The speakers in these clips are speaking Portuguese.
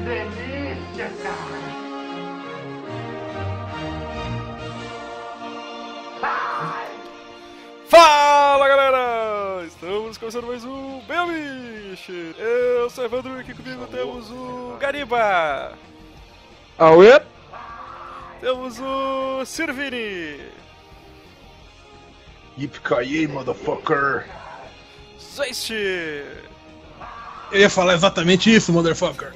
delícia, cara! Fala, galera! Estamos começando mais um Belmish! Eu sou o Evandro e aqui comigo temos o Gariba! Aue! Temos o Sirvini! Yippee-ki-yay, motherfucker! Zeist! Eu ia falar exatamente isso, motherfucker.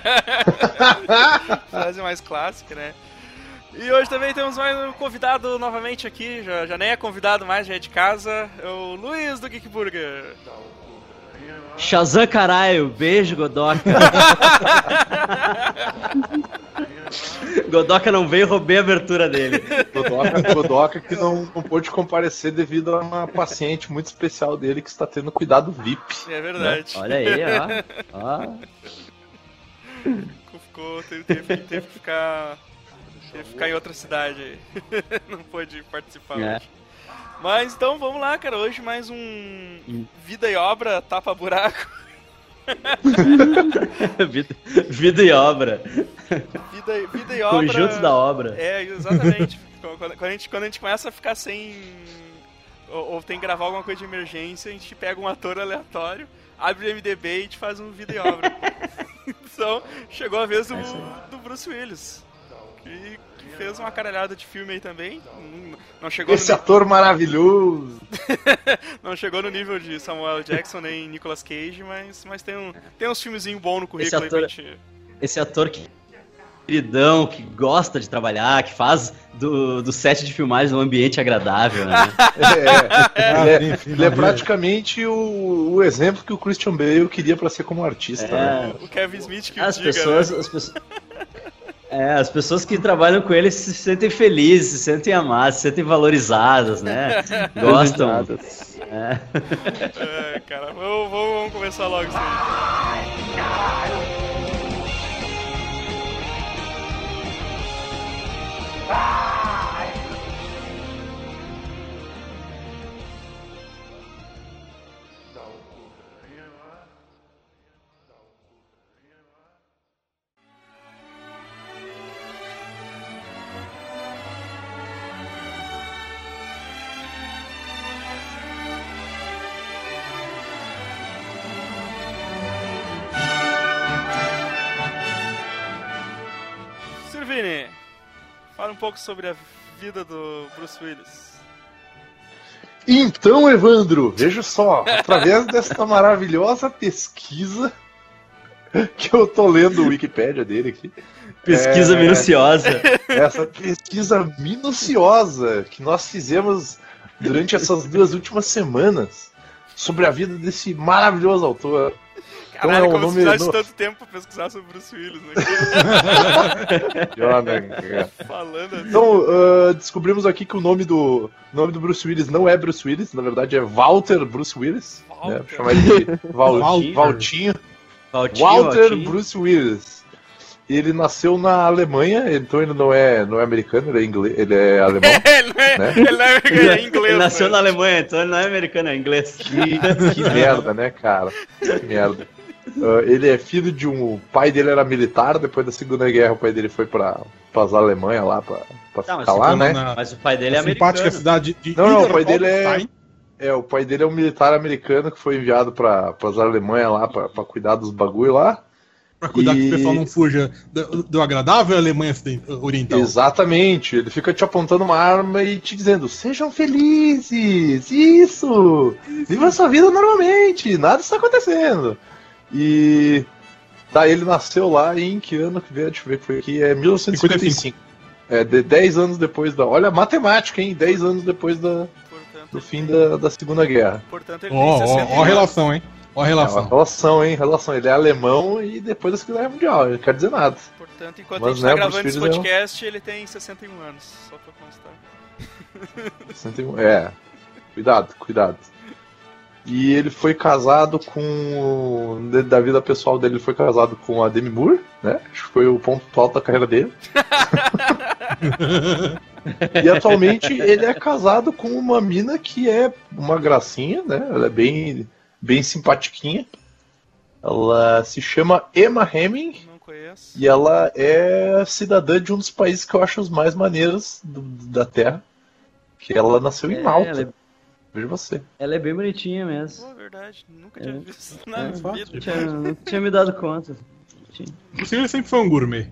Frase mais clássica, né? E hoje também temos mais um convidado novamente aqui, já nem é convidado mais, já é de casa, é o Luiz do Geek Burger. Shazam, caralho, beijo, Godoka. Godoka não veio, roubei a abertura dele. Godoka que não pôde comparecer devido a uma paciente muito especial dele que está tendo cuidado VIP. É verdade. Olha aí, ó. Teve que ficar em outra cidade aí. Não pôde participar hoje. Mas então vamos lá, cara. Hoje mais um Vida e Obra, Tapa-Buraco. Vida e obra. Vida e obra. Conjunto da obra. É, exatamente. Quando a gente começa a ficar sem. Ou tem que gravar alguma coisa de emergência, a gente pega um ator aleatório, abre o MDB e a gente faz um Vida e Obra. Então, chegou a vez do Bruce Willis. Que fez uma caralhada de filme aí também. Não chegou Esse ator maravilhoso! Não chegou no nível de Samuel Jackson nem Nicolas Cage, mas tem uns filmezinhos bons no currículo aí pra gente. Esse ator que queridão, que gosta de trabalhar, que faz do set de filmagem um ambiente agradável, né? Ele é praticamente o exemplo que o Christian Bale queria pra ser como artista. Né? O Kevin Smith que as diga, pessoas, né? As pessoas que trabalham com ele se sentem felizes, se sentem amadas, se sentem valorizadas, né? Gostam. Cara, vamos começar logo isso aí. Sirvini, fala um pouco sobre a vida do Bruce Willis. Então, Evandro, veja só, através desta maravilhosa pesquisa que eu tô lendo o Wikipédia dele aqui. Pesquisa minuciosa. Essa pesquisa minuciosa que nós fizemos durante essas 2 últimas semanas sobre a vida desse maravilhoso autor. Caralho, então, como se precisasse tanto tempo pra pesquisar sobre Bruce Willis, né? Falando assim. Então, descobrimos aqui que o nome do Bruce Willis não é Bruce Willis, na verdade é Walter Bruce Willis. Né? Chamar ele de Valtinho. Walter Bruce Willis. Ele nasceu na Alemanha, então ele não é americano, ele é inglês, ele é alemão. Ele não é americano, ele é inglês. Ele nasceu na Alemanha, então ele não é americano, é inglês. Que merda, né, cara? Que merda. Ele é filho de o pai dele era militar, depois da Segunda Guerra o pai dele foi pra Alemanha lá, pra ficar lá, né? Mas o pai dele é americano. Simpática cidade de Não, o pai dele o pai dele é um militar americano que foi enviado pra Alemanha lá, pra cuidar dos bagulho lá. Pra cuidar que o pessoal não fuja do agradável Alemanha Oriental. Exatamente, ele fica te apontando uma arma e te dizendo, sejam felizes, isso, viva sua vida normalmente, nada está acontecendo. E daí ele nasceu lá em que ano que veio? Deixa eu ver que foi aqui, 1955. 10 anos depois da... Olha a matemática, hein? 10 anos depois do fim da Segunda Guerra. Portanto, ele tem 60 anos. Ó a relação, hein? Ó a relação. Relação. Ele é alemão e depois da Segunda Guerra Mundial, ele não quer dizer nada. Portanto, enquanto a gente tá gravando esse podcast, ele tem 61 anos, só pra constar. 61, cuidado. E ele foi casado com... Da vida pessoal dele, ele foi casado com a Demi Moore, né? Acho que foi o ponto alto da carreira dele. E atualmente ele é casado com uma mina que é uma gracinha, né? Ela é bem simpatiquinha. Ela se chama Emma Hemming. Não conheço. vez. E ela é cidadã de um dos países que eu acho os mais maneiros da Terra. Que ela nasceu em Malta. Veja você. Ela é bem bonitinha mesmo. Pô, verdade. Nunca tinha visto na vida. Não tinha me dado conta. Ele sempre foi um gourmet.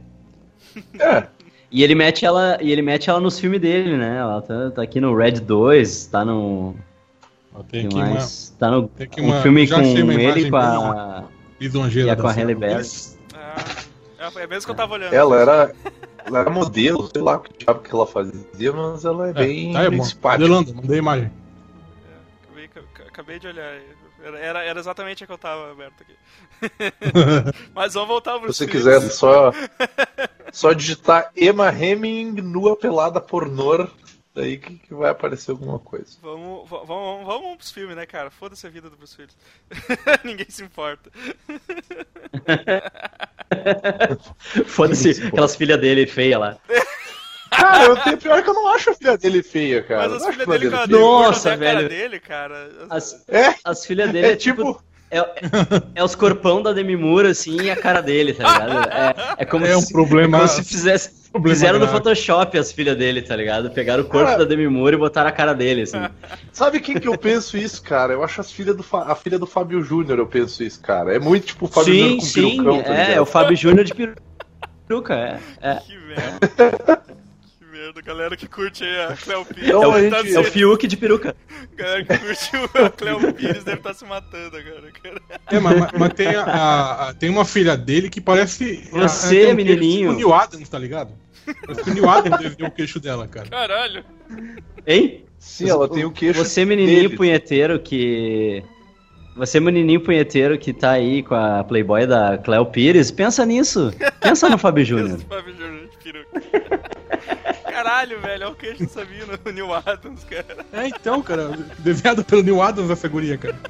E ele mete ela nos filmes dele, né? Ela tá aqui no Red 2, tá no... Tem aqui tá no um filme com ele e com a... lisonjeira com a Halle Berry. É mesmo que eu tava olhando. Ela era modelo, sei lá o que diabo que ela fazia, mas ela é bem simpática. Mandei a imagem. Acabei de olhar. Era exatamente a que eu tava aberto aqui. Mas vamos voltar pro Se você quiser só digitar Emma Hemming nua pelada pornô, daí que vai aparecer alguma coisa. Vamos pros filmes, né, cara? Foda-se a vida do Bruce Willis. Ninguém se importa. Foda-se aquelas filhas dele feias lá. Cara, eu tenho pior que eu não acho a filha dele feia, cara. Mas as filhas dele, cara, nossa, velho. cara dele, cara. As filhas dele é tipo... É os corpão da Demi Moore, assim, e a cara dele, tá ligado? É como se fizeram no Photoshop as filhas dele, tá ligado? Pegaram o corpo da Demi Moore e botaram a cara dele, assim. Sabe quem que eu penso isso, cara? Eu acho a filha do Fábio Júnior, eu penso isso, cara. É muito tipo o Fábio Júnior com perucão, tá ligado? É o Fábio Júnior de peruca, Que merda. A galera que curte aí a Cleo Pires é o Fiuk de peruca. A galera que curte a Cleo Pires deve estar se matando agora, cara. Mas tem uma filha dele que parece... Você, menininho. O Neil Adams, tá ligado? Parece que o Neil Adams desenhou o queixo dela, cara. Caralho. Hein? Sim, ela tem o queixo Você, menininho dele. punheteiro que... Você, menininho punheteiro que tá aí com a Playboy da Cleo Pires, pensa nisso. Pensa no Fábio Júnior. Fábio Júnior de peruca. Caralho, velho, olha o queixo do Sabino, o Neil Adams, cara. Então, cara, desenhado pelo Neil Adams essa guria, cara.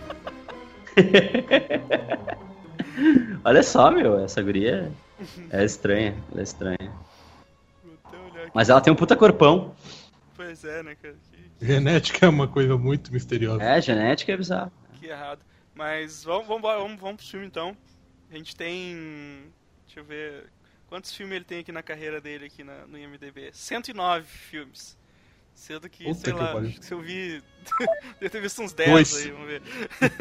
Olha só, meu, essa guria é estranha, ela é estranha. Mas ela tem um puta corpão. Pois é, né, cara? Genética é uma coisa muito misteriosa. Genética é bizarro. Que errado. Mas vamos pro filme, então. A gente tem... Deixa eu ver... Quantos filmes ele tem aqui na carreira dele, aqui no IMDb? 109 filmes. Sendo que, Puta sei que lá, pariu. acho que se eu vi... Deve ter visto uns 10 aí, vamos ver.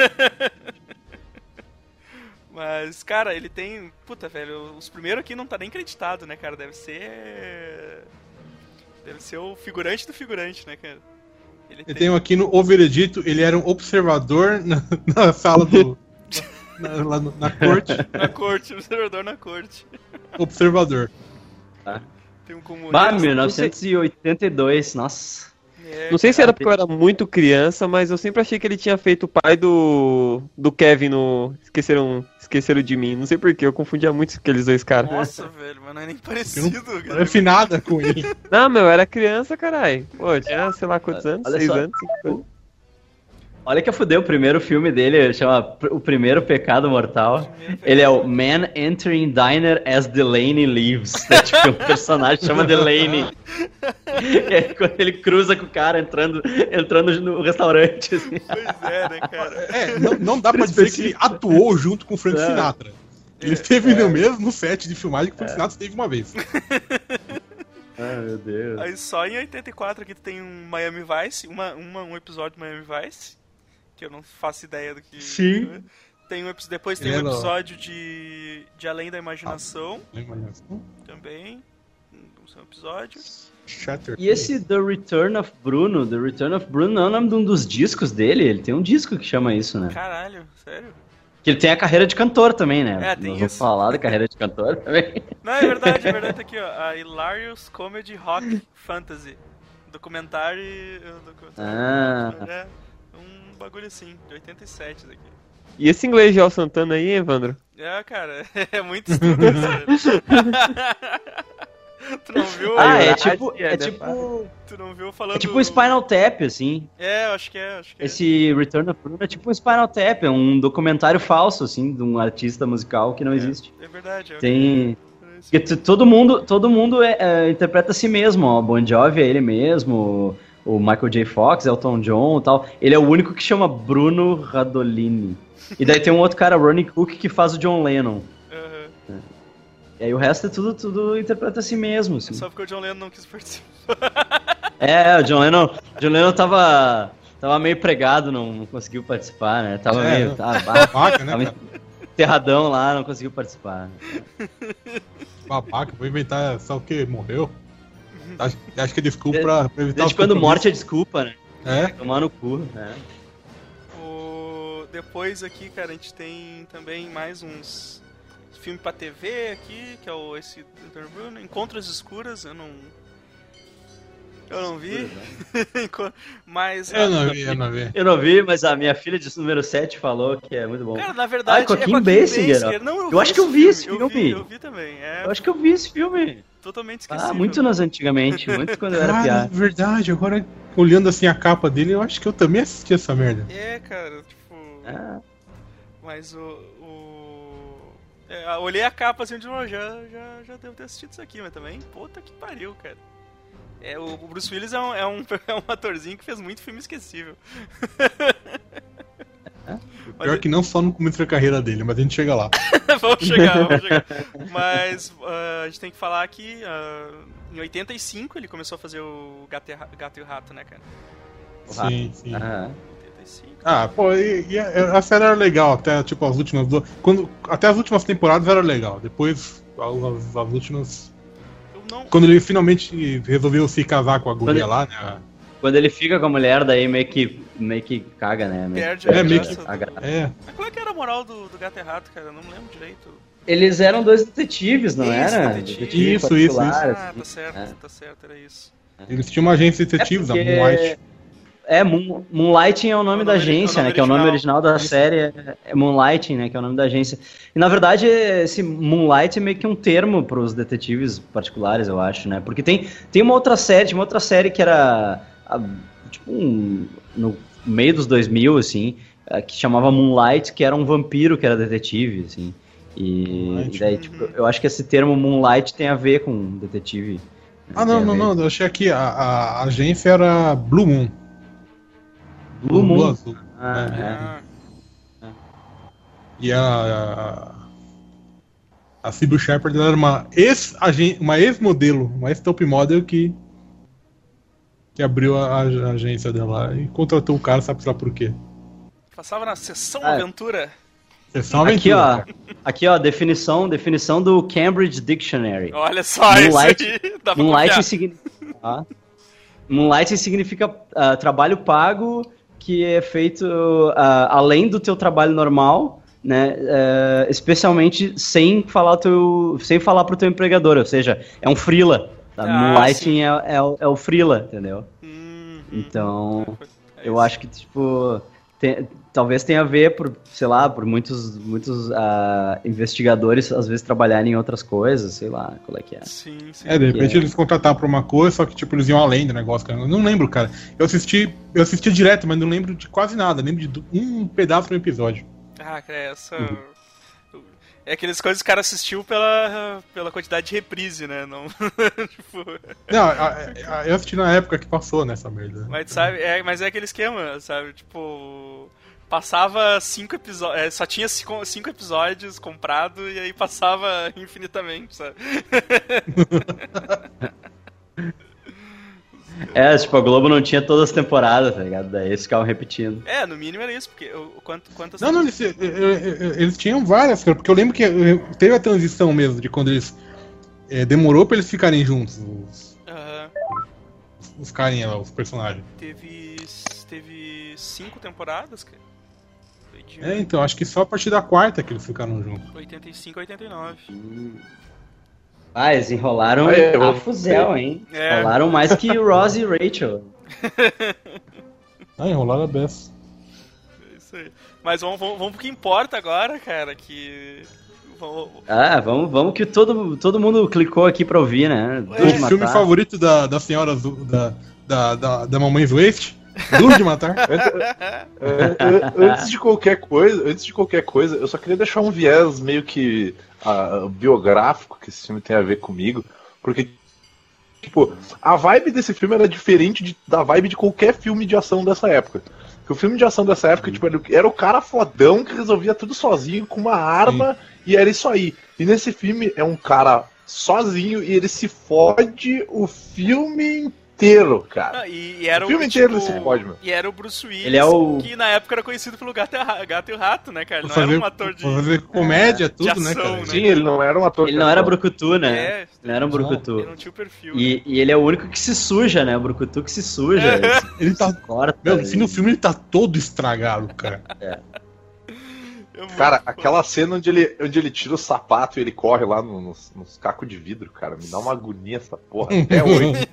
Mas, cara, ele tem... Puta, velho, os primeiros aqui não tá nem creditado, né, cara? Deve ser o figurante do figurante, né, cara? Ele tem aqui no O Veredito, ele era um observador na sala do... lá na corte. Na corte, observador na corte. Observador. Tem um comunista. Bah, 1982, nossa. Não sei se era porque eu era muito criança, mas eu sempre achei que ele tinha feito o pai do Kevin no Esqueceram de Mim. Não sei porquê, eu confundia muito aqueles dois caras. Nossa, velho, mas não é nem parecido, cara. Não é afinada com ele. Não, meu, eu era criança, caralho. Pô, tinha sei lá quantos anos, 6 anos, 5 anos. Olha que eu fudei, o primeiro filme dele chama O Primeiro Pecado Mortal. Ele é o Man Entering Diner as Delaney Leaves. É tipo um personagem que chama Delaney. É quando ele cruza com o cara entrando no restaurante. Assim. Pois é, né, cara? Não dá pra dizer que ele atuou junto com o Frank Sinatra. Ele esteve no mesmo set de filmagem que o Frank Sinatra esteve uma vez. Ai, meu Deus. Aí só em 84 aqui tu tem um Miami Vice, um episódio de Miami Vice. Que eu não faço ideia do que... Sim. Depois tem um episódio de Além da Imaginação. Também. Um episódio. E esse The Return of Bruno não é o nome de um dos discos dele? Ele tem um disco que chama isso, né? Caralho, sério? Que ele tem a carreira de cantor também, né? Tem Nós isso. vamos falar da carreira de cantor também. Não, é verdade, tá aqui, ó. A Hilarious Comedy Rock Fantasy. Documentário... Um bagulho assim, de 87 isso aqui. E esse inglês de Al Santana aí, Evandro? Cara, é muito estudo isso, Tu não viu? Tu não viu falando... É tipo um Spinal Tap, assim. Eu acho que é. Esse Return of Bruno é tipo um Spinal Tap, é um documentário falso, assim, de um artista musical que não existe. É verdade. Tem... Porque todo mundo interpreta a si mesmo, ó. Bon Jovi é ele mesmo... O Michael J. Fox, Elton John e tal. Ele é o único que chama Bruno Radolini. E daí tem um outro cara, Ronnie Cook, que faz o John Lennon. E aí o resto é tudo interpreta a si mesmo, assim. Só porque o John Lennon não quis participar. O John Lennon tava meio pregado, não conseguiu participar, né? Tava meio... Babaca, né, cara? Enterradão lá, não conseguiu participar. Babaca, vou inventar só porque morreu. Acho que é desculpa pra evitar Desde quando morte é desculpa, né? É. Tomar no cu, né? Depois aqui, cara, a gente tem também mais uns filmes pra TV aqui, que é esse Encontros Escuras, eu não vi. Mas Eu não vi, mas a minha filha de número 7 falou que é muito bom. Cara, na verdade, com a Kim Basinger. Eu acho que eu vi esse filme. Eu vi também. Eu acho que eu vi esse filme. Totalmente esquecido. Muito antigamente, muito quando eu era piada. Verdade, agora olhando assim a capa dele, eu acho que eu também assisti essa merda. Cara, tipo... Mas olhei a capa assim de novo, já devo ter assistido isso aqui, mas também, puta que pariu, cara. O Bruce Willis é um atorzinho que fez muito filme esquecível. Pior que não só no começo da carreira dele, mas a gente chega lá. Vamos chegar. Mas a gente tem que falar que em 85 ele começou a fazer o Gato e o Rato, né, cara? Sim. 85. Pô, e a série era legal, até tipo as últimas duas. Até as últimas temporadas era legal. Depois, as últimas. Quando ele finalmente resolveu se casar com a guria lá, né? Quando ele fica com a mulher, daí meio que caga, né? Perde a graça. Mas qual é que era a moral do Gato e Rato, cara? Eu não me lembro direito. Eles eram dois detetives, não era? Detetives. Isso. Tá certo, era isso. Eles tinham uma agência de detetives, a Moonlight. Moonlighting é o nome da agência, né? Que é o nome original da série. É Moonlighting, né? Que é o nome da agência. E na verdade, esse Moonlight é meio que um termo para os detetives particulares, eu acho, né? Porque tem uma outra série que era tipo no meio dos 2000, assim, que chamava Moonlight, que era um vampiro que era detetive, assim. E daí, tipo, eu acho que esse termo Moonlight tem a ver com detetive. Não, eu achei aqui, a agência era Blue Moon. Blue Moon. Azul. E a Sybil Shepherd era uma ex-modelo, uma ex-top model que abriu a agência dela e contratou o cara, sabe lá por quê. Passava na Sessão Aventura. Sessão Aventura. Aqui, ó, definição do Cambridge Dictionary. Olha só, Moonlight, isso aí dá pra Moonlight significa trabalho pago que é feito além do teu trabalho normal, né? Especialmente sem falar pro teu empregador, ou seja, é um freela. Tá? Moonlighting é o freela, entendeu? Então, eu acho que tipo talvez tenha a ver por muitos investigadores às vezes trabalharem em outras coisas, sei lá, qual é que é. Sim. De repente eles contrataram pra uma coisa, só que tipo, eles iam além do negócio, cara. Eu não lembro, cara. Eu assisti direto, mas não lembro de quase nada. Lembro de um pedaço do episódio. É aquelas coisas que o cara assistiu pela quantidade de reprise, né? Não, tipo... Não, eu assisti na época que passou nessa merda. Mas, sabe, mas é aquele esquema, sabe? Tipo... Passava 5 episódios... só tinha 5 episódios comprado e aí passava infinitamente, sabe? Tipo, a Globo não tinha todas as temporadas, tá ligado? Daí eles ficavam repetindo. No mínimo era isso, porque quantas... Não, eles tinham várias, cara, porque eu lembro que teve a transição mesmo, de quando eles... demorou pra eles ficarem juntos, os carinha lá, os personagens. Teve 5 temporadas, cara. Então, acho que só a partir da quarta que eles ficaram juntos. 85, 89. Eles enrolaram a fuzel, hein? Enrolaram mais que o Ross e Rachel. Enrolaram a beça. É isso aí. Mas vamos pro que importa agora, cara, que... Vamos que todo mundo clicou aqui pra ouvir, né? O filme favorito da senhora da Mamãe Waste? Duro de Matar. Antes de qualquer coisa, eu só queria deixar um viés meio que biográfico que esse filme tem a ver comigo, porque tipo, a vibe desse filme era diferente da vibe de qualquer filme de ação dessa época. Que o filme de ação dessa época, tipo, ele era o cara fodão que resolvia tudo sozinho com uma arma e era isso aí. E nesse filme é um cara sozinho e ele se fode o filme inteiro, cara. E era o filme inteiro ele se fode, meu. E era o Bruce Willis, Ele é o... que na época era conhecido pelo Gato e o Rato, né, cara? Ele não era um ator de... Fazer comédia, tudo, ação, né, cara? Sim, ele não era um ator. Ele não era brucutu, né? É, Ele não era um brucutu. Ele não tinha o perfil. E ele é o único que se suja, né? O brucutu que se suja. Ele tá... Corta. Meu, no filme ele tá todo estragado, cara. Cara, aquela cena onde ele tira o sapato e ele corre lá nos cacos de vidro, cara, me dá uma agonia essa porra até hoje.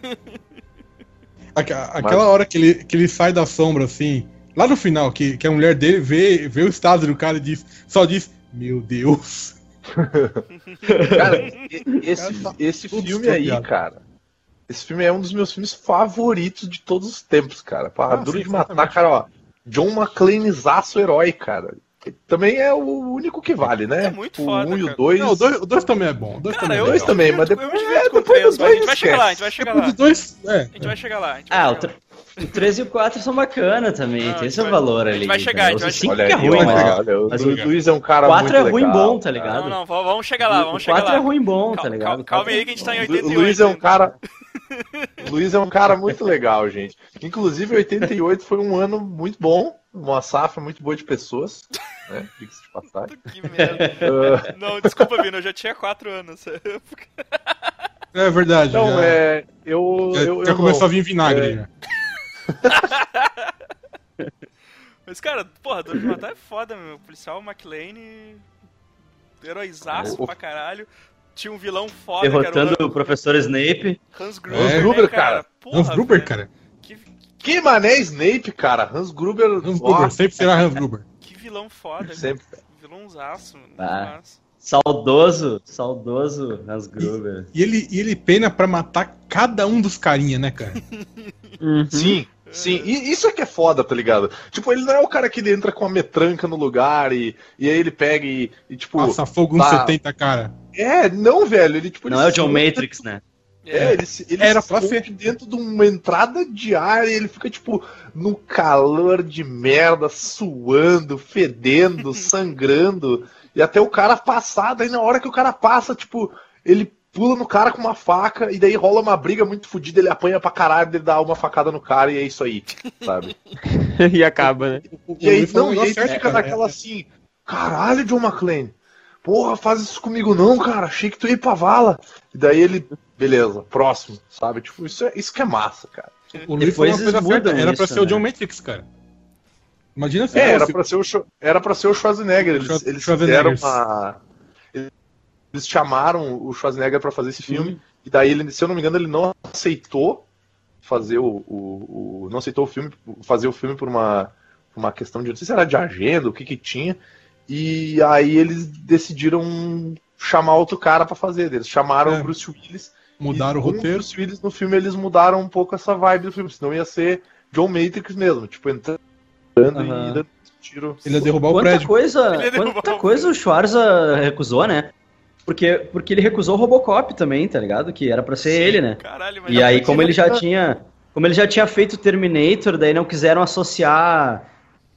Aquela hora que ele sai da sombra, assim, lá no final, que a mulher dele vê o estado do cara e só diz, meu Deus. Cara, esse filme aí, cara, esse filme é um dos meus filmes favoritos de todos os tempos, cara. Duro de matar, cara, ó. John McClane-zaço herói, cara. Também é o único que vale, né? É muito foda, o 1 e cara. o 2. Não, o 2 também é bom. O 2 também é o legal. 2 também, mas depois. Eu me divirto com o 3, mas a gente vai chegar lá, a gente vai chegar lá. Depois do 2, A gente vai chegar lá. O 3 e o 4 são bacanas também, Não, tem seu valor ali. vai chegar, entendeu? a gente vai O 5 Olha que é aí, ruim, olha, mas o Luiz é um cara o 4 muito é ruim legal, bom, tá ligado? Não, vamos chegar lá, vamos chegar lá. O 4 é ruim bom, tá ligado? Calma aí que a gente tá em O 88. Luiz é um ainda. cara. O Luiz é um cara muito legal, gente. Inclusive, 88 foi um ano muito bom, uma safra muito boa de pessoas, né? Diga-se de passagem. Que merda. Não, desculpa, Vino, eu já tinha 4 anos. É verdade. Então, já começou a vir vinagre. Né? Mas, cara, porra, Duro de Matar é foda, meu. O policial McClane, heróizaço pra caralho. Tinha um vilão foda, Derrotando cara, o professor Snape. Hans Gruber, Hans Gruber, né, cara. Porra, Hans Gruber, velho. cara. Que mané Snape, cara. Hans Gruber. Hans Gruber, sempre será Hans Gruber. Que vilão foda, Sempre. cara. Vilãozaço, mano. Ah. Massa. Saudoso Hans Gruber. E ele pena pra matar cada um dos carinha, né, cara? Sim. Sim, e isso é que é foda, tá ligado? Tipo, ele não é o cara que entra com a metranca no lugar e aí ele pega e tipo... Passa fogo nos 70, cara. Não, velho, ele tipo... Não é o John Matrix, né? Ele Era se pra esconde ser. dentro de uma entrada de ar e ele fica, tipo, no calor de merda, suando, fedendo, sangrando. E até o cara passar, daí na hora que o cara passa, tipo, ele pula no cara com uma faca e daí rola uma briga muito fodida, ele apanha pra caralho, ele dá uma facada no cara e é isso aí, sabe? E acaba, né? E aí, Luiz falou um aí negócio tu certo, fica cara. naquela assim, caralho, John McClane, porra, faz isso comigo não, cara, achei que tu ia ir pra vala. E daí ele, beleza, próximo, sabe? Tipo, isso que é massa, cara. O Luiz falou Depois uma coisa eles certa, mudam era pra isso, ser o John né? Matrix, cara. Imagina se Era fosse- pra ser o Schwarzenegger. Eles Schwarzenegger. fizeram uma. Eles chamaram o Schwarzenegger pra fazer esse filme. E daí, ele, se eu não me engano, ele não aceitou fazer não aceitou o filme, fazer o filme por uma questão de. Não sei se era de agenda, o que tinha. E aí eles decidiram chamar outro cara pra fazer. Eles chamaram o Bruce Willis. Mudaram o com roteiro. Bruce Willis no filme, eles mudaram um pouco essa vibe do filme. Senão ia ser John Matrix mesmo. Tipo, entrando e dando tiro. Ele ia derrubar o Quanta prédio. coisa o Schwarza recusou, né? Porque ele recusou o Robocop também, tá ligado? Que era pra ser ele, né? Caralho, mas E aí, como ele já tinha feito Terminator, daí não quiseram associar.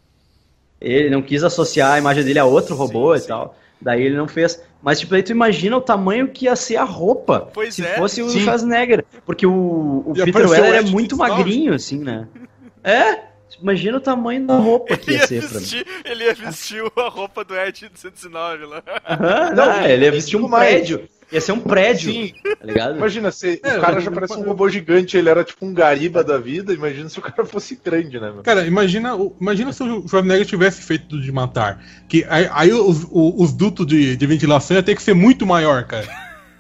Ele não quis associar a imagem dele a outro robô e tal. Daí ele não fez. Mas, tipo, aí tu imagina o tamanho que ia ser a roupa Pois se é. fosse o Sim. Schwarzenegger. Porque o E Peter apareceu Weller o é Ed muito 29. magrinho, assim, né? Imagina o tamanho da roupa que ia ser pra mim. Ele ia vestir a roupa do Ed 209 lá. Ele ia vestir um digo mais. prédio. Ia ser um prédio, Sim. tá ligado? Imagina, se o cara já parece um robô gigante, ele era tipo um gariba da vida, imagina se o cara fosse grande, né, meu? Cara, imagina se o Schwarzenegger tivesse feito de matar. Que aí os dutos de ventilação ia ter que ser muito maior, cara.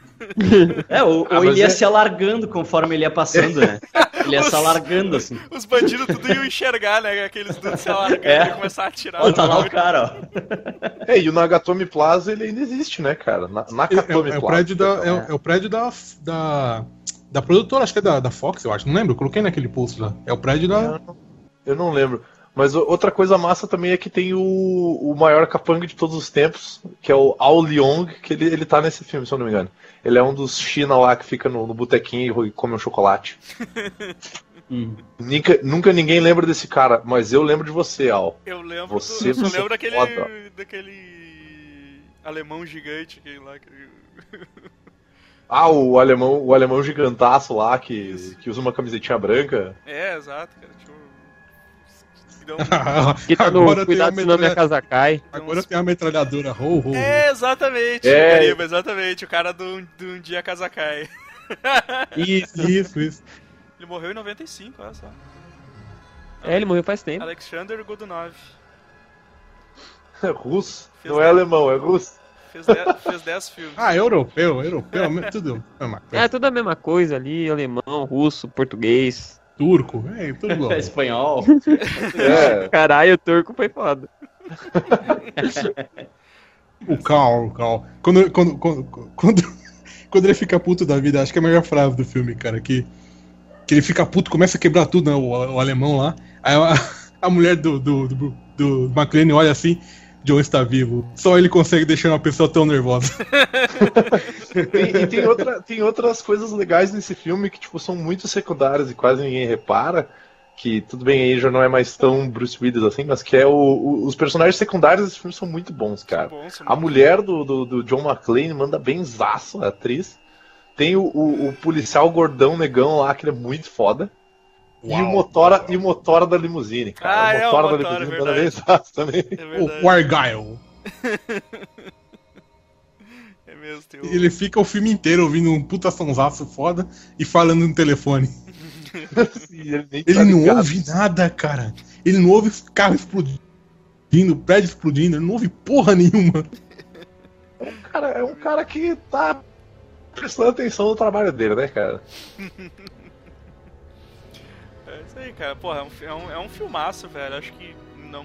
Ou mas ele ia é- se alargando conforme ele ia passando, né? Ele ia se alargando, assim. Os bandidos tudo iam enxergar, né? Aqueles dudes se alargando e começar a atirar. Ó, tá lá o cara, ó. E o Nagatomi Plaza, ele ainda existe, né, cara? Nakatomi É o Plaza. prédio é o prédio da produtora, acho que é da Fox, eu acho. Não lembro, eu coloquei naquele post lá. É o prédio da. Eu não lembro. Mas outra coisa massa também é que tem o maior capanga de todos os tempos, que é o Ao Leong, que ele tá nesse filme, se eu não me engano. Ele é um dos China lá que fica no botequinho e come um chocolate. Nunca ninguém lembra desse cara, mas eu lembro de você, Al. Eu lembro, Você eu só é lembro foda. daquele alemão gigante aquele lá. Ah, o alemão gigantaço lá que usa uma camisetinha branca. É, exato, cara. Que tá no Cuidado senão minha casa cai. Agora tem a metralhadora. É, exatamente, Gariba, exatamente. O cara do Um Dia a Casa Cai. Isso. Ele morreu em 95, olha só. Ele morreu faz tempo. Alexander Godunov. É russo. Não é alemão, é russo. Fez 10 filmes. Ah, europeu, tudo a mesma coisa. É tudo a mesma coisa ali, alemão, russo, português. Turco, tudo igual. Espanhol. É. Caralho, o turco foi foda. O Carl. Quando ele fica puto da vida, acho que é a melhor frase do filme, cara, que ele fica puto, começa a quebrar tudo, né, o alemão lá. Aí a mulher do McClane olha assim, John está vivo. Só ele consegue deixar uma pessoa tão nervosa. Tem outras coisas legais nesse filme que tipo, são muito secundárias e quase ninguém repara. Que tudo bem, aí já não é mais tão Bruce Willis assim, mas que é os personagens secundários desse filme são muito bons, cara. A mulher do John McClane manda benzaço, a atriz. Tem o policial gordão negão lá, que ele é muito foda. Uau, e o motora da limusine, cara. O motora da limusine manda benzaço também. O Argyle. É mesmo, Ele fica o filme inteiro ouvindo um puta sonsaço foda e falando no telefone. Ele não ouve nada, cara. Ele não ouve carro explodindo, prédio explodindo, ele não ouve porra nenhuma. É um cara que tá prestando atenção no trabalho dele, né, cara? É isso aí, cara. Porra, é um filmaço, velho. Acho que não...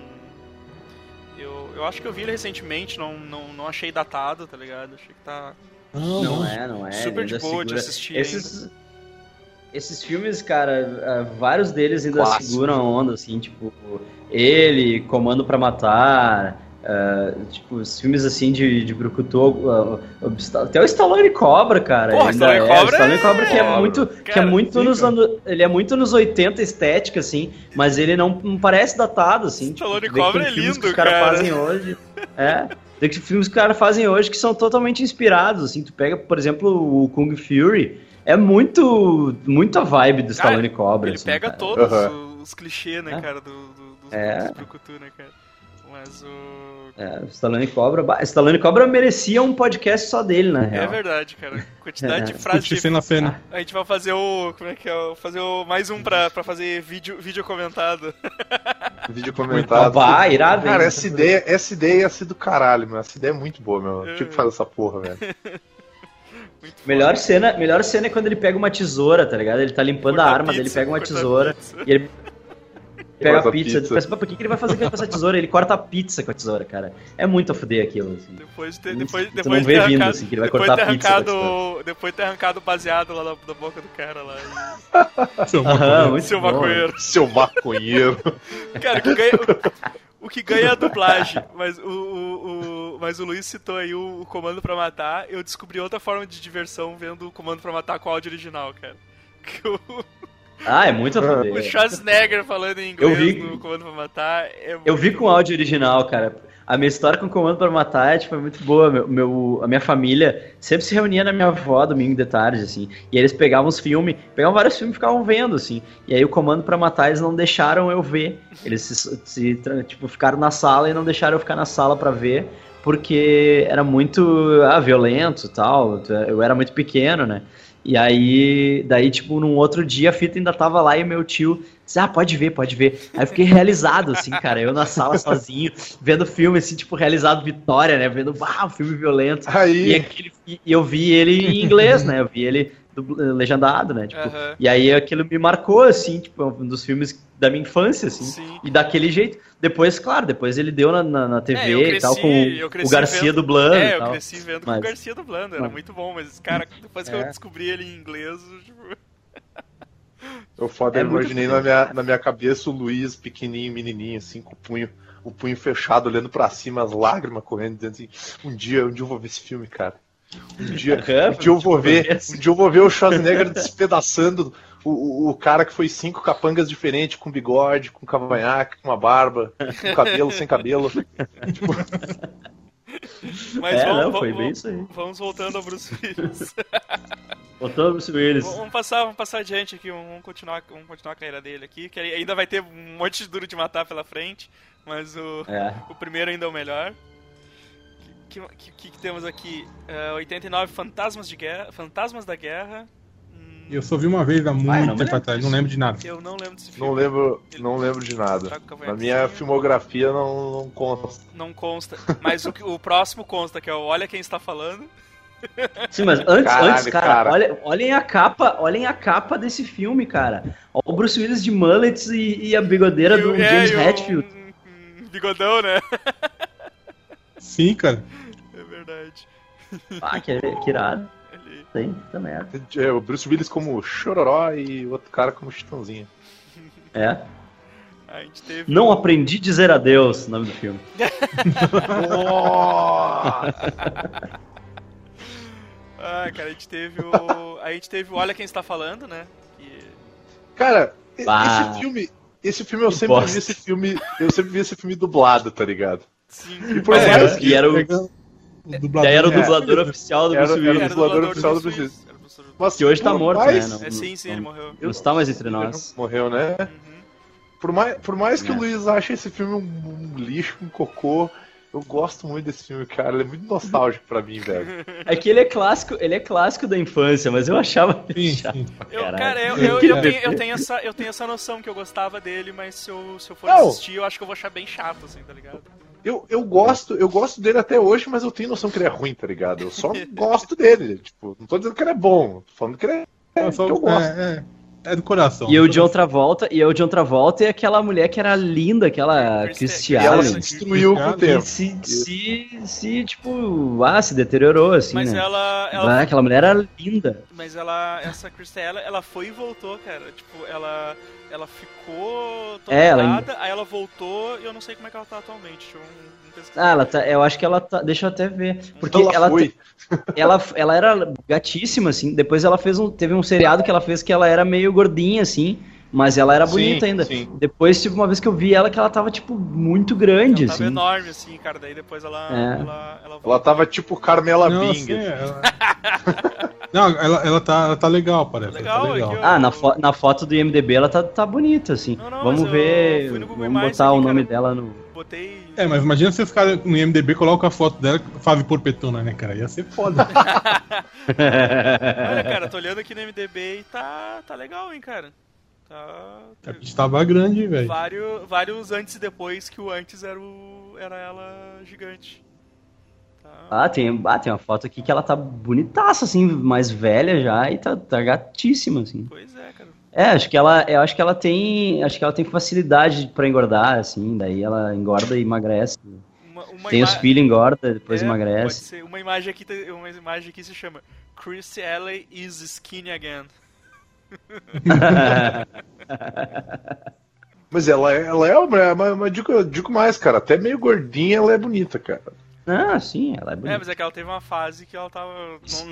Eu acho que eu vi ele recentemente, não achei datado, tá ligado? Achei que tá... Não é. Super de boa de assistir. Esses filmes, cara, vários deles ainda seguram a onda, assim, tipo, ele, Comando pra Matar, tipo, os filmes assim de brucutu, até o Stallone Cobra, cara. Porra, Stallone Cobra que é muito nos anos, ele é muito nos 80 estética, assim, mas ele não parece datado, assim. Stallone tipo, Cobra é lindo, que os caras fazem hoje. Tem filmes que os caras fazem hoje que são totalmente inspirados, assim. Tu pega, por exemplo, o Kung Fury, é muito a vibe do Stallone Cobra. Ele assim, pega cara. todos os clichês, né, cara, dos brucutu, né, cara. Mas o Stallone Cobra merecia um podcast só dele, na real. É verdade, cara. Quantidade de frases de... cena. A gente vai fazer como é que é? Fazer mais um pra fazer vídeo comentado. Vídeo comentado. Vai, irado. Cara, essa ideia ia ser do caralho, meu. Essa ideia é muito boa, meu. Tinha que fazer essa porra, velho. Melhor cena é quando ele pega uma tesoura, tá ligado? Ele tá limpando a arma dele, pega uma tesoura e ele pega a pizza. Pensa, por que ele vai fazer com essa tesoura? Ele corta a pizza com a tesoura, cara. É muito a fuder aquilo, assim. Depois tu não vê vindo, assim, que ele vai cortar a pizza. Depois de ter arrancado o baseado lá da boca do cara lá. Seu maconheiro. Cara, o que ganha é a dublagem, mas o Luiz citou aí o Comando pra Matar. Eu descobri outra forma de diversão vendo o Comando pra Matar com o áudio original, cara. É muito a foder. O Schwarzenegger falando em inglês no Comando pra Matar eu vi com o áudio original, cara. A minha história com o Comando pra Matar é muito boa. A minha família sempre se reunia na minha avó domingo de tarde, assim. E eles pegavam vários filmes e ficavam vendo, assim. E aí o Comando pra Matar eles não deixaram eu ver. Eles ficaram na sala e não deixaram eu ficar na sala pra ver, porque era muito violento e tal. Eu era muito pequeno, né? E aí, tipo, num outro dia a fita ainda tava lá e meu tio disse, pode ver. Aí eu fiquei realizado, assim, cara, eu na sala sozinho, vendo filme, assim, tipo, realizado Vitória, né, vendo, um filme violento. Aí... E eu vi ele em inglês, né, eu vi ele legendado, né, tipo, e aí aquilo me marcou, assim, tipo, um dos filmes da minha infância, assim, sim. E daquele jeito. Depois ele deu na TV e tal, com o Garcia dublando e tal. Eu cresci vendo com o Garcia dublando, era muito bom, mas, cara, depois que eu descobri ele em inglês, tipo... Eu imaginei na minha cabeça o Luiz pequenininho, menininho, assim, com o punho fechado, olhando pra cima, as lágrimas correndo, dizendo assim, um dia eu vou ver esse filme, cara. Um dia eu vou ver o Schwarzenegger despedaçando o cara que foi 5 capangas diferentes, com bigode, com cavanhaque, com uma barba, com cabelo, sem cabelo. Tipo... Mas foi bem isso aí. Vamos voltando ao Bruce Willis. Voltando ao Bruce Willis. Vamos passar adiante aqui, vamos continuar a carreira dele aqui, que ainda vai ter um monte de Duro de Matar pela frente, mas o primeiro ainda é o melhor. Que temos aqui? 89, Fantasmas da Guerra. Eu só vi uma vez há muito tempo atrás, não lembro de nada. Eu não lembro desse filme. Não lembro de nada. Na minha filmografia não consta. Não consta. Mas o próximo consta, que é o Olha Quem Está Falando. Sim, mas antes, cara. Olhem a capa desse filme, cara. Olha o Bruce Willis de mullets e a bigodeira do James Hetfield. Bigodão, né? Sim, cara. É verdade. Que irado. Tem, também é. O Bruce Willis como Chororó e o outro cara como Chitãozinho. A gente teve Não aprendi a dizer adeus, o nome do filme. Cara, a gente teve o Olha Quem Está Falando, né? Cara, esse filme eu sempre vi esse filme dublado, Sim. E por mais que era o dublador oficial do Bruce Willis. Era o dublador oficial do Bruce Willis. Mas que hoje tá morto, né? Sim, ele morreu. Não está mais entre nós. Morreu, né? Por mais que o Luiz ache esse filme um lixo, um cocô, eu gosto muito desse filme, cara. Ele é muito nostálgico pra mim, velho. É que ele é clássico da infância, mas eu achava chato. Eu tenho essa noção que eu gostava dele, mas se eu for assistir, eu acho que eu vou achar bem chato, assim, tá ligado? Eu gosto dele até hoje, mas eu tenho noção que ele é ruim, tá ligado? Eu só gosto dele. Tipo, não tô dizendo que ele é bom, tô falando que ele que eu gosto. É do coração. E o John Travolta é aquela mulher que era linda, aquela Christiane. Ela se destruiu com o tempo. Se deteriorou, assim, mas né? Aquela mulher era linda. Mas essa Christiane, ela foi e voltou, cara. Tipo, ela ficou toda aí ela voltou e eu não sei como é que ela tá atualmente. Eu acho que ela tá. Deixa eu até ver. Porque ela era gatíssima, assim. Depois ela teve um seriado que ela fez que ela era meio gordinha, assim. Mas ela era bonita ainda. Sim. Depois, tipo, uma vez que eu vi ela, que ela tava, tipo, muito grande, ela assim. Ela tava enorme, assim, cara. Daí depois ela tava tipo Carmela Bing. Não, ela tá legal, parece. Legal, tá legal. Na foto do IMDB ela tá bonita, assim. Vamos ver. Vamos botar o nome dela no. Mas imagina se os caras no IMDB colocam a foto dela e fazem porpetona, né, cara? Ia ser foda. Olha, cara, tô olhando aqui no IMDB e tá legal, hein, cara. A gente tava grande, velho. Vários antes e depois, que o antes era ela gigante. Tem uma foto aqui que ela tá bonitaça, assim, mais velha já, e tá gatíssima, assim. Pois é, cara. Eu acho que ela tem facilidade pra engordar, assim, daí ela engorda e emagrece. Tem os filhos, engorda, depois emagrece. Pode ser. Uma imagem aqui se chama Christy Alley is skinny again. Mas ela é mas digo mais, cara, até meio gordinha ela é bonita, cara. Sim, ela é bonita. Mas é que ela teve uma fase que ela tava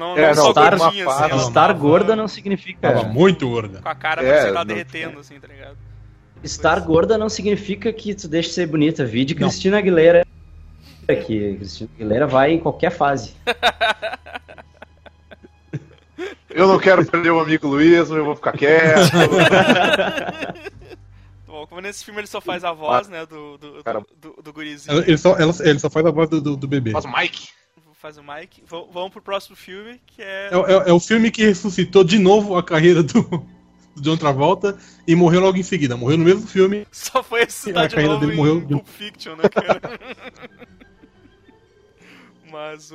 estar gorda não significa... Tava muito gorda. Com a cara parecia que tava derretendo, assim, tá ligado? Estar gorda não significa que tu deixe de ser bonita. Vide Cristina Aguilera, que Cristina Aguilera vai em qualquer fase. Eu não quero perder o amigo Luiz, eu vou ficar quieto. Bom, como nesse filme ele só faz a voz, né, do gurizinho. Ele só faz a voz do bebê. Faz o Mike. Faz o Mike. Vamos pro próximo filme, que é... É o filme que ressuscitou de novo a carreira do John Travolta e morreu logo em seguida. Morreu no mesmo filme. Só foi ressuscitar de novo em Pulp Fiction, né, cara? Mas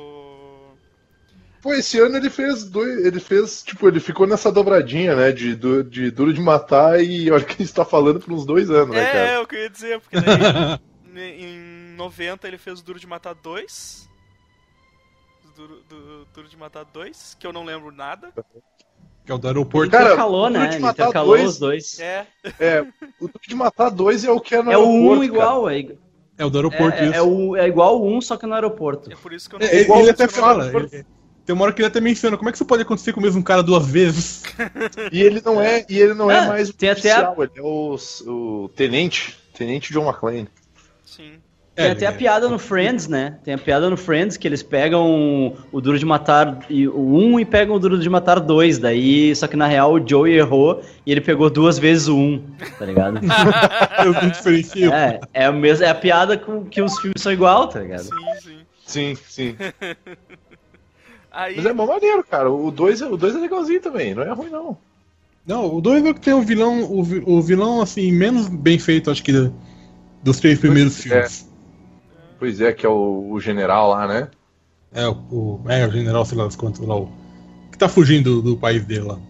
Pô, esse ano ele ficou nessa dobradinha, né, de Duro de Matar e olha que a gente tá falando por uns 2 anos, né, cara? É o que eu ia dizer, porque daí, em 90 ele fez o Duro de Matar 2, Duro de Matar 2, que eu não lembro nada. Que é o do aeroporto. Cara, intercalou, né? Ele intercalou os dois. O Duro de Matar 2 é o que é no aeroporto. É o 1 igual, É o do aeroporto, isso. É igual o 1, só que no aeroporto. É por isso que eu não ele até fala. Tem uma hora que ele até menciona, como é que isso pode acontecer com o mesmo cara 2 vezes? E ele não é mais o tem até oficial, ele é o tenente John McClane. Sim. Tem até a piada no Friends, né? Tem a piada no Friends que eles pegam o Duro de Matar o 1 e pegam o Duro de Matar 2. Daí, só que na real o Joey errou e ele pegou 2 vezes o 1, tá ligado? Eu não diferencio. É a piada com que os filmes são igual, tá ligado? Sim. Aí... Mas é mó maneiro, cara. O 2 é legalzinho também, não é ruim não. Não, o 2 é o que tem o vilão assim, menos bem feito, acho que dos 3 primeiros filmes. Pois é, que é o general lá, né? O general, sei lá das quantas, lá, o que tá fugindo do país dele lá.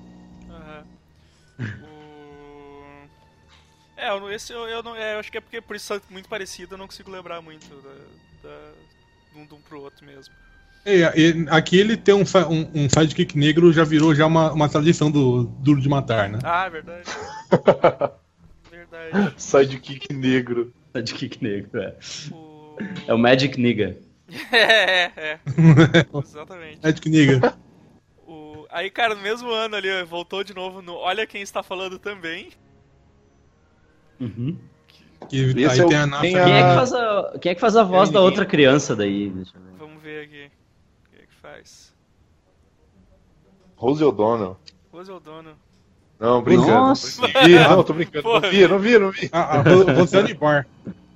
Esse eu não. Eu acho que é porque por isso é muito parecido, eu não consigo lembrar muito de um pro outro mesmo. Aqui ele tem um sidekick negro, já virou uma tradição do Duro de Matar, né? Ah, verdade. Sidekick negro. Sidekick negro, É o Magic Nigga. Exatamente. Magic Nigga. Aí, cara, no mesmo ano ali, voltou de novo no Olha Quem Está Falando Também. Uhum. Aí tem a NASA. Quem é que faz a voz da outra criança daí? Deixa eu ver. Vamos ver aqui. Quem é que faz? Rose O'Donnell. Não, brincando. Nossa. Não, tô brincando. Porra. Não vi. Rosiane Barr.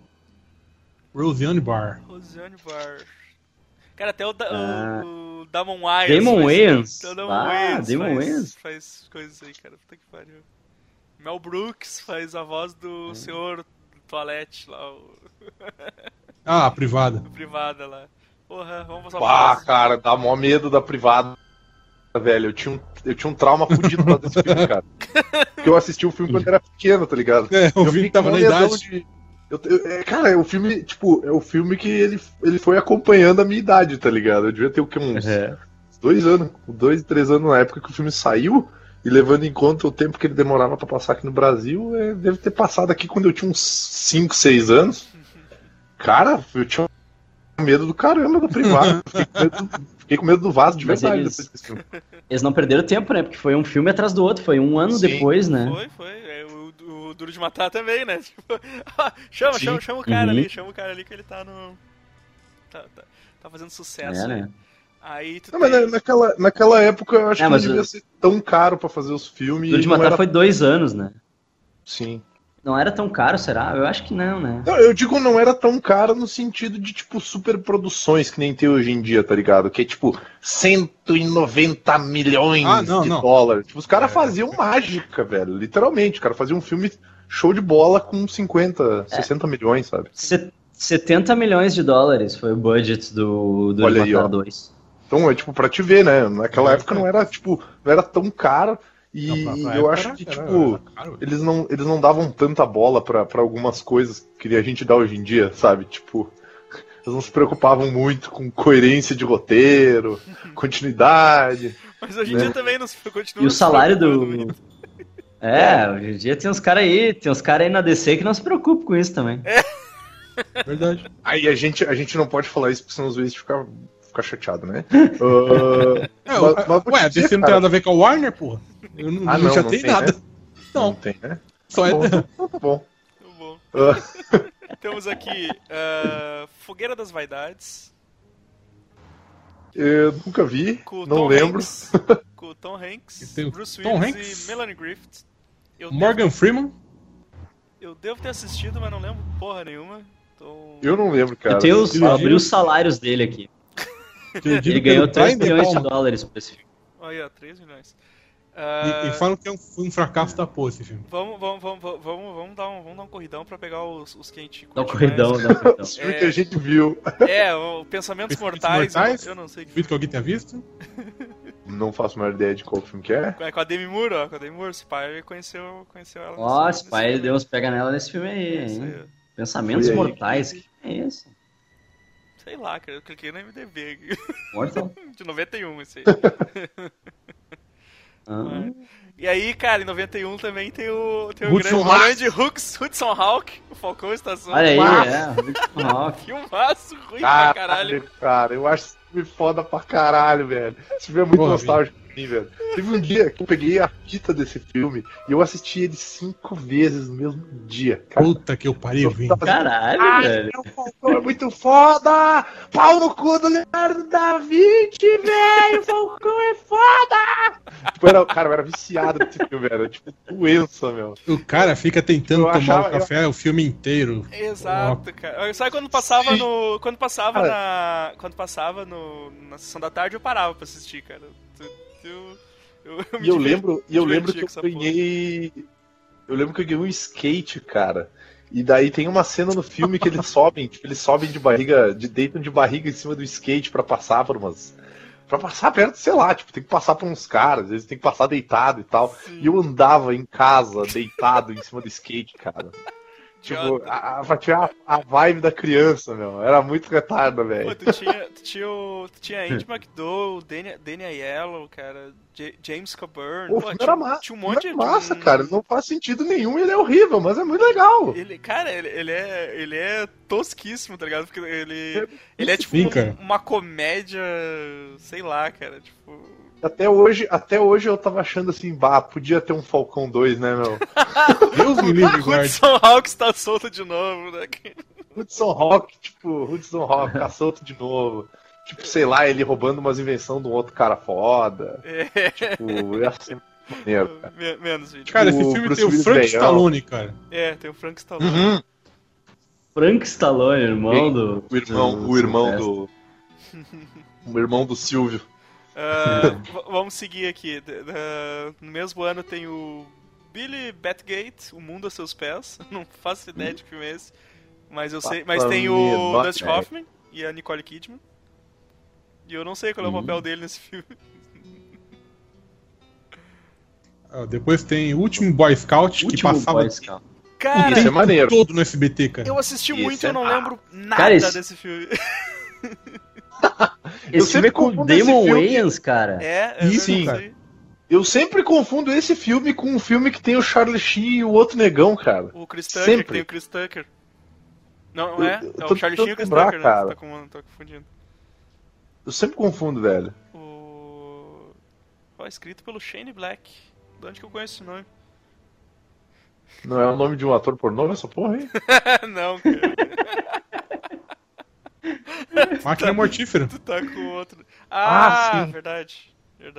Rosiane Barr. Cara, até o Damon Wayans. Damon Wayans? Damon Wayans faz coisas aí, cara. Puta que pariu. Mel Brooks faz a voz do senhor Toalete lá. A privada. A privada lá. Porra, vamos passar pra cara, dá mó medo da privada, velho. Eu tinha um trauma fudido pra desse filme, cara. Porque eu assisti o filme quando era pequeno, tá ligado? O filme tava na idade. Cara, o filme, é o filme que ele foi acompanhando a minha idade, tá ligado? Eu devia ter uns 2 anos, 2, 3 anos na época que o filme saiu, e levando em conta o tempo que ele demorava pra passar aqui no Brasil, deve ter passado aqui quando eu tinha uns 5, 6 anos. Cara, eu tinha medo do caramba da privada. Fiquei com medo do vaso de verdade depois desse filme. Eles não perderam tempo, né? Porque foi um filme atrás do outro, foi um ano depois, né? Foi. O Duro de Matar também, né? Tipo, chama o cara ali, que ele tá no... Tá fazendo sucesso. Né? Aí tu mas naquela época eu acho que não devia ser tão caro pra fazer os filmes. Duro de Matar foi 2 anos, né? Sim. Não era tão caro, será? Eu acho que não, né? Não, eu digo não era tão caro no sentido de, tipo, superproduções que nem tem hoje em dia, tá ligado? Que é, tipo, 190 milhões de dólares. Tipo, os caras faziam mágica, velho. Literalmente. Os caras faziam um filme show de bola com 50, 60 milhões, sabe? 70 milhões de dólares foi o budget do Duro de Matar 2. Então, é tipo, pra te ver, né? Naquela época não era, tipo, não era tão caro. E eu acho que, tipo, eles não davam tanta bola pra algumas coisas que a gente dá hoje em dia, sabe? Tipo, eles não se preocupavam muito com coerência de roteiro, continuidade. Mas hoje em dia também não se continua. E o salário do... hoje em dia tem uns caras aí na DC que não se preocupam com isso também. Verdade. Aí a gente não pode falar isso porque senão os vezes ficar chateado, né? A DC não tem nada a ver com a Warner, porra? Eu não chatei nada. Né? Não tem, né? Só tá bom. Temos aqui Fogueira das Vaidades. Eu nunca vi, não lembro. Com o Tom Hanks, Bruce Tom Willis Hanks, e Melanie Griffith. Morgan Freeman. Eu devo ter assistido, mas não lembro porra nenhuma. Então... Eu não lembro, cara. Eu abri os salários dele aqui. Ele ganhou 3 milhões de dólares por esse filme. Olha, 3 milhões. E falam que foi um fracasso da porra esse filme. Vamos dar um corridão pra pegar os que a gente... Dá um corridão. Os filmes que a gente viu. O Pensamentos Mortais, eu não sei. Visto que alguém tenha visto? Não faço a maior ideia de qual filme que é. É com a Demi Moore, ó. Com a Demi Moore, esse pai conheceu ela. Nossa, o pai deu uns pega nela nesse filme aí, hein? Pensamentos Mortais, que é esse? Sei lá, cara, eu cliquei no MDB aqui. Mortal? De 91, esse aí. E aí, cara, em 91 também tem o Hudson grande Hudson Hawk, o Falcão Estação. Olha aí, Hudson Hawk. Filmaço ruim pra caralho. Cara, eu acho esse filme foda pra caralho, velho. Esse filme é muito nostálgico pra mim, velho. Teve um dia que eu peguei a fita desse filme e eu assisti ele 5 vezes no mesmo dia, cara. Puta que eu pariu, vim. Caralho, velho. O Falcão é muito foda! Pau no cu do Leonardo da Vinci, velho! O Falcão é foda! Tipo, eu era viciado nesse filme, velho. Tipo, doença, meu. O cara fica tentando tomar o café o filme inteiro. Exato, cara. Sabe quando passava na sessão da tarde, eu parava pra assistir, cara. Eu lembro que eu ganhei. Eu lembro que eu ganhei um skate, cara. E daí tem uma cena no filme que eles sobem, de barriga, deitam de barriga em cima do skate pra passar por umas. Pra passar perto, sei lá, tipo, tem que passar por uns caras, às vezes tem que passar deitado e tal. Sim. E eu andava em casa, deitado em cima do skate, cara. Tipo, pra tirar a vibe da criança, meu. Era muito retardo, velho. Tu tinha Andy McDowell, Danny Aiello, cara, James Coburn. Pô, era massa, tinha um monte de massa, cara. Não faz sentido nenhum, ele é horrível, mas é muito legal. Ele é tosquíssimo, tá ligado? Porque ele é tipo uma comédia, sei lá, cara, tipo... Até hoje eu tava achando assim, podia ter um Falcão 2, né, meu? Deus me livre, guarda. Hudson Hawk está solto de novo, né? Hudson Hawk tá solto de novo. Tipo, sei lá, ele roubando umas invenções de um outro cara foda. Tipo, ia ser maneiro, cara. Menos vídeo. Cara, esse filme tem o Frank Stallone, cara. Tem o Frank Stallone. Frank Stallone, irmão do... O irmão do Silvio. Vamos seguir aqui. No mesmo ano tem o Billy Batgate, O Mundo a Seus Pés. Não faço ideia de que filme é esse. Mas eu sei. Mas tem o Dustin Hoffman e a Nicole Kidman. E eu não sei qual é o papel dele nesse filme. Depois tem O Último Boy Scout, que passava cara, isso é maneiro. Todo no SBT, cara. Eu assisti muito e eu não lembro nada desse filme. Esse filme é com o Damon Wayans, cara. Sim, cara. Eu sempre confundo esse filme com um filme que tem o Charlie Sheen e o outro negão, cara. O Chris Tucker, sempre. Que tem o Chris Tucker. Não é? É o Charlie Sheen e o Chris Tucker, cara. Né? Tô confundindo. Eu sempre confundo, velho. Escrito pelo Shane Black. De onde que eu conheço esse nome? Não é o nome de um ator pornô essa porra aí? Não, cara. Máquina Mortífera. Tu tá com outro. Sim. Verdade.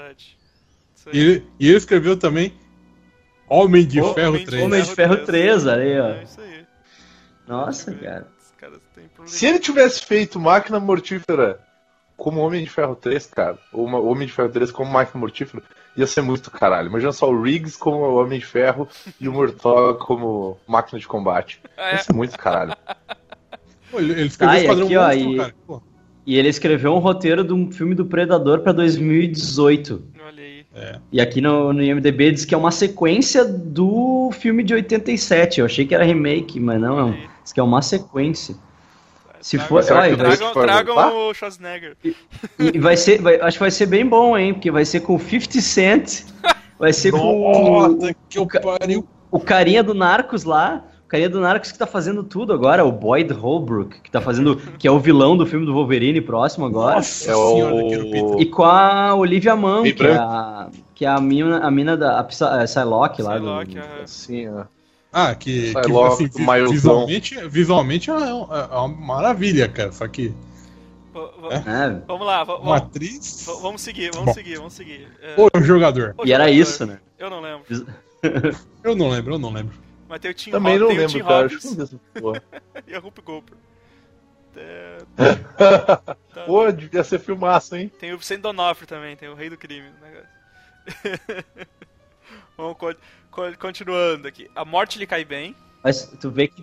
E ele escreveu também Homem de Ferro 3. Homem de Ferro 3, aí, ó. É isso aí. Nossa, cara. Se ele tivesse feito Máquina Mortífera como Homem de Ferro 3, cara, ou Homem de Ferro 3 como Máquina Mortífera, ia ser muito caralho. Imagina só o Riggs como Homem de Ferro e o Murtaugh como Máquina de Combate. Ia ser muito caralho. Ele escreveu Esquadrão Monstro, cara. Pô. E ele escreveu um roteiro de um filme do Predador pra 2018. Olha aí. E aqui no IMDb diz que é uma sequência do filme de 87. Eu achei que era remake, mas não. Diz que é uma sequência. Se for, tragam o Schwarzenegger. E vai ser, acho que vai ser bem bom, hein? Porque vai ser com 50 Cent. Vai ser Nossa, com o carinha do Narcos lá. O carinha do Narcos que tá fazendo tudo agora, o Boyd Holbrook, que tá fazendo, que é o vilão do filme do Wolverine próximo agora. Nossa senhora, e com a Olivia Munn, que é a mina da Psylocke lá. Sim, que assim, visualmente é uma maravilha, cara. Só que. Vamos lá, uma atriz. Vamos seguir. O jogador. E era isso, né? Eu não lembro. Eu não lembro. Mas tem o Tim Também não lembro, Tim cara. E a Rupi Goldberg. Pô, devia ser filmaço, hein? Tem o Vicente D'Onofrio também, tem o Rei do Crime. Vamos continuando aqui. A Morte lhe cai bem. Mas tu vê que...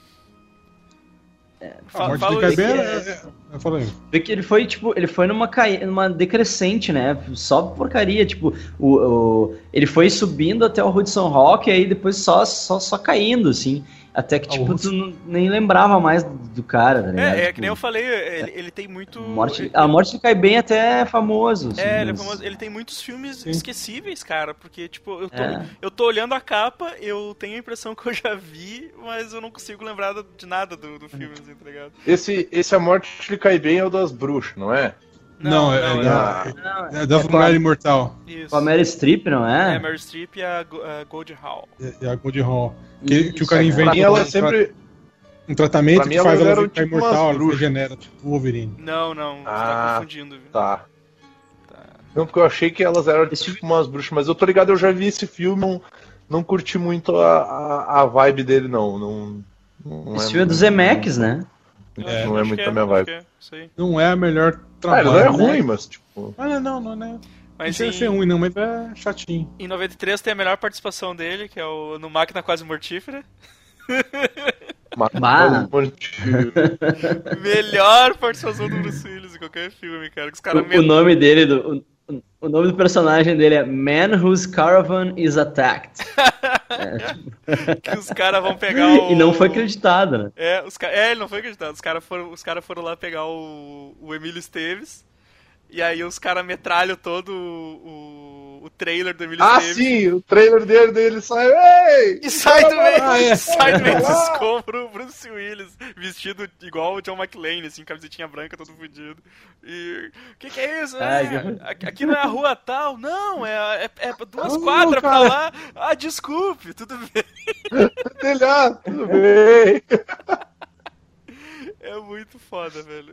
A Morte lhe cai bem, eu falei. Vê que ele foi numa decrescente, né? Só porcaria, tipo, ele foi subindo até o Hudson Hawk e aí depois só caindo, assim. Até que, tipo, tu nem lembrava mais do cara, tá ligado? É que nem eu falei, ele tem muito... A morte de Cai Bem até é famoso. Assim, ele é famoso. Ele tem muitos filmes esquecíveis, cara, porque, tipo, eu tô olhando a capa, eu tenho a impressão que eu já vi, mas eu não consigo lembrar de nada do filme, assim, tá ligado? Esse A Morte de Cai Bem é o das bruxas, não é? Não, é da Mulher Imortal. Isso. Com a Meryl Streep, não é? É, Meryl Streep e a Goldie Hawn. É a Goldie Hawn. Que o cara inventa pra mim ela é sempre... um tratamento pra mim que faz ela ficar tipo imortal, ela se regenera, tipo o Wolverine. Não, você tá confundindo, viu? Tá. Não, porque eu achei que elas eram tipo umas bruxas, mas eu tô ligado, eu já vi esse filme, não curti muito a vibe dele, não Esse filme é do Zemeckis, né? Não é muito a minha vibe. Não é a melhor trabalho. Não é ruim, mas tipo... Não é. Mas não chega a ser ruim não, mas é chatinho. Em 93 tem a melhor participação dele, que é no Máquina Quase Mortífera. Melhor participação do Bruce Willis em qualquer filme, cara. Que os cara o nome dele, o nome do personagem dele é Man Whose Caravan is Attacked. Que os caras vão pegar E não foi acreditado, né? Ele não foi acreditado. Os caras foram lá pegar o Emílio Esteves. E aí os caras metralham todo o trailer do Emílio Esteves. Sim, o trailer dele sai. Ei! E sai também dos escombros o Bruce Willis, vestido igual o John McClane, assim, camisetinha branca, todo fudido. E. O que é isso? Aqui não é a rua tal? Não, é 2 quadras pra lá. Ah, desculpe, tudo bem. Telhado, tudo bem. É muito foda, velho.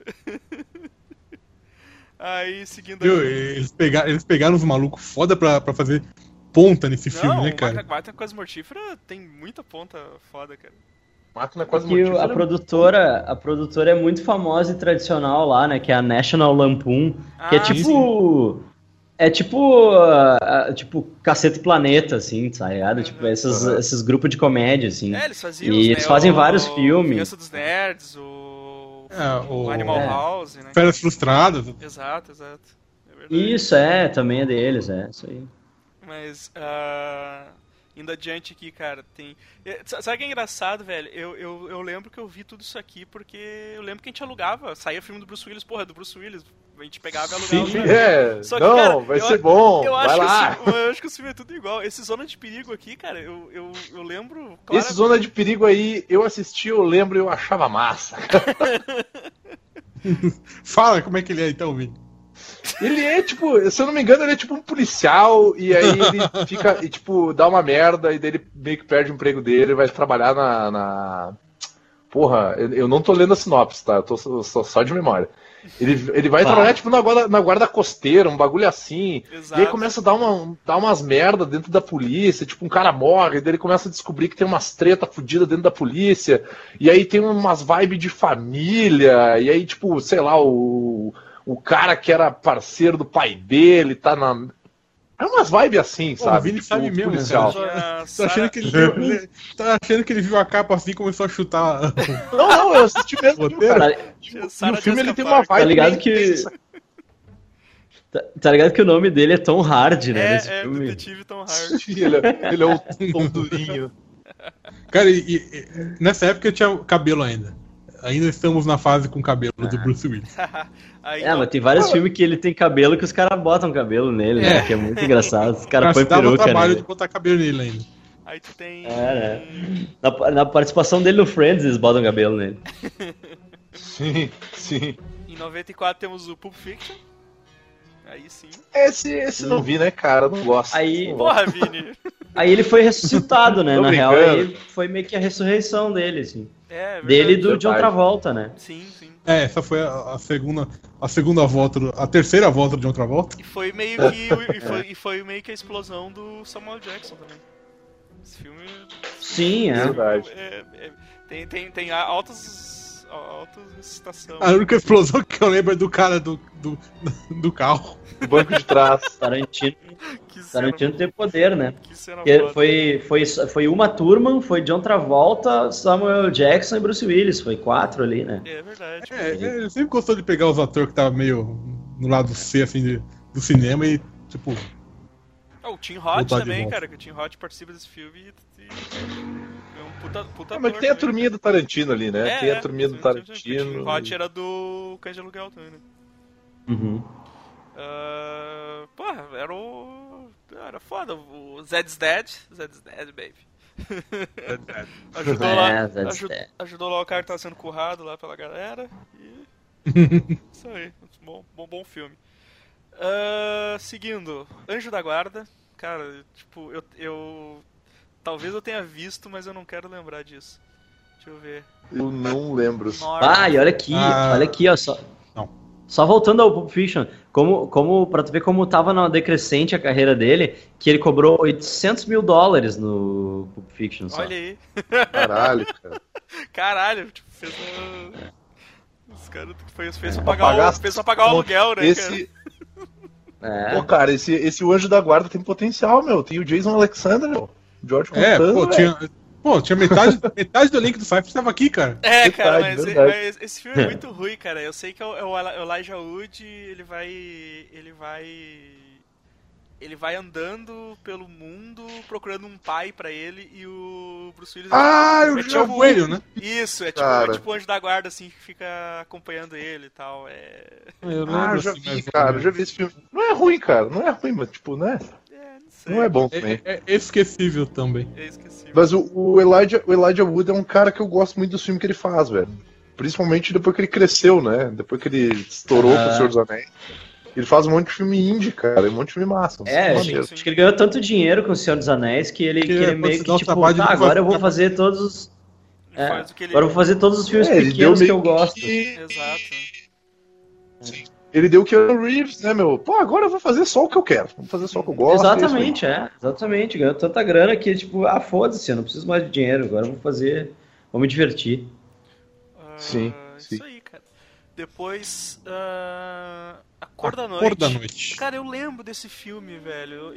Aí, seguindo... Eles pegaram os malucos foda pra fazer ponta nesse filme, né, cara? Máquina Quase Mortífera tem muita ponta foda, cara. Máquina Quase Mortífera. A produtora é muito famosa e tradicional lá, né? Que é a National Lampoon. Que é tipo... Sim. É tipo Cacete Planeta, assim, tá ligado? Tipo, esses grupos de comédia, assim. Eles faziam e eles fazem vários filmes. Vingança dos Nerds, o Animal House, né? Férias Frustradas. Exato. É verdade. Isso, também é deles, isso aí. Mas, indo adiante aqui, cara, tem... Sabe o que é engraçado, velho? Eu lembro que eu vi tudo isso aqui porque eu lembro que a gente alugava, saía filme do Bruce Willis, do Bruce Willis, a gente pegava e alugava. Sim, Só que, cara, vai ser bom, vai lá. Eu acho que o filme é tudo igual. Esse Zona de Perigo aqui, cara, eu lembro... Esse Zona de Perigo aí, eu assisti, eu lembro e eu achava massa. Fala como é que ele é então, Vini. Ele é tipo, se eu não me engano, ele é tipo um policial, e aí ele fica, e tipo, dá uma merda, e daí ele meio que perde o emprego dele e vai trabalhar na... Porra, eu não tô lendo a sinopse, tá? Eu tô só de memória. Ele vai trabalhar tipo na guarda costeira, um bagulho assim. Exato. E aí começa a dar umas merda dentro da polícia, tipo, um cara morre, daí ele começa a descobrir que tem umas treta fodidas dentro da polícia, e aí tem umas vibes de família, e aí, tipo, sei lá, o cara que era parceiro do pai dele tá na... É umas vibes assim, sabe? O Vini tipo, sabe mesmo, policial. Tá achando que ele viu a capa assim e começou a chutar. Não, eu assisti mesmo. Cara. No filme ele tem uma vibe. Tá ligado que... Tá ligado que o nome dele é Tom Hardy, né? Nesse filme. Detetive Tom Hardy. ele é o Tom Durinho. Cara, nessa época eu tinha cabelo ainda. Ainda estamos na fase com cabelo do Bruce Willis. Mas tem vários filmes que ele tem cabelo que os caras botam cabelo nele, né? Que é muito engraçado. Os caras põem peruca, o trabalho né? de botar cabelo nele ainda. Aí tu tem... né? Na participação dele no Friends, eles botam cabelo nele. Sim. Em 94 temos o Pulp Fiction. Aí sim. Esse não vi, né, cara? Não gosto. Porra, Vini. Aí ele foi ressuscitado, né? Na real, brincando. aí foi meio que a ressurreição dele, assim. Verdade. Dele e do John Travolta, né? Sim. Essa foi a segunda volta, a terceira volta do John Travolta. E foi meio que a explosão do Samuel Jackson também. Esse filme... Sim, Verdade. Tem altas citação. A única explosão que eu lembro é do cara do carro. Do banco de trás. Tarantino tem poder, né? Que cena Foi Uma Thurman, foi John Travolta, Samuel Jackson e Bruce Willis. Foi 4 ali, né? É verdade. Ele sempre gostou de pegar os atores que estavam meio no lado C, assim, do cinema e, tipo... O Tim Roth também, cara, que o Tim Roth participa desse filme e Puta Mas ator tem a também. turminha do Tarantino ali, né? Tem a turminha do O Tarantino. Hot era do Cães de Aluguel também, né? Uhum. Porra, era foda. O Zed's Dead, baby. Ajudou lá, That's dead. ajudou lá o cara que tava sendo currado lá pela galera. E... Isso aí, bom filme. Seguindo, Anjo da Guarda. Cara, tipo, eu talvez eu tenha visto, mas eu não quero lembrar disso. Deixa eu ver. Eu não lembro. Ah, e olha aqui, ó, só. Não. Só voltando ao Pulp Fiction, pra tu ver como tava na decrescente a carreira dele, que ele cobrou $800 mil no Pulp Fiction só. Olha aí. Caralho, cara. Caralho, tipo, fez os caras fez pra pagar o Pô, aluguel, né, esse... É. Pô, cara, esse O Anjo da Guarda tem potencial, meu. Tem o Jason Alexander, meu. George Costanza, Tinha metade do elenco do Cypher estava aqui, cara. É, cara, mas verdade. esse filme é muito ruim, cara. Eu sei que é o Elijah Wood, ele vai andando pelo mundo procurando um pai pra ele e o Bruce Willis... Eu já tipo, coelho, né? Isso, é tipo o Anjo da Guarda, assim, que fica acompanhando ele e tal. Eu eu já vi, cara. Eu já vi esse filme. Não é ruim, cara. Não é ruim, mas tipo, né? Não sei. Não é bom também. É esquecível também. É esquecível. Mas o Elijah Wood é um cara que eu gosto muito dos filmes que ele faz, velho. Principalmente depois que ele cresceu, né? Depois que ele estourou com o Senhor dos Anéis. Ele faz um monte de filme indie, cara. Um monte de filme massa. Acho que ele ganhou tanto dinheiro com o Senhor dos Anéis que ele meio que, tipo, agora eu vou fazer todos os... Agora eu vou fazer todos os filmes pequenos que eu gosto. Exato. Sim. Ele deu o Keanu Reeves, né, meu? Pô, agora eu vou fazer só o que eu quero. Vou fazer só o que eu gosto. Exatamente. Ganhou tanta grana que, tipo, foda-se, eu não preciso mais de dinheiro. Agora eu vou me divertir. Sim. Isso aí, cara. Depois, A Cor da Noite. Cara, eu lembro desse filme, velho.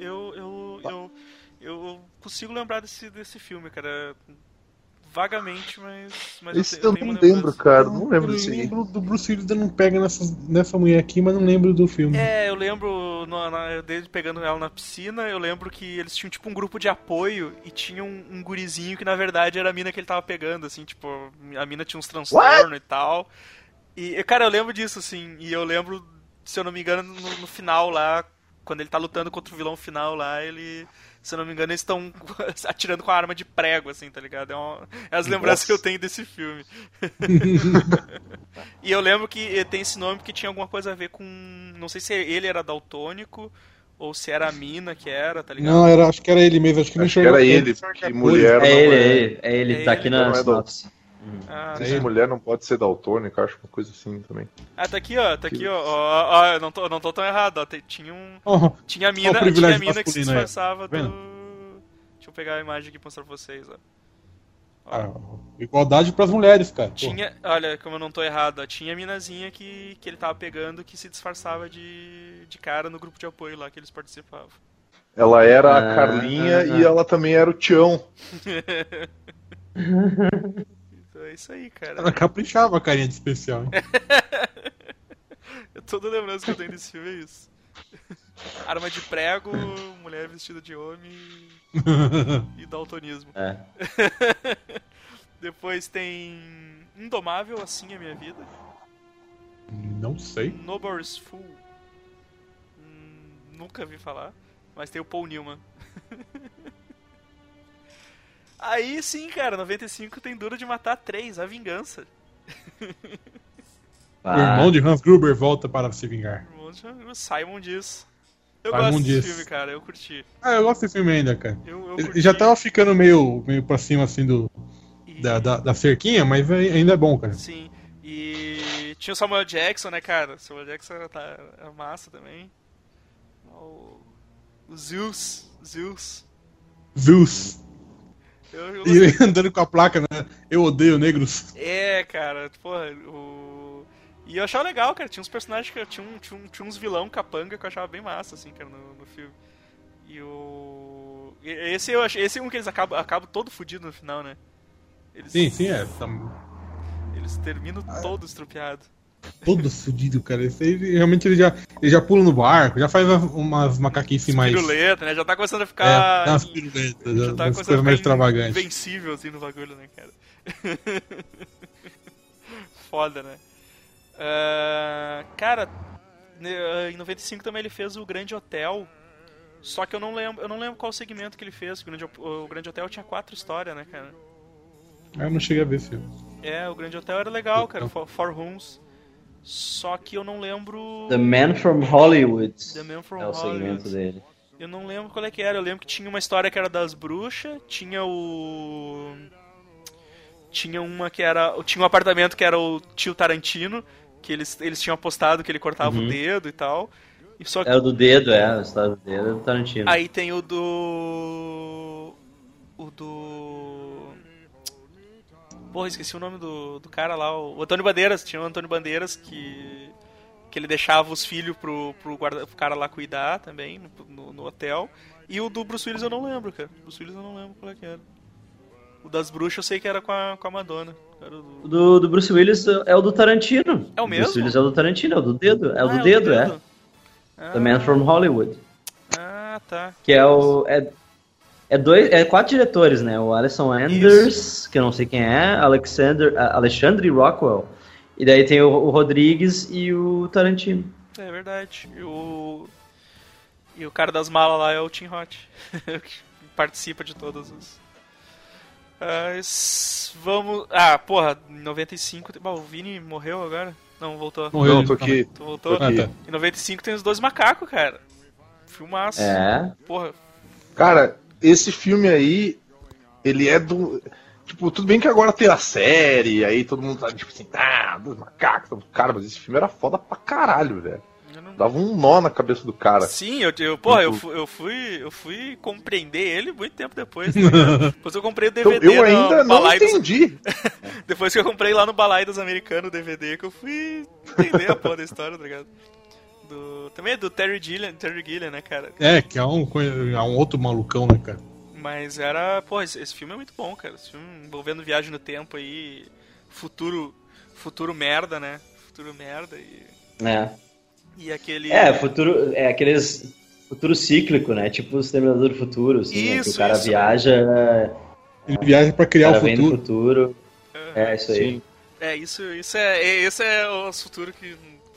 Eu consigo lembrar desse filme, cara. Vagamente, mas esse eu não lembro, cara. Não lembro disso aí. Eu lembro do Bruce Willis não pega nessa mulher aqui, mas não lembro do filme. Eu lembro dele pegando ela na piscina. Eu lembro que eles tinham tipo um grupo de apoio e tinha um gurizinho que na verdade era a mina que ele tava pegando, assim, tipo, a mina tinha uns transtornos e tal. E, cara, eu lembro disso, assim, e eu lembro, se eu não me engano, no final lá, quando ele tá lutando contra o vilão final lá, se eu não me engano, eles estão atirando com a arma de prego, assim, tá ligado? É as lembranças que eu tenho desse filme. E eu lembro que tem esse nome porque tinha alguma coisa a ver com... Não sei se ele era daltônico ou se era a mina que era, tá ligado? Não, acho que era ele mesmo. Acho que era ele, porque mulher É ele, tá aqui na sinopse. Essa mulher não pode ser daltônica, acho uma coisa assim também. Tá aqui, ó. Eu não tô tão errado, ó. Tinha a mina que se disfarçava do... Deixa eu pegar a imagem aqui e mostrar pra vocês, ó. Igualdade pras mulheres, cara. Olha, como eu não tô errado, ó. Tinha a minazinha que ele tava pegando que se disfarçava de cara no grupo de apoio lá que eles participavam. Ela era a Carlinha e ela também era o Tião. É isso aí, cara. Ela caprichava a carinha de especial, hein? Toda lembrança que eu tenho desse filme é isso. Arma de prego, mulher vestida de homem e daltonismo. Depois tem Indomável, Assim é Minha Vida. Não sei. Nobody's Fool. Nunca vi falar. Mas tem o Paul Newman. Aí sim, cara, 95 tem Duro de Matar 3, A Vingança. O irmão de Hans Gruber volta para se vingar. O Simon diz. Eu gosto desse filme, cara, eu curti. Eu gosto desse filme ainda, cara. Ele já tava ficando meio pra cima, assim, da cerquinha, mas ainda é bom, cara. Sim, e tinha o Samuel Jackson, né, cara? O Samuel Jackson é massa também. O Zeus. E ele andando com a placa, né? Eu odeio negros. Cara, porra, E eu achava legal, cara, tinha uns personagens que tinha uns vilão capanga que eu achava bem massa, assim, cara, no filme. Esse é um que eles acabam todo fudido no final, né? Sim, é. Eles terminam todo estrupiado. todo fudido, cara. Esse aí, realmente, ele já pula no barco, já faz umas macaquices mais... Piruleta, né? Já tá começando a ficar... umas piruletas, já tá umas começando coisas a mais ficar extravagantes. invencível, assim, no bagulho, né, cara? Foda, né? Cara, em 95 também ele fez o Grande Hotel. Só que eu não lembro qual segmento que ele fez. O Grande Hotel tinha 4 histórias, né, cara? Eu não cheguei a ver esse filme. O Grande Hotel era legal, cara. Four Rooms. Só que eu não lembro... The Man from Hollywood. The Man from é o segmento Hollywood. dele. Eu não lembro qual é que era. Eu lembro que tinha uma história que era das bruxas. Tinha o... Tinha uma que era... Tinha um apartamento que era o tio Tarantino. Que eles tinham apostado que ele cortava o dedo e tal. E só que... É o do dedo, a história do dedo é do Tarantino. Aí tem o do... Porra, esqueci o nome do cara lá. O Antônio Bandeiras. Tinha o Antônio Bandeiras que ele deixava os filhos pro cara lá cuidar também, no hotel. E o do Bruce Willis eu não lembro, cara. Bruce Willis eu não lembro qual é que era. O das bruxas eu sei que era com a Madonna. O do Bruce Willis é o do Tarantino. É o mesmo? Bruce Willis é o do Tarantino, é o do dedo. É o do dedo, é. The Man from Hollywood. Ah, tá. Que é o... É 4 diretores, né? O Alison Anders, que eu não sei quem é, Alexandre Rockwell, e daí tem o Rodrigues e o Tarantino. É verdade. E o cara das malas lá é o Tim Roth, que participa de todos os... vamos... porra, em 95... Bom, o Vini morreu agora? Não, voltou. Morreu, não, tô aqui. Tu voltou? Tô aqui. Em 95 tem os 2 macacos, cara. Filmaço. Porra. Cara, esse filme aí, ele é do... Tipo, tudo bem que agora tem a série, aí todo mundo tá tipo assim, dos macacos. Cara, mas esse filme era foda pra caralho, velho. Dava um nó na cabeça do cara. Sim, eu fui compreender ele muito tempo depois. Né? Depois eu comprei o DVD então, eu ainda não entendi. Depois que eu comprei lá no Balai dos Americanos o DVD, que eu fui entender a porra da história, tá ligado? Também é do Terry Gilliam, né, cara? Que é um outro malucão, né, cara? Mas era... Pô, esse filme é muito bom, cara. Esse filme envolvendo viagem no tempo aí, futuro merda, né? Futuro merda e aquele... aqueles futuro cíclico, né? Tipo o Exterminador do Futuro, assim, né? Que o cara viaja... Ele viaja pra criar o futuro. Futuro. Isso aí. Sim. Esse é o futuro que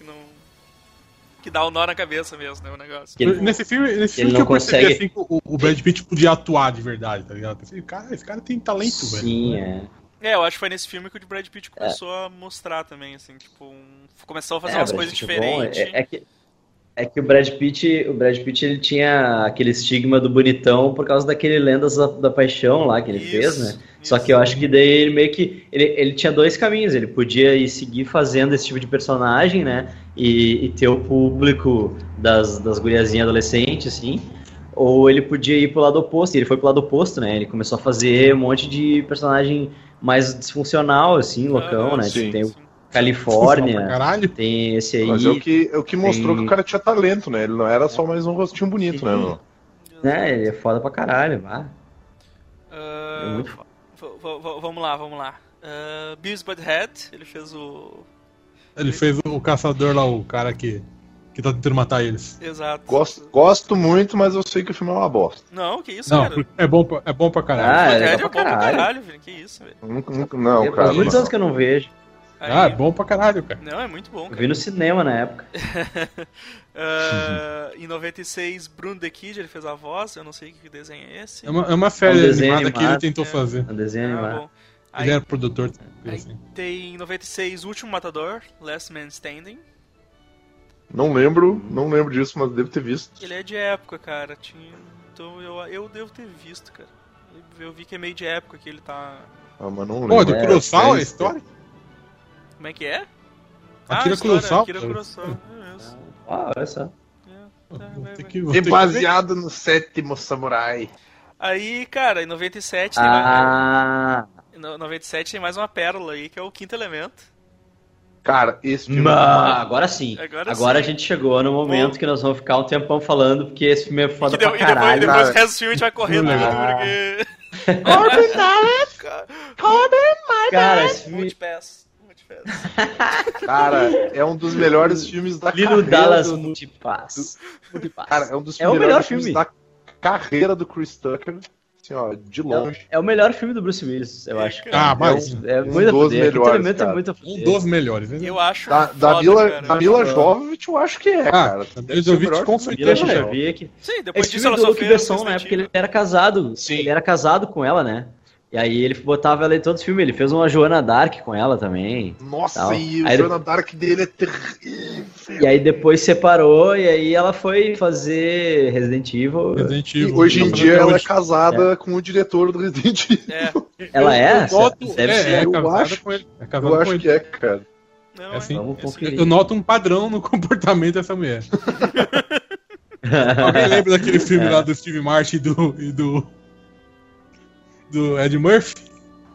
dá um nó na cabeça mesmo, né, o negócio. Nesse filme que eu percebi assim, que o Brad Pitt podia atuar de verdade, tá ligado? Esse cara tem talento, velho. Sim, eu acho que foi nesse filme que o Brad Pitt começou a mostrar também, assim, tipo, começou a fazer umas coisas diferentes. É que o Brad Pitt ele tinha aquele estigma do bonitão por causa daquele Lendas da Paixão lá que ele fez, né? Só que eu acho que daí ele meio que... Ele tinha 2 caminhos, ele podia ir seguir fazendo esse tipo de personagem, né? E ter o público das guriazinhas adolescentes, assim. Ou ele podia ir pro lado oposto, e ele foi pro lado oposto, né? Ele começou a fazer um monte de personagem mais disfuncional, assim, loucão, né? Sim. Tem o Califórnia, tem esse aí. Mas é o que mostrou que o cara tinha talento, né? Ele não era só mais um rostinho bonito, né? Não? Ele é foda pra caralho, vá. É muito foda. Vamos lá. Beavis Butthead, ele fez o... Ele fez o caçador lá, o cara que tá tentando matar eles. Exato. Gosto muito, mas eu sei que o filme é uma bosta. Não, que isso, cara? É bom pra caralho. É bom pra caralho, velho. Que isso, velho. Não, cara. Faz muitos anos que eu não vejo. É bom pra caralho, cara. Não, é muito bom, cara. Eu vi no cinema na época. Em 96, Bruno The Kid, ele fez a voz, eu não sei que desenho é esse. É uma série animada que ele tentou fazer. Um desenho animado. Ele era produtor. Tem em 96, Último Matador, Last Man Standing. Não lembro disso, mas devo ter visto. Ele é de época, cara. Então eu devo ter visto, cara. Eu vi que é meio de época que ele tá... Mas não lembro. Pô, do Kurosawa a história? Como é que é? Akira Kurosawa? Akira Kurosawa, isso. Olha só. É baseado no 7º Samurai. Aí, cara, em 97 em 97 tem mais uma pérola aí, que é o Quinto Elemento. Cara, esse filme... Agora sim. Agora a sim. gente chegou no momento que nós vamos ficar um tempão falando, porque esse filme é foda pra caralho. E depois o resto do filme a gente vai correndo porque... Cara, esse filme... Cara, é um dos melhores filmes da Lilo carreira Dallas do... Multipass. Cara, é um dos É o melhores melhor filmes filme. da carreira do Chris Tucker. Assim, ó, de longe. É o melhor filme do Bruce Willis, eu acho. Ah, mas É um muito a dos fuder. Aquele melhores, elemento é cara. muito a um fuder. dos melhores. Né? Eu acho Da foda, Mila, cara. da Mila Jovovich, eu acho que é, cara. A Deve Mila ser o Jovovich melhor com filme Mila certeza. dele. Jovovich. Sim, depois Esse disso filme ela do só Luc fez Besson, na Resident época, ele Evil. era casado. Sim. Ele era casado com ela, né? E aí ele botava ela em todos os filmes. Ele fez uma Joana Dark com ela também. Nossa, Tal. e o Aí Joana Dark dele é terrível. E aí depois separou, e aí ela foi fazer Resident Evil. Resident E Evil. hoje em Tá dia fazendo ela é hoje. casada com o diretor do Resident Evil. É, Ela é? Eu noto, Deve ser. é Eu casada acho- com ele. É casada Eu com acho ele. que é, cara. não, É assim. Vamos é conferir. Eu noto um padrão no comportamento dessa mulher. Alguém lembra daquele filme lá do Steve Martin do Ed Murphy?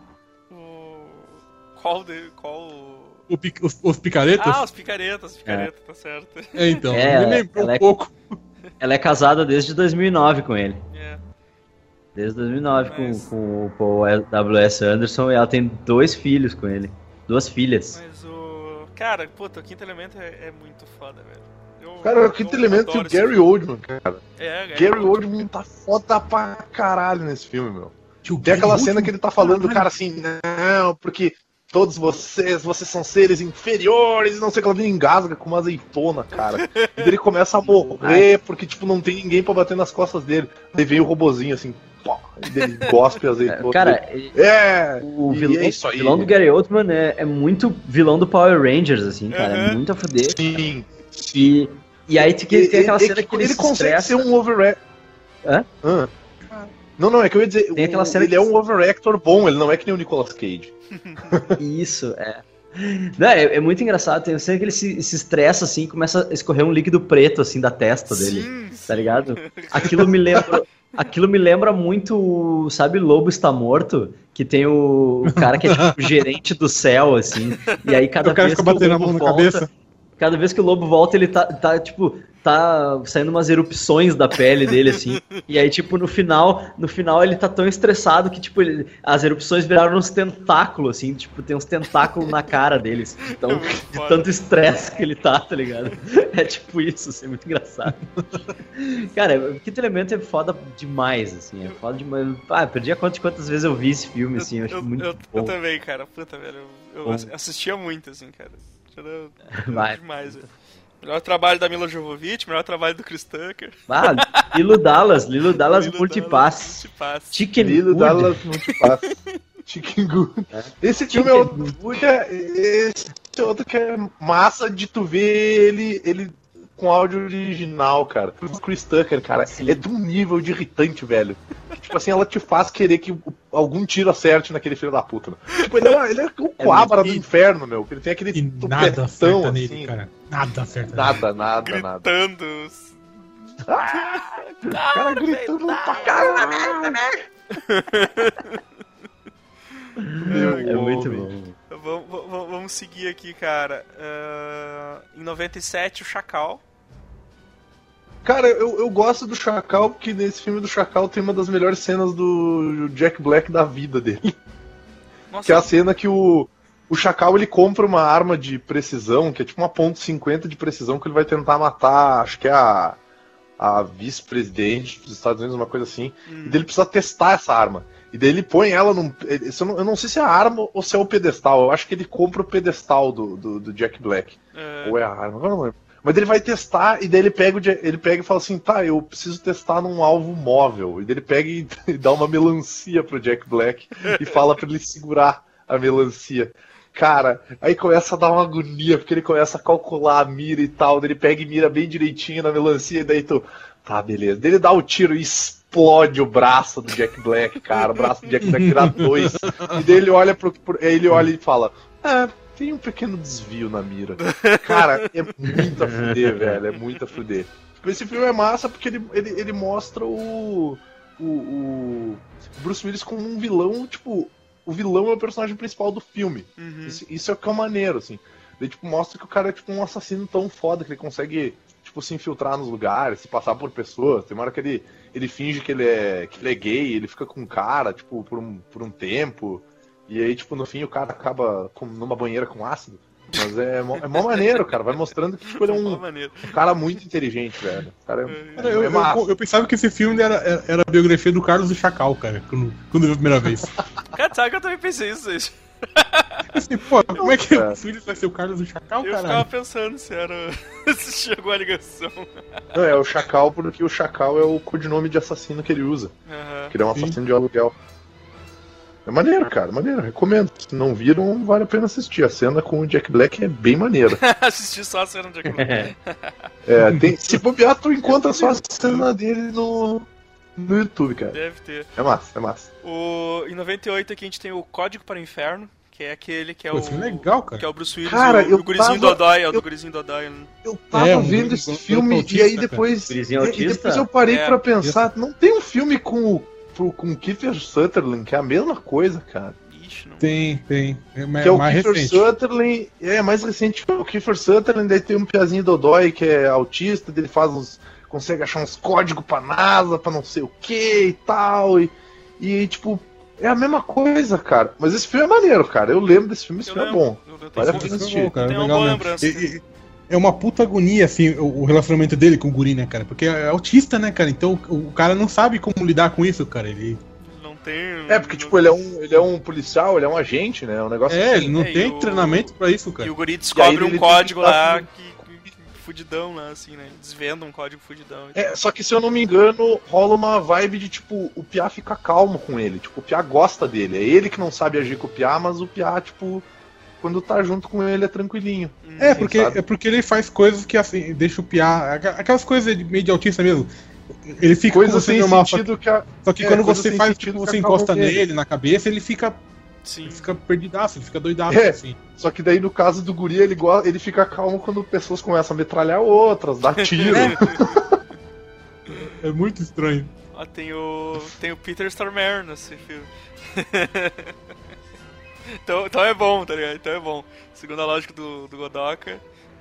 Os picaretas? Ah, os picaretas, tá certo. É, então, É, me lembrou ela um é- pouco. Ela é casada desde 2009 com ele. É. Desde 2009 Mas- com o Paul W.S. Anderson, e ela tem 2 filhos com ele. 2 filhas. Mas o. Cara, puta, o Quinto Elemento é muito foda, velho. Cara, o Quinto Elemento e o Gary Oldman, cara. É, Gary Oldman tá foda pra caralho nesse filme, meu. Tio, Tem aquela Gary cena Oldman, que ele tá falando do caralho. cara assim, não, porque todos vocês são seres inferiores, e não sei o que, ela vem engasga com uma azeitona, cara. E daí ele começa a morrer, porque, tipo, não tem ninguém pra bater nas costas dele. Daí vem o robozinho assim, pó, e daí ele gospe a azeitona. Cara, O o vilão, é isso aí. vilão do Gary Oldman é muito vilão do Power Rangers, assim, cara. É Uhum. muito a fuder. Sim. E aí tem aquela cena que ele se consegue estressa. ser um overact. Hã? Não, é que eu ia dizer, Tem aquela cena ele que- é um overactor bom, ele não é que nem o Nicolas Cage. Isso, é. Não, é muito engraçado. Tem uma cena que ele se estressa, assim, e começa a escorrer um líquido preto, assim, da testa dele. Sim, Tá ligado? Aquilo me lembra muito, sabe, Lobo Está Morto? Que tem o cara que é tipo o gerente do céu, assim. E aí cada O cara vez fica que o batendo a lobo mão na volta, cabeça. cada vez que o lobo volta, ele tá saindo umas erupções da pele dele, assim. E aí, tipo, no final ele tá tão estressado que, tipo, as erupções viraram uns tentáculos, assim, tipo, tem uns tentáculos na cara deles. Então, de tanto estresse que ele tá ligado? É tipo isso, assim, é muito engraçado. Cara, o Quinto Elemento é foda demais, assim, é foda demais. Ah, perdi a conta de quantas vezes eu vi esse filme, assim, eu acho muito eu bom. também, cara. Puta, velho. Eu Bom. assistia muito, assim, cara. Era Vai. demais, velho. Melhor trabalho da Mila Jovovich, melhor trabalho do Chris Tucker. Ah, Lilo Dallas Multipass. Multipass. Chicken Lilo Good. Dallas Multipass. Chicken Good. Esse filme é outro. Esse é outro que é massa de tu ver ele com áudio original, cara. O Chris Tucker, cara, é de um nível de irritante, velho. Tipo assim, ela te faz querer que algum tiro acerte naquele filho da puta. Meu. Tipo, ele é o Coabra do inferno, meu. Ele tem aquele E nada tupetão, acerta assim. nele, cara. Nada acerta nele. Nada. Gritando. O cara gritando pra caralho. É muito bom. Vamos seguir aqui, cara. Em 97, o Chacal. Cara, eu gosto do Chacal porque nesse filme do Chacal tem uma das melhores cenas do Jack Black da vida dele. Nossa, Que é a cena que o Chacal ele compra uma arma de precisão, que é tipo uma .50 de precisão, que ele vai tentar matar, acho que é a vice-presidente dos Estados Unidos, uma coisa assim. E daí ele precisa testar essa arma. E daí ele põe ela num. Eu não sei se é a arma ou se é o pedestal. Eu acho que ele compra o pedestal do Jack Black. Ou é a arma, agora não lembro. Mas ele vai testar e daí ele pega e fala assim, tá, eu preciso testar num alvo móvel. E daí ele pega e dá uma melancia pro Jack Black e fala pra ele segurar a melancia. Cara, aí começa a dar uma agonia, porque ele começa a calcular a mira e tal, daí ele pega e mira bem direitinho na melancia, e daí tu, tá, beleza. Daí ele dá o tiro e explode o braço do Jack Black, cara, o braço do Jack Black vira 2. E daí ele olha ele olha e fala, tem um pequeno desvio na mira. Cara, é muito a fuder, velho, é muito a fuder. Esse filme é massa porque ele mostra o Bruce Willis como um vilão, tipo, o vilão é o personagem principal do filme. Uhum. Isso é o que é maneiro, assim. Ele, tipo, mostra que o cara é tipo um assassino tão foda que ele consegue, tipo, se infiltrar nos lugares, se passar por pessoas. Tem uma hora que ele finge que ele é gay, ele fica com o cara, tipo, por um tempo. E aí, tipo, no fim o cara acaba numa banheira com ácido. Mas é mó maneiro, cara. Vai mostrando que tipo, ele é um cara muito inteligente, velho. O cara eu pensava que esse filme era a biografia do Carlos do Chacal, cara, quando eu vi a primeira vez. Cara, sabe que eu também pensei isso? Assim, pô, como é que o Willis vai ser o Carlos do Chacal, cara? Eu ficava pensando se chegou a ligação. Não, é o Chacal porque o Chacal é o codinome de assassino que ele usa. Que ele é um assassino de aluguel. É maneiro, cara, maneiro, recomendo. Se não viram, vale a pena assistir. A cena com o Jack Black é bem maneira. Assistir só a cena do Jack Black. Se bobear, tu encontra só a cena dele no YouTube, cara. Deve ter. É massa. Em 98 aqui a gente tem o Código para o Inferno, que é aquele que é legal, cara. Que é o Bruce Willis, cara, o gurizinho Dodói, é o do gurizinho Dodói. Né? Eu tava vendo esse filme e aí depois eu parei pra pensar, não tem um filme com o Kiefer Sutherland, que é a mesma coisa, cara. Ixi, não. Tem. Que é o Kiefer Sutherland, é mais recente. O Kiefer Sutherland, daí tem um piazinho Dodói que é autista, ele consegue achar uns códigos pra NASA, pra não sei o que e tal. E tipo, é a mesma coisa, cara. Mas esse filme é maneiro, cara. Eu lembro desse filme, esse filme é bom. Vale a pena assistir. Cara, tem uma boa lembrança. É uma puta agonia, assim, o relacionamento dele com o guri, né, cara? Porque é autista, né, cara? Então o cara não sabe como lidar com isso, cara. Ele não tem... porque, tipo, ele é um policial, ele é um agente, né? Um negócio assim. Ele não tem treinamento pra isso, cara. E o guri descobre um código lá que fudidão, né, assim, né? Desvenda um código fudidão. Só que, se eu não me engano, rola uma vibe de, tipo, o Piá fica calmo com ele. Tipo, o Piá gosta dele. É ele que não sabe agir com o Piá, mas o Piá, tipo... Quando tá junto com ele é tranquilinho. Porque ele faz coisas que assim, deixa o Piá. Aquelas coisas meio de autista mesmo. Ele fica coisa sem normal, sentido só que quando você faz, tipo, você encosta nele na cabeça, ele fica. Sim. Ele fica perdidaço, ele fica doidaço, assim. Só que daí no caso do guri, ele fica calmo quando pessoas começam a metralhar outras, dar tiro. É muito estranho. Tem o Peter Stormare nesse filme. Então é bom, tá ligado? Então é bom. Segundo a lógica do Godoka.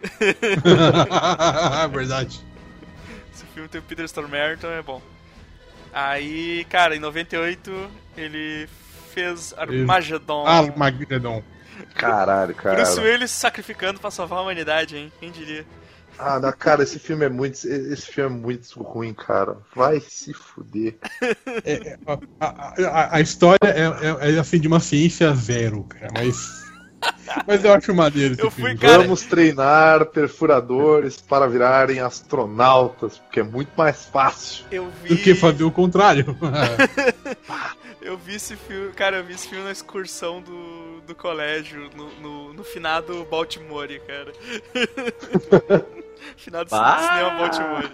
Verdade. Esse filme tem o Peter Stormare, então é bom. Aí, cara, em 98 ele fez Armageddon. Caralho, cara. Bruce Willis se sacrificando pra salvar a humanidade, hein? Quem diria? Cara, esse filme é muito ruim, cara. Vai se fuder. A história é assim de uma ciência zero, cara, mas eu acho maneiro esse filme. Cara... Vamos treinar perfuradores para virarem astronautas, porque é muito mais fácil do que fazer o contrário. Eu vi esse filme na excursão do colégio, no finado Baltimore, cara. Finado cinema Baltimore.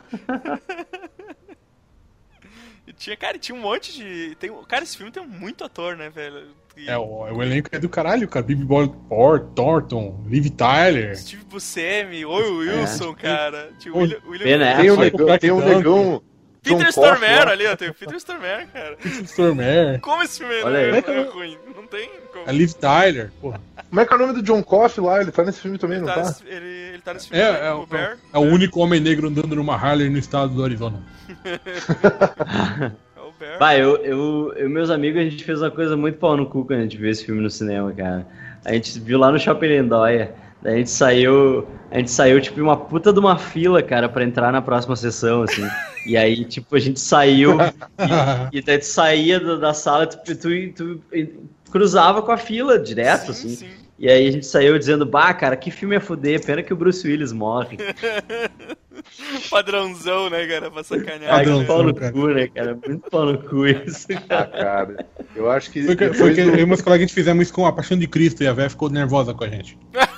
Tinha um monte de... Cara, esse filme tem muito ator, né, velho? O elenco é do caralho, cara. Bibi Thornton, Liv Tyler, Steve Buscemi, Owen Wilson, cara. Tem um negão... Peter Stormare ali, ó. Tem o Peter Stormare, cara. Peter Stormare. Como esse filme é ruim? Não tem como. A Liv Tyler, porra. Como é que é o nome do John Coffey lá? Ele tá nesse filme também, não tá? Ele tá nesse filme também, o Bear. É o único homem negro andando numa Harley no estado do Arizona. Eu e meus amigos, a gente fez uma coisa muito pau no cu quando a gente viu esse filme no cinema, cara. A gente viu lá no Shopping Lindóia. Daí a gente saiu, tipo, uma puta de uma fila, cara, pra entrar na próxima sessão, assim. E aí, tipo, a gente saiu e daí tu saía da sala, tu cruzava com a fila direto, sim, assim. Sim. E aí a gente saiu dizendo, cara, que filme é fuder, pena que o Bruce Willis morre. Padrãozão, né, cara, pra sacanear. Padrãozão, pau no cu, né, cara, muito pau no cu isso. Cara, eu acho que... Foi que eu e meus colegas fizemos isso com A Paixão de Cristo e a véia ficou nervosa com a gente.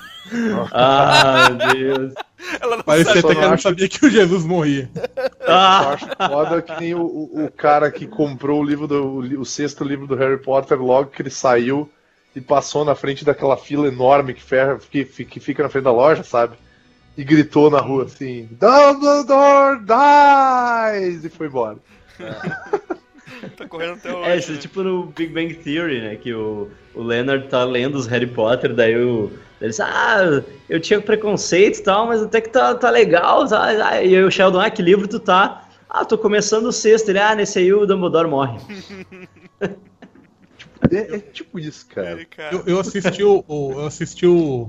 Meu Deus. Parecia até que ela não sabia que o Jesus morria. Eu acho foda que nem o cara que comprou o sexto livro do Harry Potter logo que ele saiu e passou na frente daquela fila enorme que fica na frente da loja, sabe? E gritou na rua assim, Dumbledore dies! E foi embora. Tá correndo até hoje. Isso é tipo no Big Bang Theory, né? Que o Leonard tá lendo os Harry Potter, daí ele diz, eu tinha preconceito e tal, mas até que tá legal, tá? E aí o Sheldon, que livro tu tá? Tô começando o sexto. Ele, nesse aí o Dumbledore morre. É tipo isso, cara. Ai, cara. Eu assisti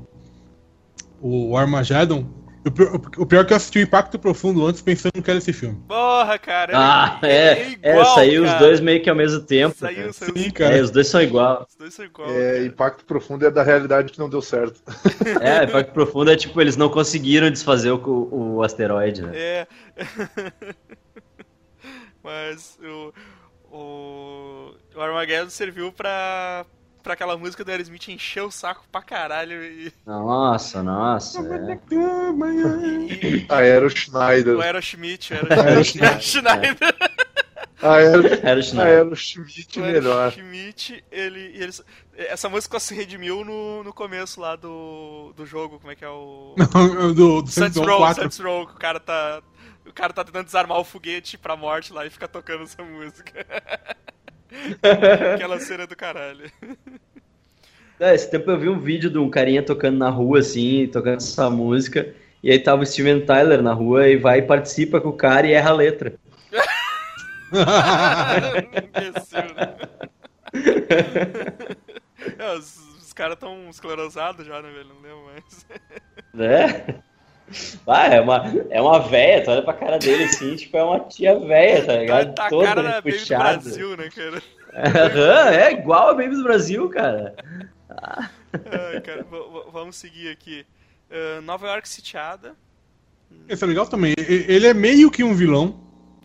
o Armageddon. O pior é que eu assisti o Impacto Profundo antes pensando que era esse filme. Porra, cara. Saiu cara. os dois meio que ao mesmo tempo. Saiu. Sim, cara. Os dois são igual. Os dois são igual. Impacto Profundo é da realidade que não deu certo. Impacto Profundo é tipo, eles não conseguiram desfazer o asteroide, né? Mas o Armageddon serviu pra aquela música do Aerosmith encher o saco pra caralho. Nossa. Aeroschneider. O Aerosmith. Aerosmith. Aeroschmidt melhor. Aerosmith, essa música se redimiu no começo lá do jogo, como é que é o... do Saints Row, que o cara tá tentando desarmar o foguete pra morte lá e fica tocando essa música. Aquela cena do caralho. Esse tempo eu vi um vídeo de um carinha tocando na rua, assim, tocando essa música, e aí tava o Steven Tyler na rua e vai e participa com o cara e erra a letra. Imbecil, né? Os caras tão esclerosados já, né, velho? Não lembro mais. É uma véia, tu olha pra cara dele assim, tipo, é uma tia véia, tá ligado? Tá a toda cara da Baby do puxada. Brasil, né, cara? É igual a Baby do Brasil, cara. Ai, cara, vamos seguir aqui. Nova York sitiada. Esse é legal também. Ele é meio que um vilão.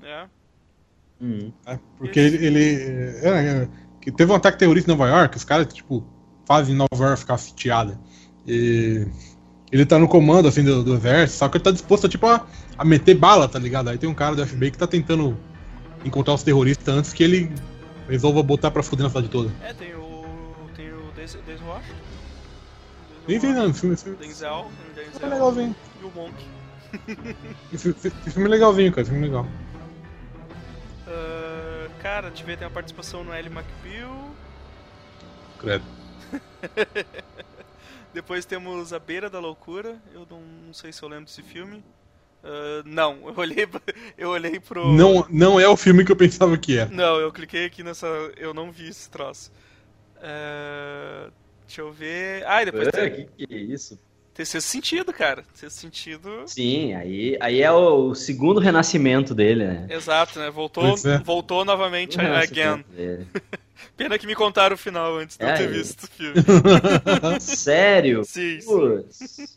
Porque que teve um ataque terrorista em Nova York, os caras, tipo, fazem Nova York ficar sitiada. E ele tá no comando, assim, do exército, só que ele tá disposto, tipo, a meter bala, tá ligado? Aí tem um cara do FBI que tá tentando encontrar os terroristas antes que ele resolva botar pra fuder na cidade toda. Tem o Denzel Washington. Não, filme Denzel é legalzinho. E o Monk. Esse filme é legalzinho, cara, esse filme é legal. Cara, tem a participação no Ellie McBeal. Credo. Depois temos A Beira da Loucura. Eu não sei se eu lembro desse filme. Não, eu olhei pro... Não é o filme que eu pensava que era. Não, eu cliquei aqui nessa... Eu não vi esse troço. Deixa eu ver... e depois tem... Que é isso? Tem Sexto Sentido, cara. Sexto Sentido... Sim, aí é o segundo renascimento dele, né? Exato, né? Voltou novamente again. Pena que me contaram o final antes de eu ter visto o filme. Sério? Sim. Putz.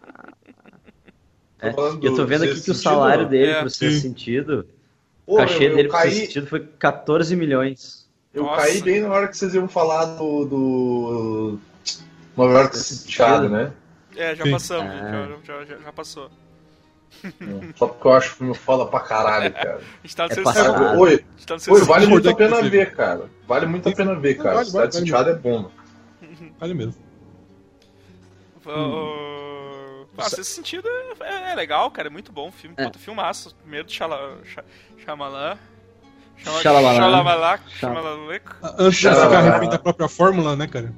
Eu tô vendo aqui que o salário dele pro Sexto Sentido, o cachê dele pro Sexto Sentido foi 14 milhões. Eu caí bem na hora que vocês iam falar do Nova York sitiado, né? Já passamos, já passou. Só porque eu acho o filme foda pra caralho, cara. A gente tá no vale muito a pena ver, cara. Vale muito a pena ver, cara. Cidade Sitiada é bom. Vale mesmo. Nesse sentido é legal, cara. É muito bom o filme. Puta filmaço. Primeiro do Shyamalan. Antes de ficar refém da própria fórmula, né, cara?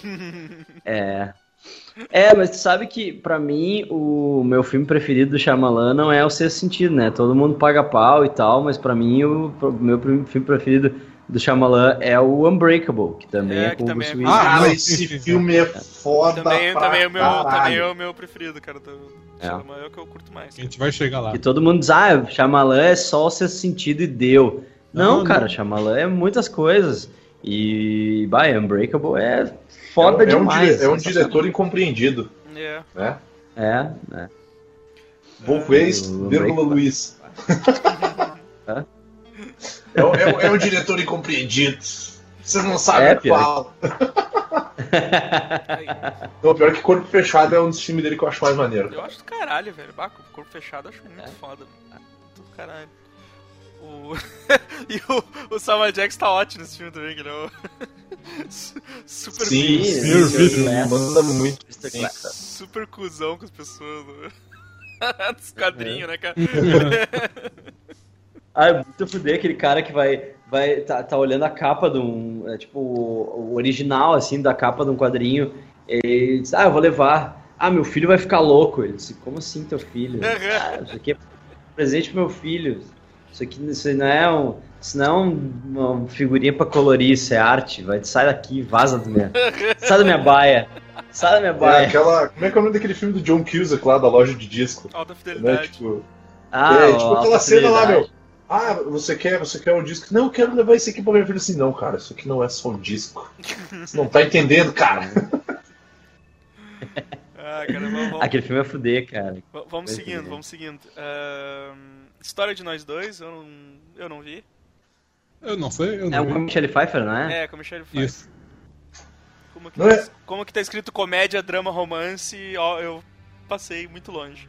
Mas tu sabe que, pra mim, o meu filme preferido do Shyamalan não é o Sexto Sentido, né? Todo mundo paga pau e tal, mas pra mim, o meu filme preferido do Shyamalan é o Unbreakable, que também é com o Bruce Willis. Esse filme é foda também é o meu preferido, cara. Shyamalan é o que eu curto mais. A gente vai chegar lá. E todo mundo diz, Shyamalan é só o Sexto Sentido e deu. Não, cara, Shyamalan é muitas coisas. E, Unbreakable é foda demais. É um diretor incompreendido. Né? Volvês, vírgula Luiz. É um diretor incompreendido. Vocês não sabem qual. Não, pior que Corpo Fechado é um dos filmes dele que eu acho mais maneiro. Eu acho do caralho, velho. Corpo Fechado eu acho muito foda. Tudo caralho. E o Samuel Jackson tá ótimo nesse filme também, que ele é o... super manda muito bem, cara. Super cuzão com as pessoas dos quadrinhos, né, cara? É muito fuder aquele cara que tá olhando a capa de um... tipo, o original, assim, da capa de um quadrinho. E diz, eu vou levar. Meu filho vai ficar louco. Ele disse, como assim teu filho? Isso aqui é presente pro meu filho. Isso não é uma figurinha pra colorir, isso é arte. Sai daqui, vaza sai da minha baia. Sai da minha baia. Como é que é o nome daquele filme do John Cusack lá, da loja de disco? Alta Fidelidade. Né? Tipo aquela cena lá, meu. Ah, você quer um disco? Não, eu quero levar esse aqui pra minha filha. Assim, não, cara, isso aqui não é só um disco. Você não tá entendendo, cara. Cara, aquele filme é fuder, cara. Vamos seguindo. História de Nós Dois, eu não vi. Eu não sei, eu não É vi. com a Michelle Pfeiffer, não é? É, com a Michelle Pfeiffer. Isso. Como que tá escrito comédia, drama, romance, ó, eu passei muito longe.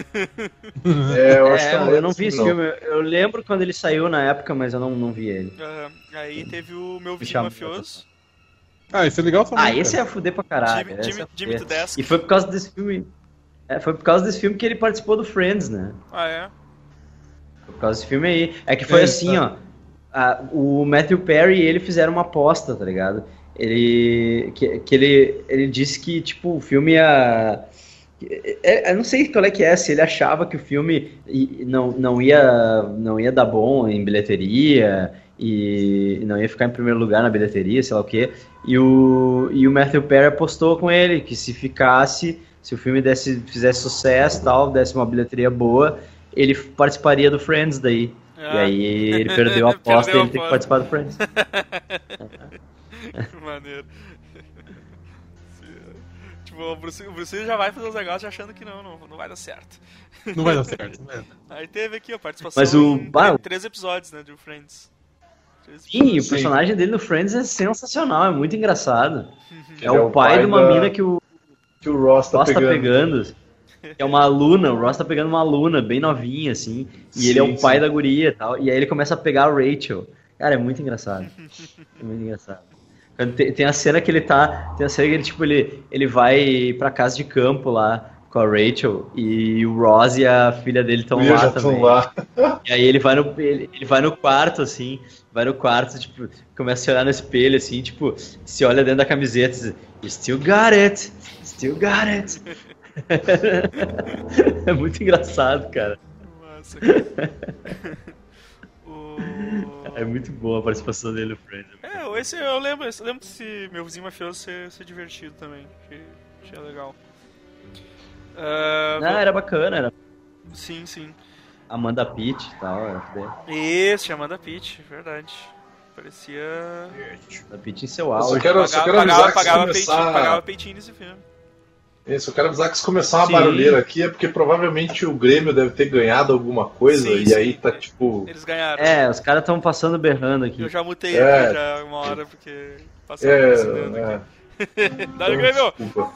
Eu acho que eu não vi esse filme. Eu lembro quando ele saiu na época, mas eu não vi ele. Aí teve o Meu Vizinho Mafioso. Esse é legal também. Esse é fuder pra caralho. Jimmy to Desk. E foi por causa desse filme. Foi por causa desse filme que ele participou do Friends, né? Por causa desse filme aí. É que foi assim, ó. O Matthew Perry e ele fizeram uma aposta, tá ligado? Ele disse que, tipo, o filme ia... Eu não sei qual é que é, se ele achava que o filme não ia dar bom em bilheteria e não ia ficar em primeiro lugar na bilheteria, sei lá o quê. E o Matthew Perry apostou com ele que se o filme fizesse sucesso, tal, desse uma bilheteria boa, ele participaria do Friends daí. E aí ele perdeu a aposta e ele tem que participar do Friends. Maneiro. Tipo, o Bruce Willis já vai fazer os negócios achando que não vai dar certo. Não vai dar certo, né? Aí teve aqui a participação em 3 episódios, né, do Friends. Sim, o personagem dele no Friends é sensacional, é muito engraçado. É o pai de uma mina que o Ross tá pegando. É uma aluna, o Ross tá pegando uma aluna bem novinha, assim, e ele é o pai da guria e tal, e aí ele começa a pegar a Rachel. Cara, é muito engraçado. É muito engraçado. Tem a cena que ele tipo, ele vai pra casa de campo lá com a Rachel, e o Ross e a filha dele estão lá também. E aí ele vai no quarto, assim, tipo, começa a se olhar no espelho, assim, tipo, se olha dentro da camiseta e diz, you still got it. É muito engraçado, cara. Nossa, cara. É muito boa a participação dele no Friends. Esse eu lembro desse Meu Vizinho Mafioso ser divertido também. Achei legal. Era bacana, era. Sim. Amanda Pitt e tal, era fuder. Isso, Amanda Pitt, verdade. Parecia... Amanda Pitt em seu auge. Pagava peitinho nesse filme. Isso, eu quero avisar que se começar uma barulheira aqui é porque provavelmente o Grêmio deve ter ganhado alguma coisa e aí tá tipo... Eles ganharam. Os caras estão passando berrando aqui. Eu já mutei aqui já uma hora porque passaram berrando aqui. Dá-lhe, Grêmio! Desculpa.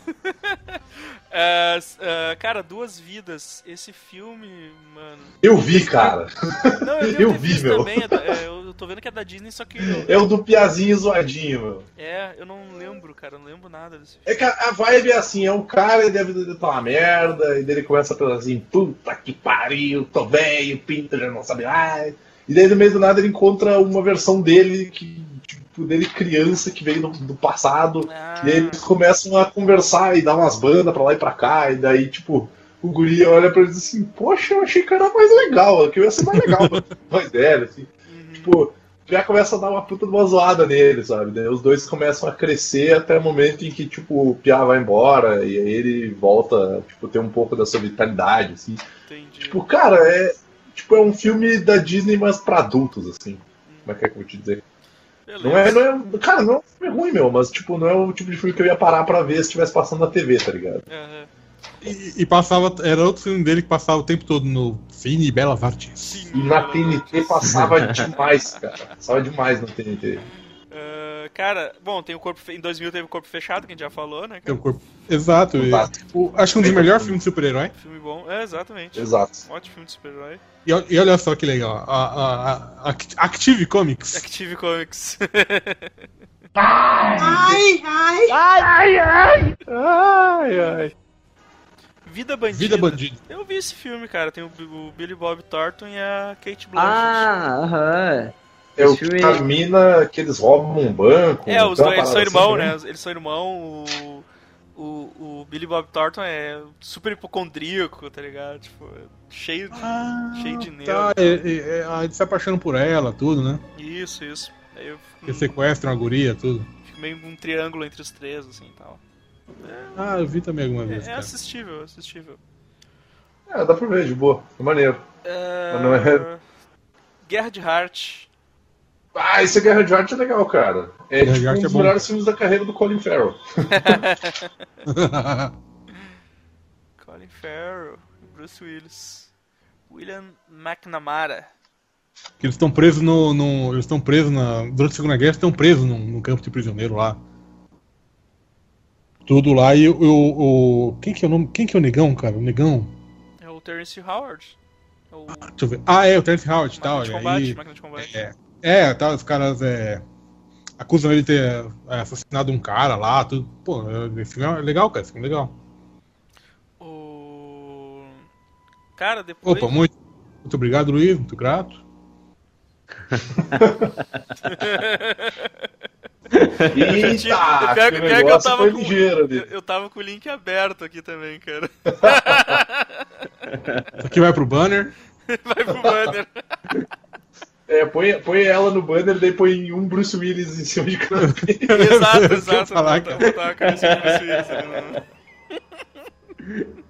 Cara, Duas Vidas, esse filme, mano... Eu vi, cara! Não, eu vi, meu. Também, eu tô vendo que é da Disney, só que... É o do Piazinho zoadinho, meu. Eu não lembro, cara, eu não lembro nada desse filme. É que a vibe é assim, é um cara e deve tá uma merda, e daí ele começa a pensar assim, puta que pariu, tô velho, pinta, já não sabe mais. E daí no meio do nada ele encontra uma versão dele dele criança que veio do passado, e aí eles começam a conversar e dar umas bandas pra lá e pra cá, e daí, tipo, o guri olha pra eles assim, poxa, eu achei que era mais legal, que eu ia ser mais legal, mais velho, assim. Tipo, já começa a dar uma puta de uma zoada nele, sabe? Daí os dois começam a crescer até o momento em que, tipo, o Piá vai embora, e aí ele volta, tipo, ter um pouco da sua vitalidade, assim. Entendi. Tipo, cara, é um filme da Disney, mas pra adultos, assim. Como é que eu vou te dizer? Cara, não é um filme ruim, meu, mas tipo, não é o tipo de filme que eu ia parar pra ver se estivesse passando na TV, tá ligado? E passava, era outro filme dele que passava o tempo todo no Cine Belas Artes. Sim, e na TNT passava demais, cara. Passava demais na TNT. Cara, bom, tem o Corpo em 2000 teve o Corpo Fechado, que a gente já falou, né? Tem o Corpo... Exato. Acho que um dos melhores filmes de super-herói. Filme bom, exatamente. Exato. Ótimo filme de super-herói. E olha só que legal, a Active Comics. Active Comics. Ai. Vida Bandida. Vida Bandida. Eu vi esse filme, cara. Tem o Billy Bob Thornton e a Kate Blanchett. É o que termina que eles roubam um banco. Os dois, eles são irmãos, né? Eles são irmãos. O Billy Bob Thornton é super hipocondríaco, tá ligado? Tipo, cheio de nervo. Tá, ele se apaixona por ela, tudo, né? Isso. Aí eu Ele sequestra uma guria, tudo. fico meio um triângulo entre os três, assim, e tal. Eu vi também alguma vez, É cara. assistível. Dá pra ver, de boa. É maneiro. Mas não é... Guerra de Heart. Esse Guerra de Heart é legal, cara. É Guerra de tipo Heart um dos é bom. melhores filmes da carreira do Colin Farrell. Colin Farrell, Bruce Willis, William McNamara. Que eles estão presos eles estão presos durante a Segunda Guerra, estão presos num campo de prisioneiro lá. Tudo lá e quem que é o nome? Quem que é o negão, cara? O negão? É o Terrence Howard. Deixa eu ver. É o Terrence Howard e tal. Máquina de combate. Tá, os caras acusam ele de ter assassinado um cara lá, tudo. Pô, esse filme é legal, cara, esse filme é legal. Cara, depois... Opa, muito obrigado, Luiz, muito grato. Eita, pior que que eu negócio tava foi com, ligeiro ali. eu tava com o link aberto aqui também, cara. Isso aqui vai pro banner. Vai pro banner. Põe ela no banner, daí põe um Bruce Willis em cima de cada vez. Exato. Falar, Vou botar a cabeça do Bruce Willis ali no...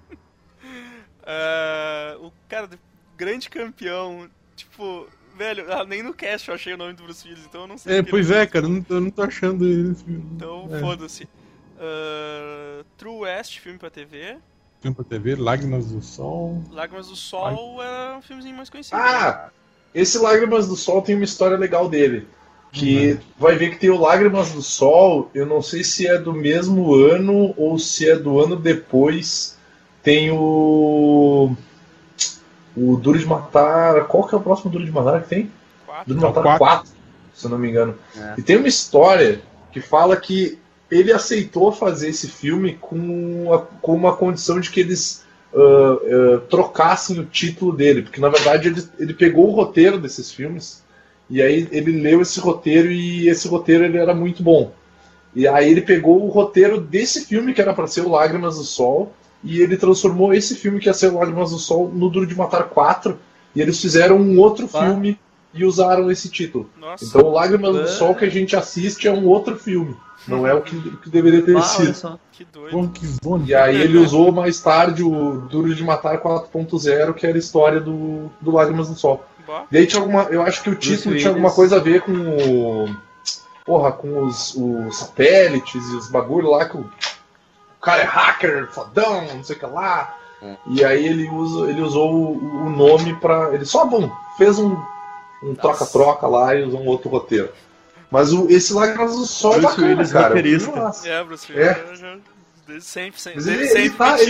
O cara, grande campeão, tipo... Velho, nem no cast eu achei o nome do Bruce Willis, então eu não sei. Pois é, cara, eu não tô achando ele. Então, foda-se. True West, filme pra TV. Filme pra TV, Lágrimas do Sol. Lágrimas do Sol é um filmezinho mais conhecido. Esse Lágrimas do Sol tem uma história legal dele. Que vai ver que tem o Lágrimas do Sol, eu não sei se é do mesmo ano ou se é do ano depois. Tem o Duro de Matar. Qual que é o próximo Duro de Matar que tem? 4. Duro de Matar 4, se eu não me engano. E tem uma história que fala que ele aceitou fazer esse filme com uma condição de que eles trocassem o título dele. Porque na verdade ele pegou o roteiro desses filmes e aí ele leu esse roteiro e esse roteiro ele era muito bom. E aí ele pegou o roteiro desse filme que era para ser o Lágrimas do Sol e ele transformou esse filme que ia ser o Lágrimas do Sol no Duro de Matar 4 e eles fizeram um outro filme e usaram esse título. Nossa. Então o Lágrimas do Sol que a gente assiste é um outro filme, não é o que deveria ter sido. Que doido. E aí ele usou mais tarde o Duro de Matar 4.0, que era a história do Lágrimas do Sol. E aí tinha eu acho que o título tinha alguma coisa a ver com com os satélites e os bagulho lá que o cara é hacker, fodão, não sei o que lá. E aí ele usou o nome pra... Ele só fez um troca-troca lá e usou um outro roteiro. Mas esse Lágrimas do Sol é bacana, cara. Roteirista. Bruce Willis. Desde sempre. Mas ele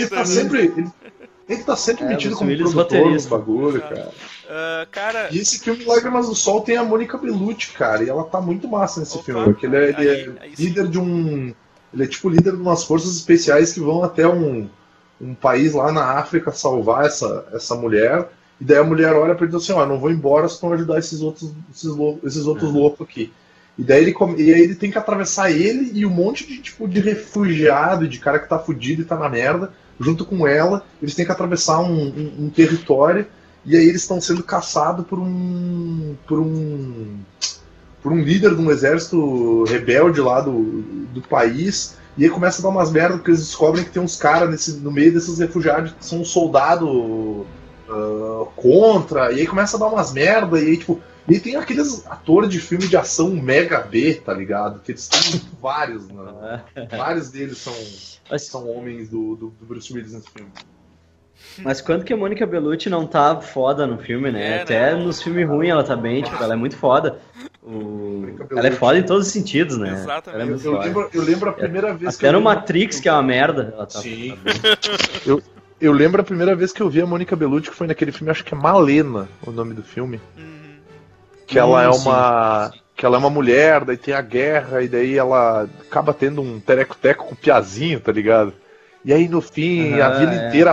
tá sempre metido como produtor nos bagulho, cara. E esse filme Lágrimas do Sol tem a Mônica Bellucci, cara, e ela tá muito massa nesse filme, porque ele é líder de ele é tipo líder de umas forças especiais que vão até um país lá na África salvar essa mulher, e daí a mulher olha pra ele e diz assim, não vou embora se não ajudar esses outros loucos aqui. E daí ele tem que atravessar ele e um monte de refugiado, de cara que tá fudido e tá na merda, junto com ela. Eles têm que atravessar um território e aí eles estão sendo caçados por um líder de um exército rebelde lá do país. E aí começa a dar umas merdas porque eles descobrem que tem uns caras no meio desses refugiados que são um soldado contra. E aí começa a dar umas merdas e aí E tem aqueles atores de filme de ação mega B, tá ligado? Que eles têm vários, né? Vários deles são homens do Bruce Willis nesse filme. Mas quando que a Mônica Bellucci não tá foda no filme, né? Até nos filmes ruins ela tá bem, ela é muito foda. Ela é foda em todos os sentidos, né? Exatamente. Ela é muito foda. Eu lembro a primeira vez que eu vi... Até no Matrix, que é uma merda, ela tá Sim. Eu lembro a primeira vez que eu vi a Mônica Bellucci, que foi naquele filme, acho que é Malena, o nome do filme. Que ela é uma mulher, daí tem a guerra, e daí ela acaba tendo um tereco-teco com o Piazinho, tá ligado? E aí no fim, a vida inteira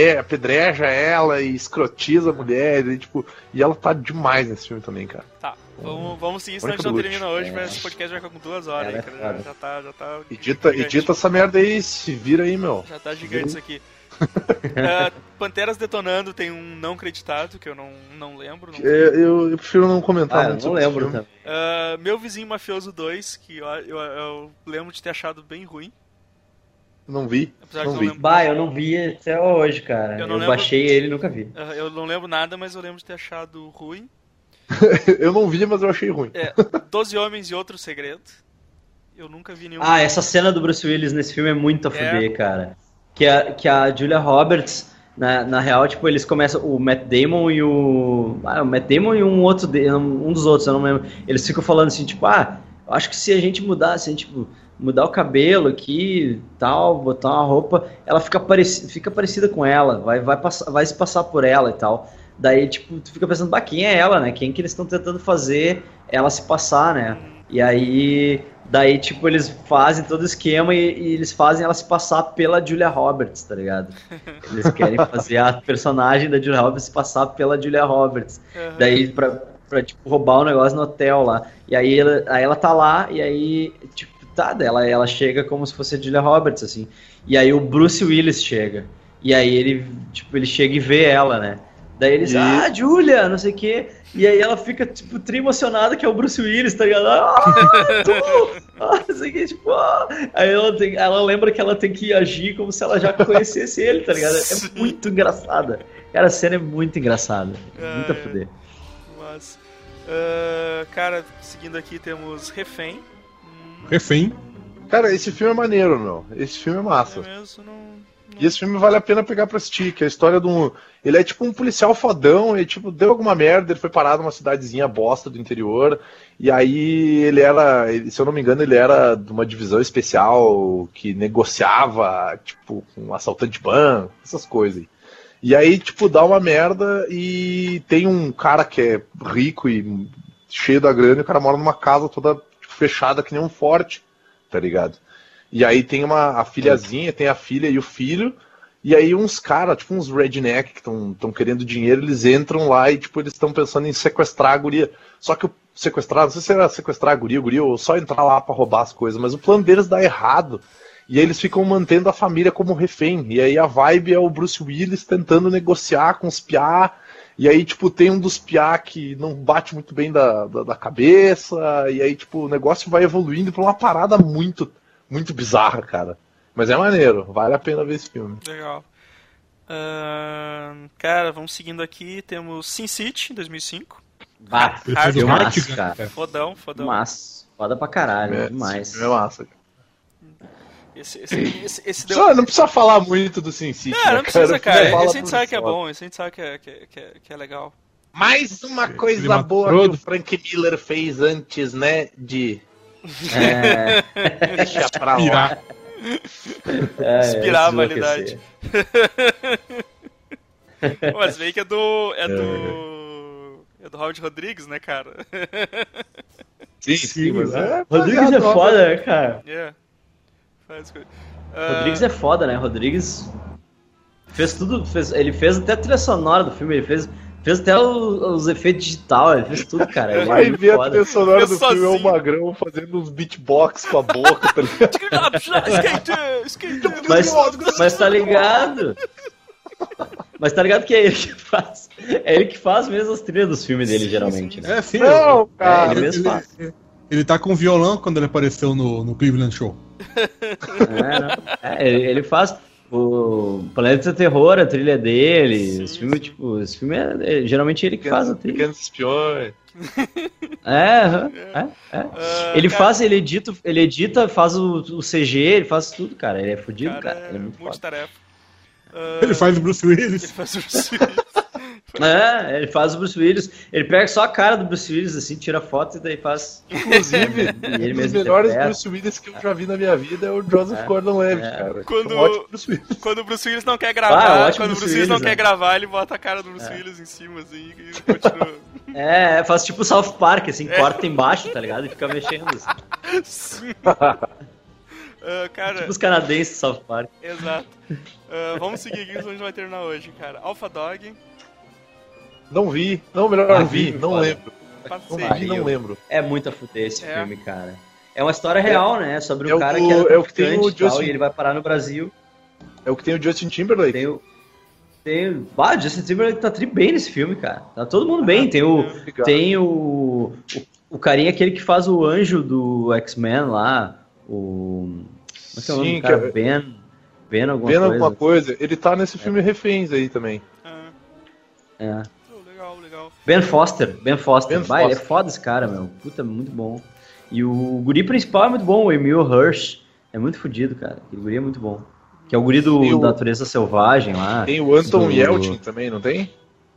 apedreja ela e escrotiza a mulher, e ela tá demais nesse filme também, cara. Tá, Vamos seguir, senão a gente não termina hoje, mas esse podcast vai ficar com 2 horas aí, cara. Já tá edita essa merda aí, se vira aí, meu. Já tá gigante isso aqui. Panteras Detonando tem um não creditado, que eu não lembro. Eu prefiro não comentar muito. Eu não lembro também. Meu Vizinho Mafioso 2, que eu lembro de ter achado bem ruim. Não vi. Eu não vi até hoje, cara. Eu baixei ele e nunca vi. Eu não lembro nada, mas eu lembro de ter achado ruim. Eu não vi, mas eu achei ruim. 12 Homens e Outro Segredo. Eu nunca vi nenhum. Essa cena do Bruce Willis nesse filme é muito a fuder, cara. Que a Julia Roberts, na real, tipo, eles começam, o Matt Damon e o Matt Damon e um dos outros, eu não lembro, eles ficam falando assim, tipo, eu acho que se a gente mudar, assim, tipo, mudar o cabelo aqui, tal, botar uma roupa, ela fica parecida com ela, vai se passar por ela e tal. Daí, tipo, tu fica pensando, quem é ela, né? Quem que eles estão tentando fazer ela se passar, né? E aí, daí, tipo, eles fazem todo o esquema e eles fazem ela se passar pela Julia Roberts, tá ligado? Eles querem fazer a personagem da Julia Roberts se passar pela Julia Roberts. Uhum. Daí, pra tipo, roubar um negócio no hotel lá. E aí ela tá lá, e aí, tipo, ela chega como se fosse a Julia Roberts, assim. E aí o Bruce Willis chega. E aí ele chega e vê ela, né? Daí eles, Julia, não sei o quê. E aí ela fica, tipo, tri-emocionada que é o Bruce Willis, tá ligado? Não sei o quê, tipo, Aí ela lembra que ela tem que agir como se ela já conhecesse ele, tá ligado? É muito engraçada. Cara, a cena é muito engraçada. Muito a fuder. Mas, cara, seguindo aqui temos Refém. Refém. Cara, esse filme é maneiro, meu. Esse filme é massa. E esse filme vale a pena pegar pra assistir, que é a história de um... Ele é tipo um policial fodão, ele tipo, deu alguma merda, ele foi parado numa cidadezinha bosta do interior, e aí se eu não me engano, ele era de uma divisão especial que negociava, tipo, com um assaltante de banco, essas coisas aí. E aí, tipo, dá uma merda e tem um cara que é rico e cheio da grana, e o cara mora numa casa toda tipo, fechada que nem um forte, tá ligado? E aí tem a filhazinha, tem a filha e o filho, e aí uns caras, tipo uns redneck que estão querendo dinheiro, eles entram lá e tipo, eles estão pensando em sequestrar a guria. Só que não sei se era sequestrar a guria ou só entrar lá pra roubar as coisas, mas o plano deles dá errado. E aí eles ficam mantendo a família como refém. E aí a vibe é o Bruce Willis tentando negociar com os piá. E aí, tipo, tem um dos piá que não bate muito bem da cabeça. E aí, tipo, o negócio vai evoluindo pra uma parada muito bizarra, cara. Mas é maneiro, vale a pena ver esse filme. Legal. Cara, vamos seguindo aqui. Temos Sin City, 2005. Filmaço, cara. Fodão. Massa. Foda pra caralho, demais. É massa, cara. Esse deu... Não precisa falar muito do Sin City. Não precisa, cara. Esse a gente sabe que é bom, esse a gente sabe que é legal. Mais uma coisa boa que o Frank Miller fez antes, né, de... Deixa pra lá. Inspirar a validade. Mas vem que é do Robert Rodrigues, né, cara? Sim, mas Rodrigues é foda, né, cara? Faz coisa. Rodrigues é foda, né? Rodrigues fez tudo. Ele fez até a trilha sonora do filme, ele fez até os efeitos digital, ele fez tudo, cara. Vai ver a trilha sonora do filme, é o Magrão fazendo uns beatbox com a boca, tá ligado? Mas tá ligado? Mas tá ligado que é ele que faz. É ele que faz mesmo as trilhas dos filmes dele, geralmente. Né? Sim. Não, cara. Ele mesmo faz. Ele tá com violão quando ele apareceu no Cleveland Show. Ele faz o Planeta Terror, a trilha dele, os filmes, tipo, esse filme é geralmente ele que faz a trilha. Pequenos Espiões. Ele faz, ele edita, faz o CG, ele faz tudo, cara. Ele é fodido, cara. Ele é muito multitarefa. Ele faz o Bruce Willis. Ele faz o Bruce Willis. Ele pega só a cara do Bruce Willis, assim, tira foto e daí faz. Inclusive, um dos melhores Bruce Willis que eu já vi na minha vida é o Joseph Gordon-Levitt, cara. Quando o Bruce Willis não quer gravar, quer gravar, ele bota a cara do Bruce Willis em cima, assim, e continua. Faz tipo South Park, assim, corta embaixo, tá ligado? E fica mexendo, assim. Sim. Cara, tipo os canadenses South Park. Exato. Vamos seguir aqui, senão a gente vai terminar hoje, cara. Alpha Dog. Não vi. Não, melhor vi, não lembro. Passeio. Não lembro. É muito a fuder esse filme, cara. É uma história real, né? Sobre um cara que era é o que tem o traficante e tal, Justin- e ele vai parar no Brasil. É o que tem o Justin Timberlake. O Justin Timberlake tá tri bem nesse filme, cara. Tá todo mundo bem. Obrigado. Tem o carinha aquele que faz o anjo do X-Men lá. Como é que é o nome Sim, do cara? que é- Ben alguma Vendo coisa. alguma coisa, ele tá nesse filme Reféns aí também. É. Legal. Ben Foster. Ben Vai, ele é Foster. foda esse cara, meu. Puta, muito bom. E o guri principal é muito bom, o Emil Hirsch. É muito fodido, cara. Aquele guri é muito bom. Que é o guri E o- da Natureza Selvagem lá. Tem o Anton do- Yelchin também, não tem?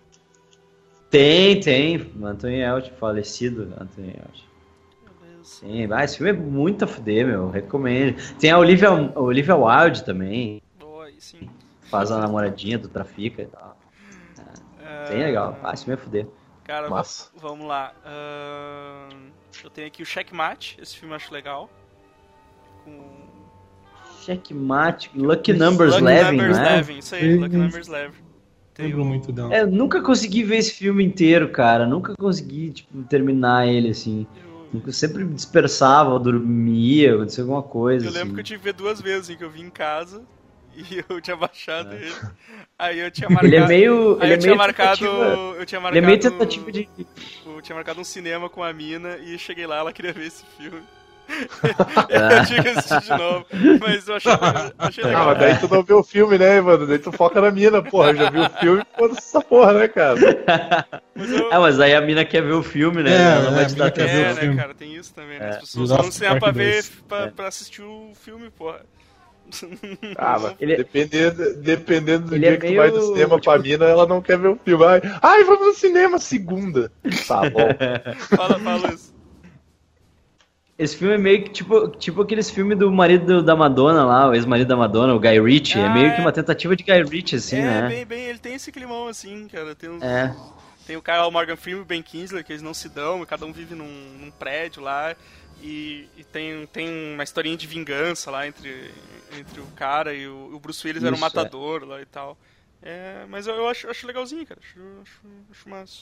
Tem. Anthony Yelchin, falecido Anthony Yelchin. Sim, esse filme é muito a fuder, meu. Recomendo. Tem a Olivia Wilde também. Boa, aí sim. Faz a namoradinha do Trafica e tal. Bem legal. Esse filme é fuder. Cara, Massa. vamos lá. Eu tenho aqui o Checkmate, esse filme eu acho legal. Com Checkmate, Lucky Numbers Lucky Levin, Numbers né? Levin, isso aí, Lucky Numbers Levin. Tem Lembro o- muito dela. Eu nunca consegui ver esse filme inteiro, cara. Nunca consegui, terminar ele, assim. Eu sempre dispersava, eu dormia, acontecia alguma coisa. Eu lembro assim. que eu tive que ver duas vezes, que eu vim em casa e eu tinha baixado ele. Aí eu tinha marcado. Ele é meio. Aí Ele eu é tinha meio marcado. tentativa- Eu tinha Ele marcado. é meio tentativa de. Eu tinha marcado um cinema com a mina e cheguei lá, ela queria ver esse filme. Ah. Eu tinha que assistir de novo. Mas eu achei legal. Mas daí tu não vê o filme, né, mano? Daí tu foca na mina, porra. Eu já vi o filme, foda-se essa porra, né, cara? Mas aí a mina quer ver o filme, né? É, Ela não vai a te mina dar quer ver atenção. o Né, filme. cara, tem isso também, né? As pessoas Jurassic vão no cinema pra Park ver, 2. pra assistir o filme, porra. Mas Ele- dependendo do Ele dia é que tu vai no meio, cinema com a mina, ela não quer ver o filme. Ai, vamos no cinema segunda. Tá bom. Fala isso. Esse filme é meio que tipo aqueles filmes do marido da Madonna lá, o ex-marido da Madonna, o Guy Ritchie. É meio que uma tentativa de Guy Ritchie, assim, né? bem, ele tem esse climão assim, cara. É. Tem o cara lá, o Morgan Freeman e o Ben Kingsley, que eles não se dão, cada um vive num prédio lá. E tem uma historinha de vingança lá entre o cara e o Bruce Willis era um Isso, matador lá e tal. Mas eu acho legalzinho, cara. Acho massa.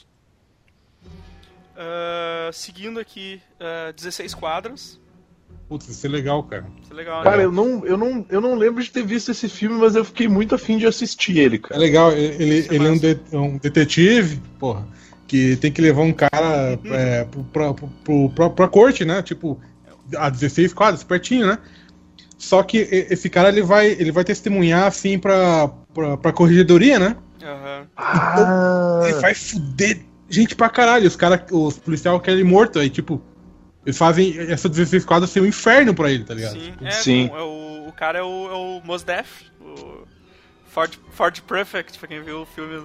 Seguindo aqui, 16 quadras. Putz, isso é legal, cara. Isso é legal, Cara, né? eu não lembro de ter visto esse filme, mas eu fiquei muito afim de assistir ele, É cara. legal, ele é um detetive, porra, que tem que levar um cara pra corte, né? Tipo, a 16 quadros, pertinho, né? Só que esse cara ele vai testemunhar assim pra corregedoria, né? Aham. Ele vai fuder gente pra caralho. Os policiais querem ele morto aí, tipo, eles fazem essa 16 quadros ser um inferno pra ele, tá ligado? Sim, Sim. o cara é o Mos Def, o Ford Prefect, pra quem viu o filme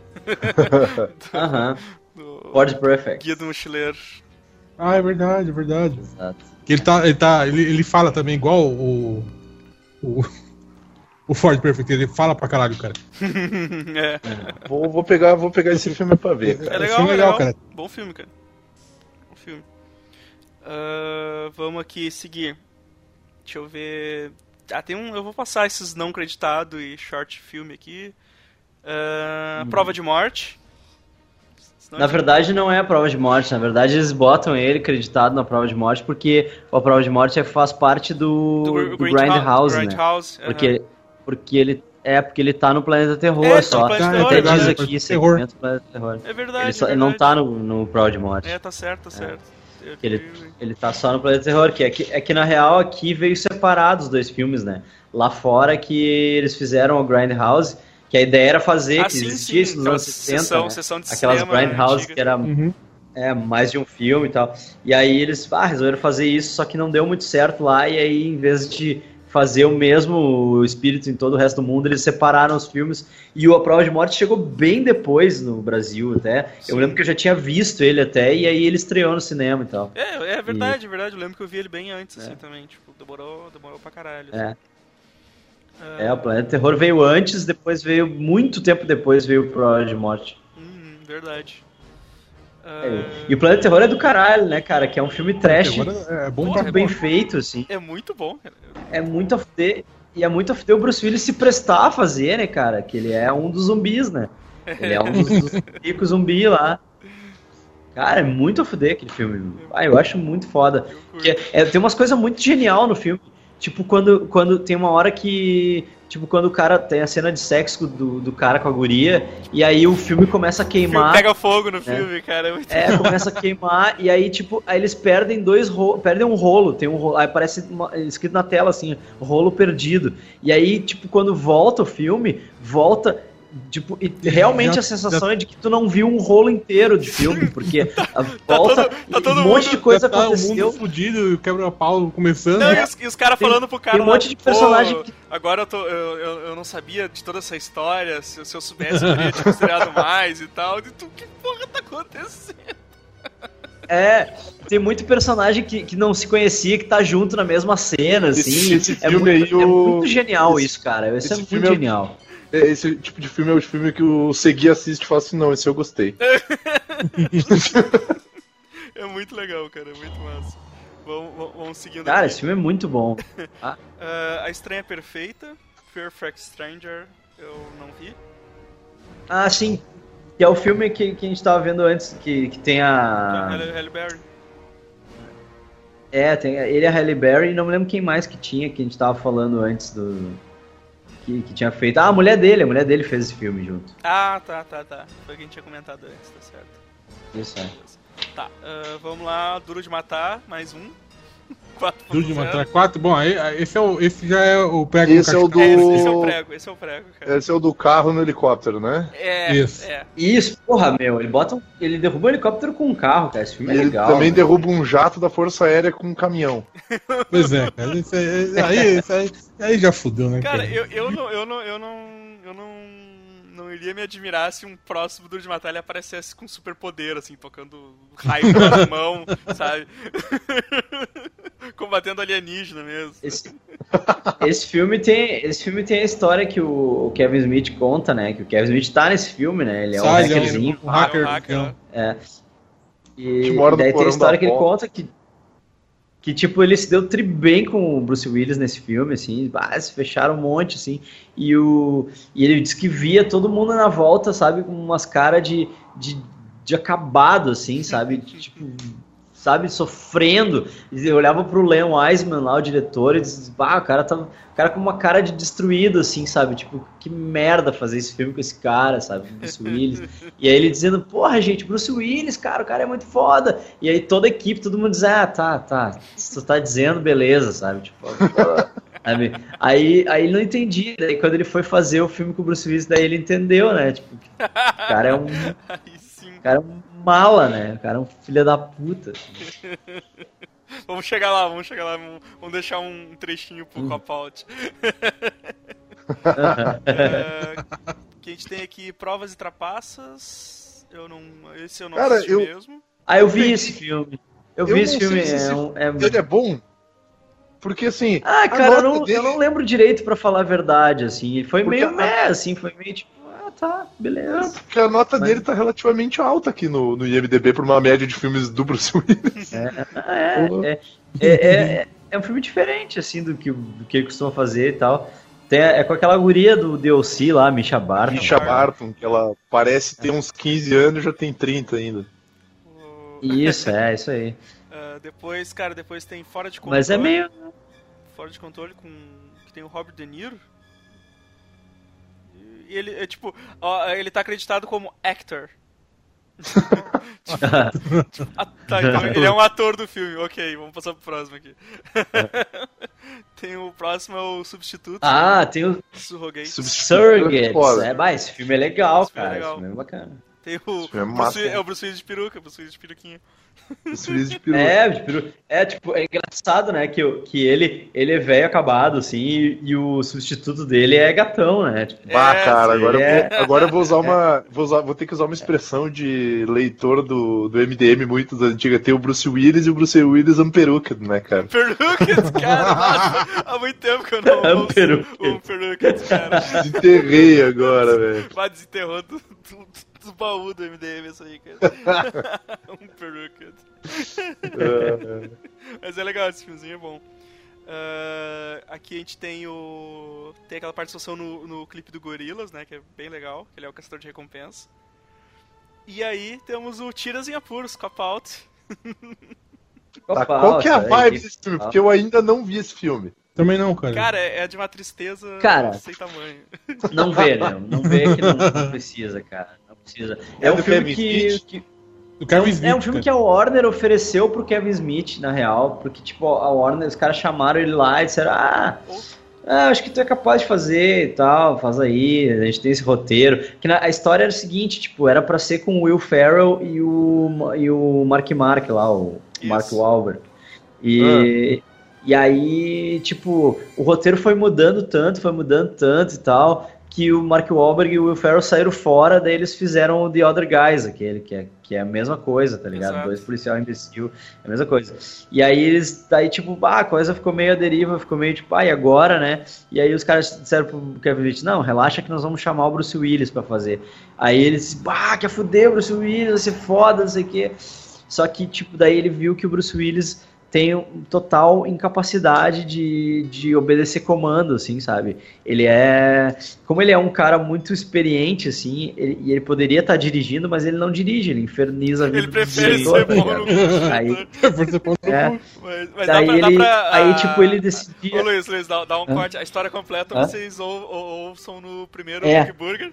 Aham. do Ford Perfect. Guia do Mochileiro. Ah, é verdade, é verdade. Exato. Que ele fala também igual o Ford Perfect, ele fala pra caralho, cara. Vou pegar esse filme pra ver, cara. É Esse legal, filme é legal, cara. Bom filme, cara. Bom filme. Vamos aqui seguir. Deixa eu ver. Eu vou passar esses não creditado e short filme aqui. Prova de Morte. Senão Na verdade, não é a prova de morte. Na verdade, eles botam ele acreditado na prova de morte porque a prova de morte faz parte do Grindhouse, né? Grindhouse, Porque ele tá no Planeta Terror É, tá só. no Planeta Até Terror, diz né? aqui, Terror. segmento do Planeta Terror. É verdade, Ele não tá no prova de morte. tá certo, Ele tá só no Planeta Terror, que é que na real aqui veio separado os dois filmes, né? Lá fora que eles fizeram o Grindhouse, que a ideia era fazer, que existia isso nos anos 60, né? Sessão de Aquelas cinema Grindhouse antiga. que era mais de um filme e tal. E aí eles resolveram fazer isso, só que não deu muito certo lá, e aí em vez de fazer o mesmo espírito em todo o resto do mundo, eles separaram os filmes, e A Prova de Morte chegou bem depois no Brasil até. Sim. Eu lembro que eu já tinha visto ele até, e aí ele estreou no cinema e tal. É verdade, é verdade. Eu lembro que eu vi ele bem antes, assim, também. Tipo, demorou pra caralho. Assim. O Planeta Terror veio antes, muito tempo depois veio o Prova de Morte. Verdade. E o Planeta Terror é do caralho, né, cara? Que é um filme trash, É bom muito pra bem feito, assim. É muito bom, cara. É muito a fuder. E é muito a fuder o Bruce Willis se prestar a fazer, né, cara? Que ele é um dos zumbis, né? Ele é um dos ricos zumbi lá. Cara, é muito a fuder aquele filme. Eu acho muito foda. Tem umas coisas muito genial no filme. Tipo, quando tem uma hora que... Tipo, quando o cara tem a cena de sexo do cara com a guria, e aí o filme começa a queimar. Pega fogo no filme, cara. Começa a queimar, e aí, tipo, aí eles perdem perdem um rolo, tem um rolo, aí aparece escrito na tela assim, rolo perdido. E aí, tipo, quando volta o filme, tipo, e realmente a sensação é de que tu não viu um rolo inteiro de filme, porque volta um monte de coisa aconteceu. O mundo fudido, o quebra-pau começando. Não, e os caras falando pro cara tem um monte de personagem que... Agora eu não sabia de toda essa história, se eu soubesse eu teria te considerado mais e tal. E tu, que porra tá acontecendo? Tem muito personagem que não se conhecia, que tá junto na mesma cena, assim. Esse filme aí, é muito genial isso, cara. Esse é muito genial. Esse tipo de filme é o filme que o Segui assiste e fala assim, não, esse eu gostei. É muito legal, cara, é muito massa. Vamos seguindo cara, aqui. Esse filme é muito bom. A Estranha Perfeita, Perfect Stranger, eu não vi. Sim. Que é o filme que a gente tava vendo antes, que tem a... Halle Berry. Tem ele e a Halle Berry, e não me lembro quem mais que tinha, que a gente tava falando antes do... Que tinha feito... a mulher dele fez esse filme junto. Tá. Foi o que a gente tinha comentado antes, tá certo. Isso é. Tá, vamos lá, Duro de Matar, mais um. 4.0. Duro de Matar 4, bom, esse já é o prego esse é o do... Esse é o prego, cara. Esse é o do carro no helicóptero, né? Isso, porra, meu, ele derruba um helicóptero com um carro, cara, esse filme é legal. Ele também derruba um jato da Força Aérea com um caminhão. Pois é, cara, aí já fudeu, né, cara? Eu não iria me admirar se um próximo Duro de Matar ele aparecesse com superpoder, assim, tocando raio na mão, sabe? Combatendo alienígena mesmo. Esse filme tem a história que o Kevin Smith conta, né? Que o Kevin Smith tá nesse filme, né? Ele é um hackerzinho. Um hacker. E daí tem a história que ele conta que tipo, ele se deu bem com o Bruce Willis nesse filme, assim, se fecharam um monte, assim, e ele disse que via todo mundo na volta, sabe, com umas caras de acabado, assim, sabe, tipo, sabe, sofrendo, e eu olhava pro Leon Wiseman lá, o diretor, e dizia, o cara com uma cara de destruído, assim, sabe, tipo, que merda fazer esse filme com esse cara, sabe, Bruce Willis, e aí ele dizendo, porra, gente, Bruce Willis, cara, o cara é muito foda, e aí toda a equipe, todo mundo diz, tá, se tu tá dizendo, beleza, sabe, tipo, sabe? Aí ele não entendia, daí quando ele foi fazer o filme com o Bruce Willis, daí ele entendeu, né, tipo, o cara é um... O cara é um mala, né? O cara é um filho da puta. Assim. Vamos chegar lá. Vamos deixar um trechinho pro cop-out. Que a gente tem aqui Provas e Trapaças. Esse eu não assisti mesmo. Eu vi esse filme. Eu vi esse filme. Ele é bom? Porque assim... cara, eu não lembro direito pra falar a verdade, assim. Foi meio assim, foi meio tipo... tá, beleza. Porque a nota dele tá relativamente alta aqui no IMDb por uma média de filmes do Bruce Willis. É um filme diferente, assim, do que ele costuma fazer e tal. É com aquela guria do DLC lá, Misha Barton. Misha Barton, que ela parece ter uns 15 anos e já tem 30 ainda. Isso aí. Depois tem Fora de Controle. Mas é meio... Fora de Controle que tem o Robert De Niro. E ele é tipo, ele tá acreditado como actor. Então ele é um ator do filme. Ok, vamos passar pro próximo aqui. Tem o próximo, é o Substituto. Tem o Surrogate. Surrogates. Esse filme é legal, cara. Esse filme é bacana. Tem o Bruce Willis de peruca, Bruce Willis de peruquinha. De peruca. Tipo, é engraçado, né, que ele é velho acabado, assim, e o substituto dele é gatão, né? Tipo, cara, agora eu vou ter que usar uma expressão de leitor do MDM muito antiga. Tem o Bruce Willis e o Bruce Willis Unperuced, né, cara? Unperuced, cara, nossa, há muito tempo que eu não ouço o Unperuced, cara. Desenterrei agora, velho. Desenterrou do baú do MDM isso aí, cara. Unperuced. Mas é legal, esse filmezinho é bom. Aqui a gente tem aquela participação no clipe do Gorillaz, né, que é bem legal, que ele é o caçador de recompensa. E aí temos o Tiras em Apuros, Cop Out. Tá, qual que é a vibe desse filme? Porque eu ainda não vi esse filme. Também não, cara. Cara, é de uma tristeza sem tamanho. Não vê, né? Não vê que não precisa, cara. Não precisa. É um filme que do Kevin Smith, é um filme que a Warner ofereceu pro Kevin Smith, na real, porque, tipo, a Warner, os caras chamaram ele lá e disseram, acho que tu é capaz de fazer e tal, faz aí, a gente tem esse roteiro. Que a história era o seguinte, tipo, era pra ser com o Will Ferrell e o Mark lá, o Mark Wahlberg. E aí, tipo, o roteiro foi mudando tanto e tal, que o Mark Wahlberg e o Will Ferrell saíram fora, daí eles fizeram o The Other Guys, aquele que é a mesma coisa, tá ligado? Exato. 2 policial imbecil, é a mesma coisa. E aí eles, daí tipo, a coisa ficou meio à deriva, ficou meio tipo, e agora, né? E aí os caras disseram pro Kevin Smith, não, relaxa que nós vamos chamar o Bruce Willis pra fazer. Aí eles, quer fuder o Bruce Willis, vai ser foda, não sei o quê. Só que, tipo, daí ele viu que o Bruce Willis tem total incapacidade de obedecer comando, assim, sabe? Como ele é um cara muito experiente, assim, ele poderia estar dirigindo, mas ele não dirige, ele inferniza a vida. Ele prefere ser bom no Mas aí, tipo, ele decidia... Ô, Luiz, dá um corte. A história completa vocês ouçam no primeiro Big Burger.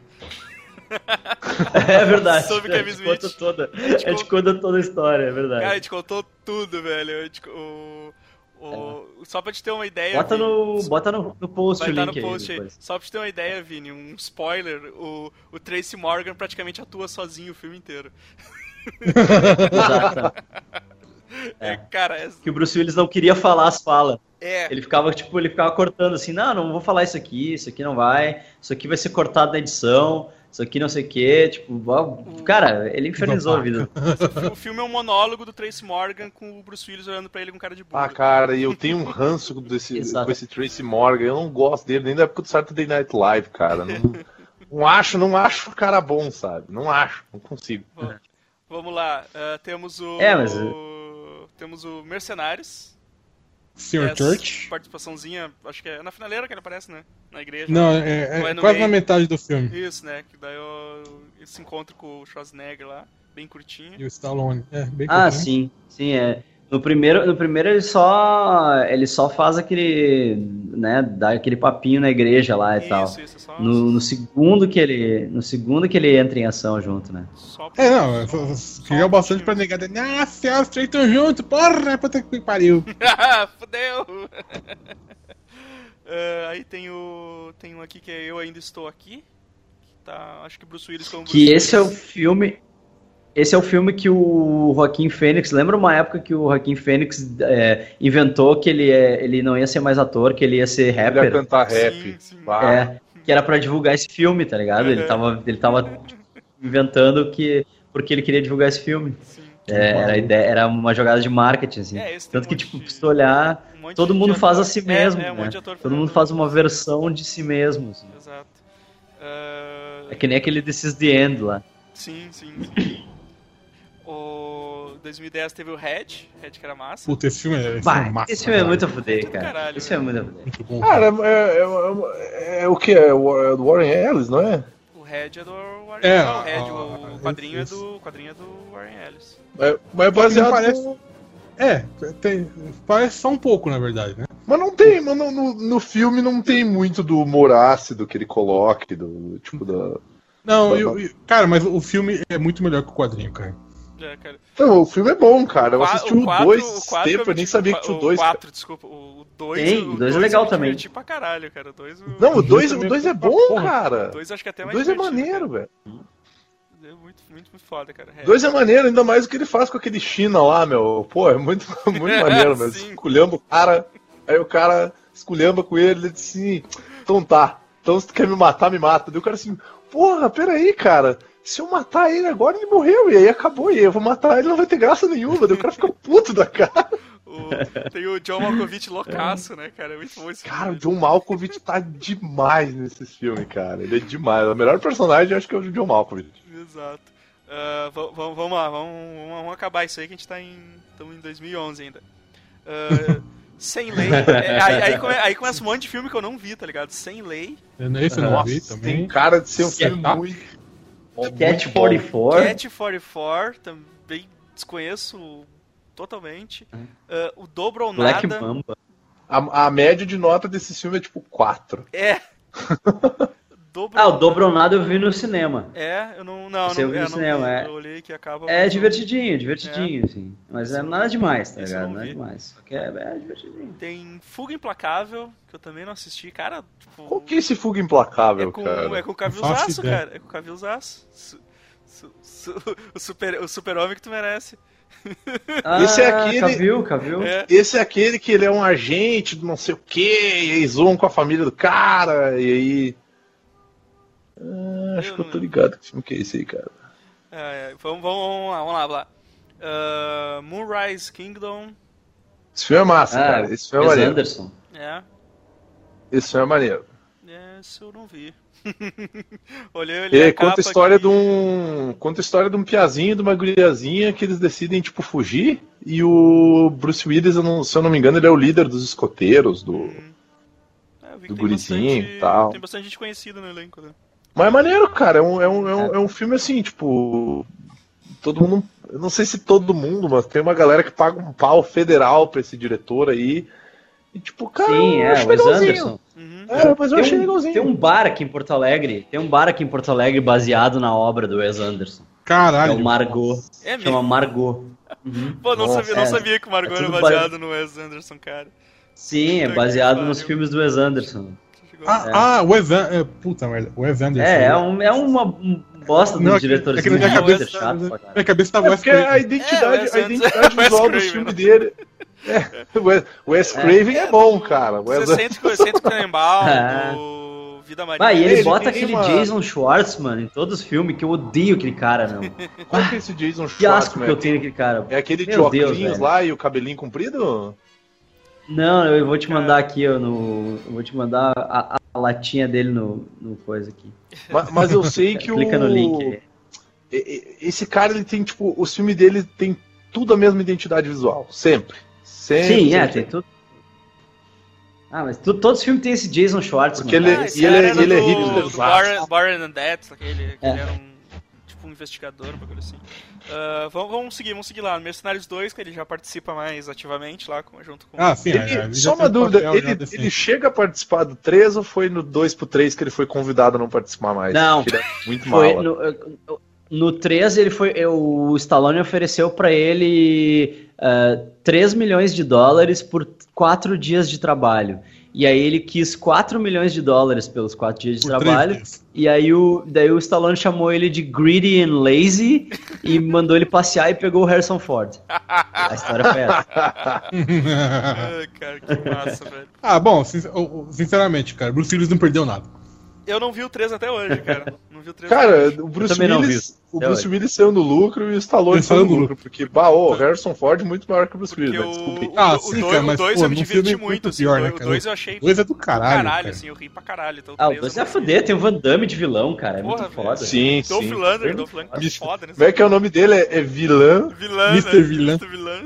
É verdade. Sobre Kevin Smith. A gente conta toda a história, é verdade. Cara, a gente contou tudo, velho. Só pra te ter uma ideia. Bota no post vai o link no post aí. Só pra te ter uma ideia, Vini, um spoiler: o Tracy Morgan praticamente atua sozinho o filme inteiro. Exato. Cara, que o Bruce Willis não queria falar as falas. Ele ficava cortando assim, não vou falar isso aqui não vai, isso aqui vai ser cortado na edição, isso aqui não sei o que, tipo, cara, ele infernizou a vida. O filme é um monólogo do Tracy Morgan com o Bruce Willis olhando pra ele com cara de burro. Cara, e eu tenho um ranço com esse Tracy Morgan, eu não gosto dele, nem da época do Saturday Night Live, cara. Não acho o cara bom, sabe? Não consigo. Vamos lá, temos o... Temos o Mercenários. Sr. Church. Participaçãozinha, acho que é na finaleira que ele aparece, né? Na igreja. Não, é quase na metade do filme. Isso, né? Que daí esse encontro com o Schwarzenegger lá, bem curtinho. E o Stallone, bem curtinho. Sim, é. No primeiro ele só faz aquele, né, dá aquele papinho na igreja lá e tal. Isso, só no segundo que ele entra em ação junto, né? Queria bastante pra negar. Os três estão juntos, porra, puta que pariu. Fudeu! Aí tem um aqui que é Eu Ainda Estou Aqui. Que tá, acho que Bruce Willis como Bruce Willis. Esse é o filme que o Joaquin Phoenix... Lembra uma época que o Joaquin Phoenix inventou que ele não ia ser mais ator, que ele ia ser rapper? Ele ia cantar rap. Sim. Que era pra divulgar esse filme, tá ligado? Ele tava inventando porque ele queria divulgar esse filme. Era uma jogada de marketing, assim. Tanto que, tipo, se tu olhar, todo mundo faz a si mesmo, né? Todo mundo faz uma versão de si mesmo. Assim. Exato. É que nem aquele This Is The End lá. Sim. O 2010 teve o Red que era massa. Puta, esse filme é massa. Esse filme é muito a fuder, cara. Caralho, esse filme é muito a fuder. Muito bom. Cara, é o que? É do Warren Ellis, não é? O Red é do Warren Ellis. O quadrinho é do Warren Ellis. Mas baseado... Parece... parece só um pouco, na verdade, né? Mas não tem, no filme não tem muito do humor ácido que ele coloca, do tipo da... Não, cara, mas o filme é muito melhor que o quadrinho, cara. Cara. Não, o filme é bom, cara. Eu assisti o 2 tempo, eu nem sabia que tinha o 2. O 4, desculpa. O 2 o 2 é legal também. Eu pra caralho, cara. Não, o 2 é bom, cara. O 2 acho que até mais O 2 é maneiro, velho. É muito foda, cara. O 2 é maneiro, ainda mais o que ele faz com aquele China lá, meu. Pô, é muito maneiro, velho. Esculhamba o cara, aí o cara esculhamba com ele diz assim, então tá. Então se tu quer me matar, me mata. Daí o cara assim, porra, peraí, cara. Se eu matar ele agora, ele morreu. E aí acabou. E aí eu vou matar ele, não vai ter graça nenhuma. Daí o cara fica puto da cara. Tem o John Malkovich loucaço, né, cara? É muito bom esse filme. Cara, o John Malkovich tá demais nesse filme, cara. Ele é demais. O melhor personagem eu acho que é o John Malkovich. Exato. Vamos lá, vamos acabar isso aí que a gente estamos em 2011 ainda. Sem Lei. Aí começa um monte de filme que eu não vi, tá ligado? Sem Lei. Esse eu não vi também. Tem cara de ser um filme muito... Cat 44. Cat 44, também desconheço totalmente. O Dobro ou Black Nada. Mamba. A média de nota desse filme é tipo 4. É. O Dobro ou Nada eu vi no cinema. Eu não eu vi no cinema, vi, eu olhei que acaba... É divertidinho, assim. Mas é nada demais, tá ligado? Nada vi. demais. Só que é divertidinho. Tem Fuga Implacável, que eu também não assisti. Cara, tipo... Qual que é esse Fuga Implacável, É com o Cavilzaço, cara. É com o Cavilzaço. O super-homem que tu merece. Esse é aquele... Cavill. Esse é aquele que ele é um agente do não sei o que, e aí zoam com a família do cara, e aí... acho que eu tô ligado que filme que é esse aí, cara. Vamos lá. Moonrise Kingdom. Esse filme é massa, cara. Esse filme é maneiro. Anderson. Esse filme é maneiro. Esse eu não vi. olhei e conta a história de um piazinho, de uma guriazinha que eles decidem, tipo, fugir. E o Bruce Willis, se eu não me engano, ele é o líder dos escoteiros, do gurizinho e tal. Tem bastante gente conhecida no elenco, né? Mas é maneiro, cara. É um filme assim, tipo... Todo mundo... Eu não sei se todo mundo, mas tem uma galera que paga um pau federal pra esse diretor aí. E tipo, cara, sim, eu acho o Wes legalzinho. Anderson. Mas eu achei legalzinho. Tem um bar aqui em Porto Alegre. Baseado na obra do Wes Anderson. Caralho. É o Margot. Chama Margot. Pô, não sabia que o Margot era baseado no Wes Anderson, cara. Sim, é baseado nos filmes do Wes Anderson. O Wes Anderson. Puta merda, o Wes Anderson. É uma bosta do diretorzinho. Minha cabeça, minha cabeça tá Wes Craven. A identidade visual do filme dele... o Wes Craven é bom, cara. Você sente o Canembal, do Vida Maria. E ele bota aquele Jason Schwartzman em todos os filmes, que eu odeio aquele cara, meu. Qual que é esse Jason Que asco Schwartzman? que eu tenho aquele cara. É aquele de óculos lá e o cabelinho comprido? Não, eu vou te mandar aqui, eu vou te mandar a latinha dele no coisa aqui. Mas eu sei que Clica no link. Esse cara, ele tem, tipo, os filmes dele tem tudo a mesma identidade visual, sempre. Sim, tem tudo. Mas todos os filmes tem esse Jason Schwartzman. Porque ele é rico. Warren and Death, ele era um investigador, um bagulho assim. Vamos seguir lá. Mercenários 2, que ele já participa mais ativamente lá, junto com... sim, só uma dúvida, ele chega a participar do 3 ou foi no 2x3 que ele foi convidado a não participar mais? Não, muito foi mal. No 3 o Stallone ofereceu pra ele $3 milhões por 4 dias de trabalho. E aí ele quis $4 milhões pelos 4 dias de trabalho. E aí daí o Stallone chamou ele de greedy and lazy e mandou ele passear e pegou o Harrison Ford. A história foi essa. Cara, que massa, velho. Bom, sinceramente, cara, Bruce Willis não perdeu nada. Eu não vi o 3 até hoje, cara. Não vi o 3 cara, o Bruce Willis saiu no lucro e o Stallone saiu no lucro. Porque, o Harrison Ford é muito maior que o Bruce Willis, né? Desculpe. O 2 eu me diverti muito, assim. Pior, O 2 eu achei... O 2 é do caralho, assim, eu ri pra caralho. Então, o 2 é fuder, tem o Van Damme de vilão, cara. É muito foda. Sim, Dolph Lundgren é foda, né? Como é que é o nome dele? É Vilã? Mr. Vilã.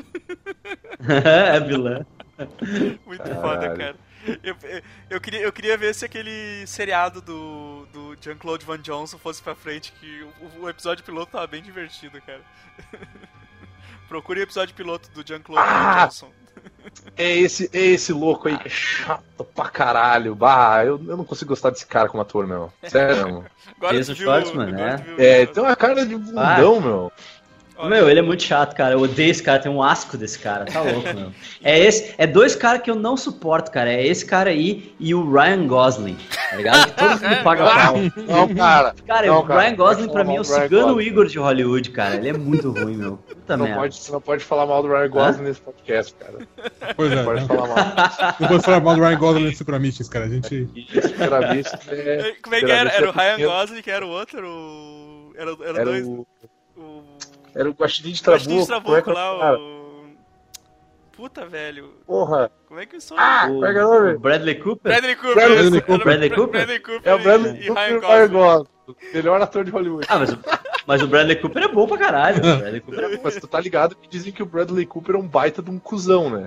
É vilã. Muito foda, cara. Eu queria ver se aquele seriado do Jean-Claude Van Johnson fosse pra frente, que o episódio piloto tava bem divertido, cara. Procure o episódio piloto do Jean-Claude Van Johnson. É esse louco aí que é chato pra caralho. Eu não consigo gostar desse cara como ator, não. Sério, não. Jason Schwartzman, né? Tem uma cara de bundão, meu. Meu, ele é muito chato, cara. Eu odeio esse cara, tenho um asco desse cara, tá louco, meu. É dois caras que eu não suporto, cara. É esse cara aí e o Ryan Gosling, tá ligado? Que todo mundo paga pau. Não, cara. O Ryan Gosling pra mim é o cigano Igor de Hollywood, cara. Ele é muito ruim, meu. Puta merda. Você não pode falar mal do Ryan Gosling nesse podcast, cara. Pois não pode falar mal. Não pode falar mal do Ryan Gosling nesse Supramistas, cara. A gente... Como é que era? Era o Ryan Gosling que era o outro? Era dois... Era o Guaxinim de Trabuco lá, o... Puta, velho. Porra. Como é que eu sou? Como é que é o nome? O Bradley Cooper? Bradley Cooper. É o Bradley Cooper e o Ryan Gosling. Melhor ator de Hollywood. Mas o Bradley Cooper é bom pra caralho. Mas tu tá ligado que dizem que o Bradley Cooper é um baita de um cuzão, né?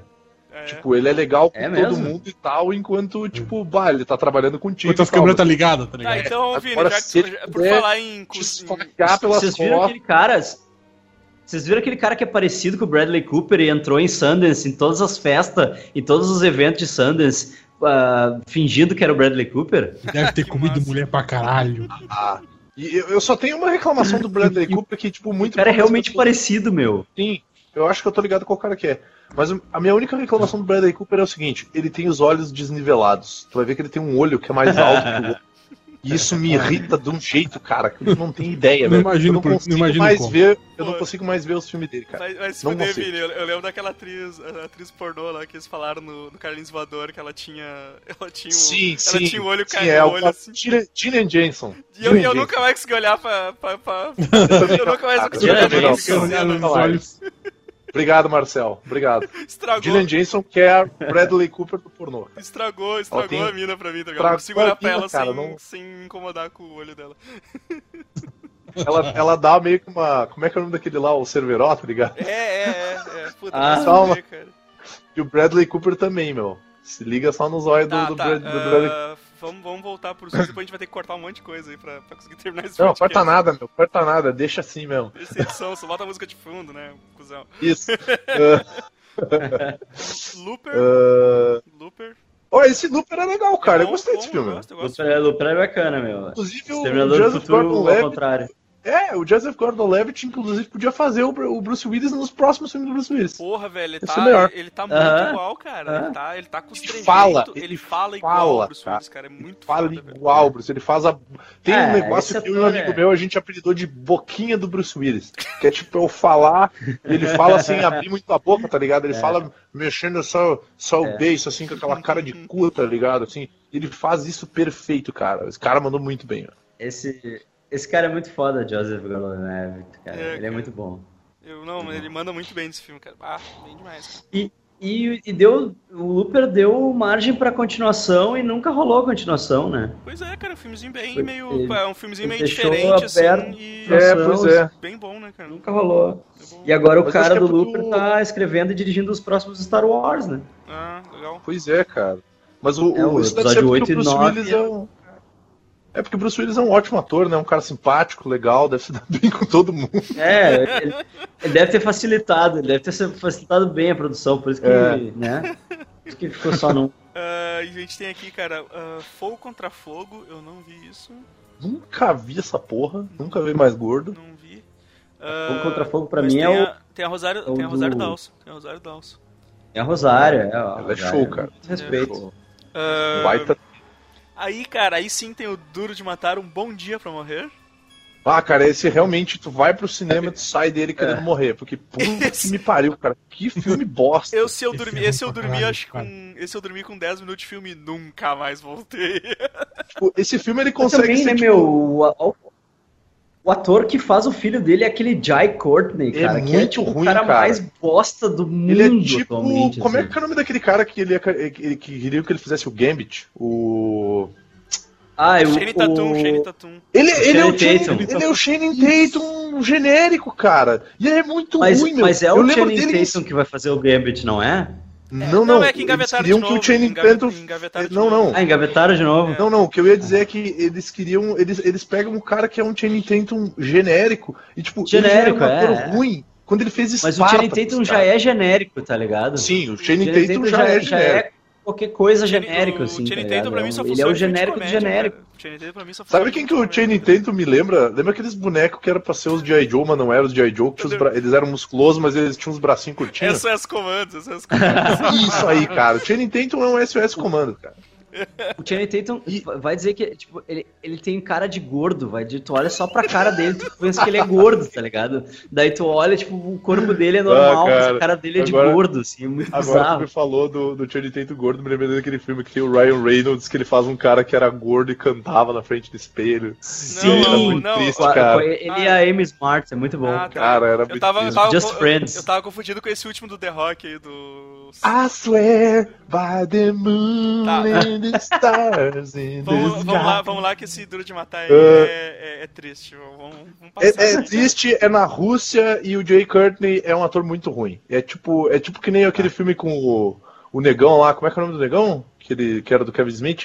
Tipo, ele é legal com É todo mesmo? mundo e tal, enquanto, tipo, ele tá trabalhando contigo. Enquanto as e tal. câmeras tá ligada, tá ligado? Tá, então, Vini, Agora, já, se ele por puder falar em... Te esfaquear pelas Vocês viram costas. aquele cara? Vocês viram aquele cara que é parecido com o Bradley Cooper e entrou em Sundance, em todas as festas, em todos os eventos de Sundance, fingindo que era o Bradley Cooper? Deve ter Que comido massa. mulher pra caralho. E eu só tenho uma reclamação do Bradley Cooper que, tipo, muito... O cara é poucas realmente pessoas- parecido, meu. Sim, eu acho que eu tô ligado com o cara que é. Mas a minha única reclamação do Bradley Cooper é o seguinte, ele tem os olhos desnivelados. Tu vai ver que ele tem um olho que é mais alto que o outro. E isso me irrita de um jeito, cara, que eu não tenho ideia, Não velho. imagino eu por- não não consigo imagino mais como. ver, eu não Pô. consigo mais ver os filmes dele, cara. Vai se Não fuder, consigo. Vini. Eu lembro daquela atriz pornô lá que eles falaram no Carlinhos Voador que ela tinha. Ela tinha o olho sim, caindo, é o o olho assim. Gillian Jensen. E eu nunca mais consegui olhar pra. Eu nunca mais consegui olhar pra Não, isso. não, Olhando não, nos não. olhos. Obrigado, Marcel. Obrigado. Estragou. Gillian Jensen, que é a Bradley Cooper do pornô. Estragou Ela tem- a mina pra mim, tá ligado? Eu não consigo Estragou olhar a pra mina, ela cara, sem, não- sem me incomodar com o olho dela. Ela dá meio que uma... Como é que é o nome daquele lá? O Cerveró, tá ligado? Puta, Ah. vai se Calma. fuder, cara. E o Bradley Cooper também, meu. Se liga só nos olhos Tá, do tá. Bradley. Vamos voltar pro filme, depois a gente vai ter que cortar um monte de coisa aí pra conseguir terminar esse Não, podcast. corta nada, meu. Corta nada. Deixa assim mesmo. Essa edição, só bota a música de fundo, né, cuzão. Isso. Looper. Looper. Ó, esse Looper é legal, cara. Eu Bom, gostei bom, desse filme. Eu gosto. Looper é bacana, meu. Inclusive, o Exterminador do Joseph Futuro, ao Gordon-Levitt... contrário. O Joseph Gordon-Levitt, inclusive, podia fazer o Bruce Willis nos próximos filmes do Bruce Willis. Porra, velho, Esse é melhor. ele tá muito Aham. igual, cara. Aham. Ele tá com os trejeitos. Ele Ele fala igual fala, o Bruce Willis, cara. É muito Fala foda, velho. igual, Bruce. Ele faz a... Tem um negócio esse que eu e um ator amigo é- meu, a gente apelidou de boquinha do Bruce Willis. Que é tipo eu falar, e ele fala sem abrir muito a boca, tá ligado? Ele fala mexendo só o beiço, assim, com aquela cara de cu, tá ligado? Assim, ele faz isso perfeito, cara. Esse cara mandou muito bem, ó. Esse cara é muito foda, Joseph Gordon-Levitt, cara. É, Ele é cara. muito bom. Mas ele manda muito bem nesse filme, cara. Bem demais, cara. E o Looper deu margem pra continuação e nunca rolou continuação, né? Pois é, cara, um filmezinho bem Ele- meio... É um filmezinho ele meio deixou diferente, assim, aberto. e... Pois é. Bem bom, né, cara? Nunca rolou. É bom. E agora o Mas cara acho que do é Looper tudo- tá escrevendo e dirigindo os próximos Star Wars, né? Legal. Pois é, cara. Mas o o isso deve ser episódio porque 8 o e Bruce 9 Willis é porque o Bruce Willis é um ótimo ator, né? Um cara simpático, legal, deve se dar bem com todo mundo. Ele deve ter facilitado, ele deve ter facilitado bem a produção, por isso que, né? Por isso que ficou só num. E a gente tem aqui, cara, Fogo contra Fogo, eu não vi isso. Nunca vi essa porra, nunca vi mais gordo. Não vi. Fogo contra Fogo pra mas mim tem é a, Tem a Rosário, o tem a Rosário do- Dawson. Tem a Rosário Dawson. É a Rosário, Ela é show, cara. Respeito. Show. Ah, Baita. Aí, cara, aí sim tem o Duro de Matar, Um Bom Dia Pra Morrer. Ah, cara, esse realmente, tu vai pro cinema e tu sai dele querendo morrer. Porque, puta que me pariu, cara. Que filme bosta. Esse eu Esse dormi, é esse eu ruim pra dormi, caralho, acho que cara. esse eu dormi com 10 minutos de filme e nunca mais voltei. Tipo, esse filme ele Mas consegue também, ser, né, tipo, meu, o ator que faz o filho dele é aquele Jai Courtney, É cara, que é muito tipo, ruim, o cara cara. mais bosta do mundo Ele é tipo. atualmente. Como é assim. que é o nome daquele cara que ele que queria que ele fizesse o Gambit? Shane Tatum. Ele é o Channing Channing, Tatum. ele é o Channing Tatum genérico, cara. E é muito ruim, meu. Mas é Eu o lembro Channing dele- Tatum que vai fazer o Gambit, não é? Não, é que eles engavetaram queriam de que o novo, Channing Tatum... engavetaram de Não, novo. não. Ah, engavetaram de novo? Não, o que eu ia dizer é que eles queriam. Eles pegam um cara que é um Channing Tatum genérico e, tipo, Genérico, ele já era um ator é. ruim quando ele fez Mas Spartacus, o Channing Tatum já cara. é genérico, tá ligado? Sim, o Channing Tatum já é genérico. é qualquer coisa O genérico, assim, O tá Channing ligado? Tatum pra mim só Ele funciona é o em filme de genérico do comédia, genérico. cara. O Channing Tatum pra mim só funciona Sabe em quem que filme o de Channing comédia. Tatum me lembra? Lembra aqueles bonecos que era pra ser os G.I. Joe, mas não eram os G.I. Joe, que tinha eles eram musculosos, mas eles tinham uns bracinhos curtinhos? SOS Comandos, SOS Comandos. Isso aí, cara. O Channing Tatum é um SOS Comando, cara. O Channing Tatum vai dizer que, tipo, ele tem cara de gordo, tu olha só pra cara dele, tu pensa que ele é gordo, tá ligado? Daí tu olha, tipo, o corpo dele é normal, mas cara. a cara dele é de Agora- gordo, assim, é muito Agora tu bizarro. me falou do Channing Tatum gordo, me lembrei daquele filme que tem o Ryan Reynolds, que ele faz um cara que era gordo e cantava na frente do espelho. Sim, era muito triste, Com cara. ele e a Amy Smart, é muito bom. Ah, tá. Cara, era Eu muito tava, triste. Just Friends. Eu tava confundido com esse último do The Rock aí, do... I swear by the moon Tá. and the stars in the sky. Vamos lá que esse Duro de Matar aí é triste. Vamos passar. É triste, é na Rússia e o Jay Courtney é um ator muito ruim. É tipo que nem aquele filme com o negão lá, como é que é o nome do negão? Que era do Kevin Smith?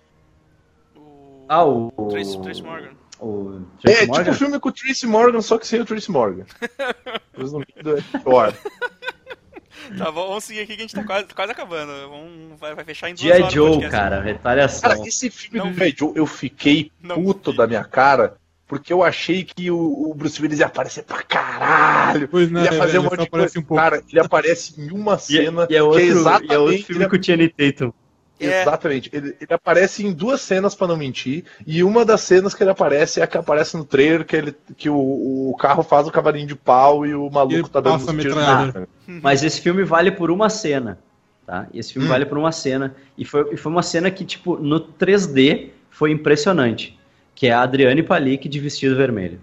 O Tracy Morgan. O Tracy Morgan? Tipo um filme com o Tracy Morgan, só que sem o Tracy Morgan. Resumindo, é foda. Tá, vamos seguir aqui que a gente tá quase acabando. Vai fechar em 2 G.I. horas. Joe, cara, retaliação. Cara, esse filme do G.I. Joe, eu fiquei puto da minha cara, porque eu achei que o Bruce Willis ia aparecer pra caralho. Pois não, ia fazer ele um monte de coisa. um pouco. Cara, ele aparece em uma cena E é outro, que é exatamente... e é outro filme com o Channing Tatum. Exatamente. Ele aparece em 2 cenas, pra não mentir, e uma das cenas que ele aparece é a que aparece no trailer, que o carro faz o cavalinho de pau e o maluco Ele tá dando passa uns tiros metralhadora. na cara. Mas esse filme vale por uma cena, tá? Esse filme vale por uma cena. E foi uma cena que, tipo, no 3D foi impressionante. Que é a Adriane Palik de vestido vermelho.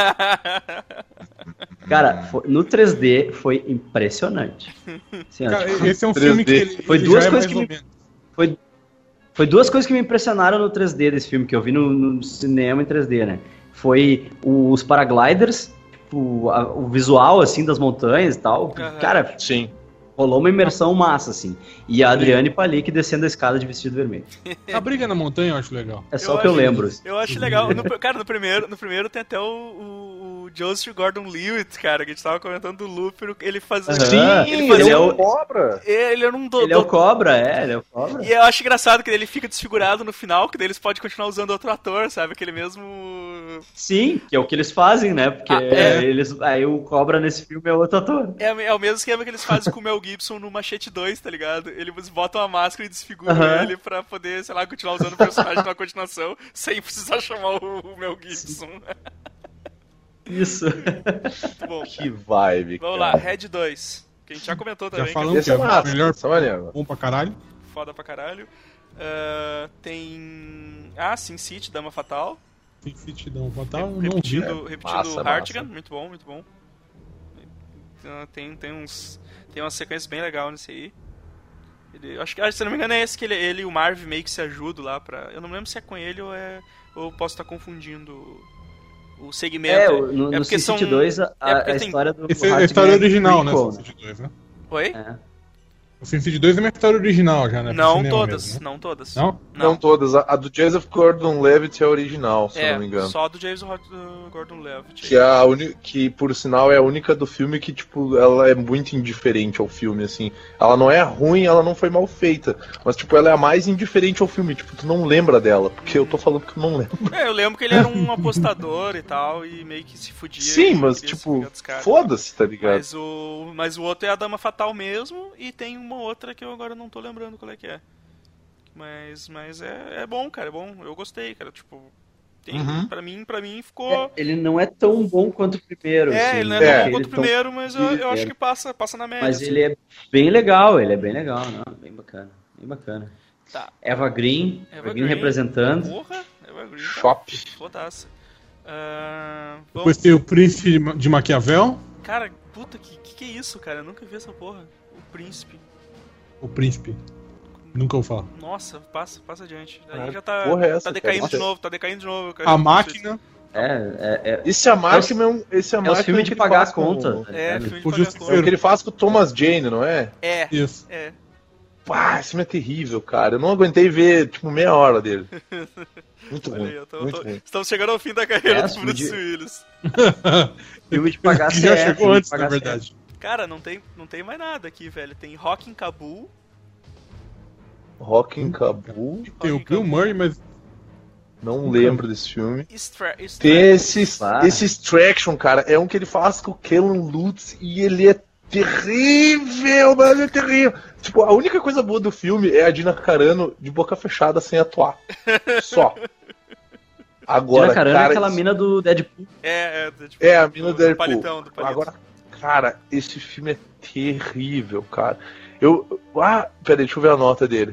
Cara, no 3D foi impressionante. Assim, Cara, tipo, esse é um 3D. filme que ele, Foi ele duas já é coisas mais que ou me- menos. Foi 2 coisas que me impressionaram no 3D desse filme, que eu vi no cinema em 3D, né? Foi os paragliders, tipo, o visual, assim, das montanhas e tal. Cara, Sim. rolou uma imersão massa, assim. E a Adriane Palik descendo a escada de vestido vermelho. A briga na montanha eu acho legal. É só o que eu lembro. Eu acho legal. Cara, no primeiro tem até o Joseph Gordon-Levitt, cara, que a gente tava comentando do Lúper, ele fazia... Aham. Sim, ele fazia ele é um- o cobra. Ele era um Ele é o Cobra, ele é o Cobra. E eu acho engraçado que ele fica desfigurado no final, que daí eles podem continuar usando outro ator, sabe? Aquele mesmo... Sim, que é o que eles fazem, né? Porque aí o Cobra nesse filme é outro ator. É o mesmo esquema que eles fazem com o Mel Gibson no Machete 2, tá ligado? Eles botam a máscara e desfiguram Aham. ele pra poder, sei lá, continuar usando o personagem na continuação, sem precisar chamar o Mel Gibson. Isso. Muito bom. Que vibe, Vamos cara. lá, Red 2, que a gente já comentou Já também, falamos Esse que é é o massa, melhor, esse é maneiro. bom pra caralho. que é foda pra caralho. Tem... Sin City, Dama Fatal. Tem fitidão fatal, eu não vi. Repetindo Massa, Hartigan, massa. muito bom. Tem umas sequências bem legais nesse aí. Eu acho que, se não me engano, é esse que ele e o Marv meio que se ajudam lá pra... Eu não me lembro se é com ele ou eu posso estar confundindo o segmento. No porque Sin City 2, porque a tem- história do Esse é a Hartigan história original, né? prequel, Sin City 2, né? Oi? É. O Sin City 2 é uma história original já, né? pro Não cinema todas, mesmo, né? não todas. Não? Não todas. A do Joseph Gordon-Levitt é a original, se eu não me engano. só do James Gordon-Levitt. Que, que, por sinal, é a única do filme que, tipo, ela é muito indiferente ao filme, assim. Ela não é ruim, ela não foi mal feita. Mas, tipo, ela é a mais indiferente ao filme. Tipo, tu não lembra dela. Porque eu tô falando que eu não lembro. Eu lembro que ele era um apostador e tal, e meio que se fudia. Sim, mas, queria se tipo, vingar dos caras. foda-se, tá ligado? Mas o outro é a Dama Fatal mesmo, e tem uma outra que eu agora não tô lembrando qual é que é. Mas é bom, cara, é bom. Eu gostei, cara, tipo... Pra mim ficou... Ele não é tão bom quanto o primeiro. assim, ele não é tão bom quanto o tão- primeiro, mas eu acho que passa na média. Mas assim. ele é bem legal, não, bem bacana, bem bacana. Tá. Eva Green representando. Porra, Eva Green. Shop. Fodaça. Depois tem o Príncipe de Maquiavel. Cara, puta, que é isso, cara? Eu nunca vi essa porra. O Príncipe. O Príncipe. Nunca vou falar. Nossa, passa adiante. Aí Ah, já tá, porra é essa, tá decaindo cara? de novo, cara. A Máquina. Esse é a máquina, esse é a É o máquina filme que de ele pagar a faz com conta. o- tá É, ligado? filme de O pagar Justiceiro. É o que ele faz com o Thomas Jane, não é? Isso. É. Pá, esse filme é terrível, cara. Eu não aguentei ver, tipo, meia hora dele. Muito Olha ruim, aí, muito ruim. estamos chegando ao fim da carreira É, do Bruce Willis. Filme de pagar Que já CF, chegou filme de antes, na pagar verdade. Cara, não tem mais nada aqui, velho. Tem Rock in Kabul. Rock in Kabul. Tem o Bill Murray, mas Não lembro desse filme. Extraction. Tem esse Ah. Extraction, cara. É um que ele faz com o Kellen Lutz e ele é terrível, mano, é terrível. Tipo, a única coisa boa do filme é a Gina Carano de boca fechada sem atuar. Só. Agora, Gina Carano cara, é aquela mina do Deadpool. Tipo, é a mina do Deadpool. Palitão, do palito. Agora, cara, esse filme é terrível, cara. Peraí, deixa eu ver a nota dele.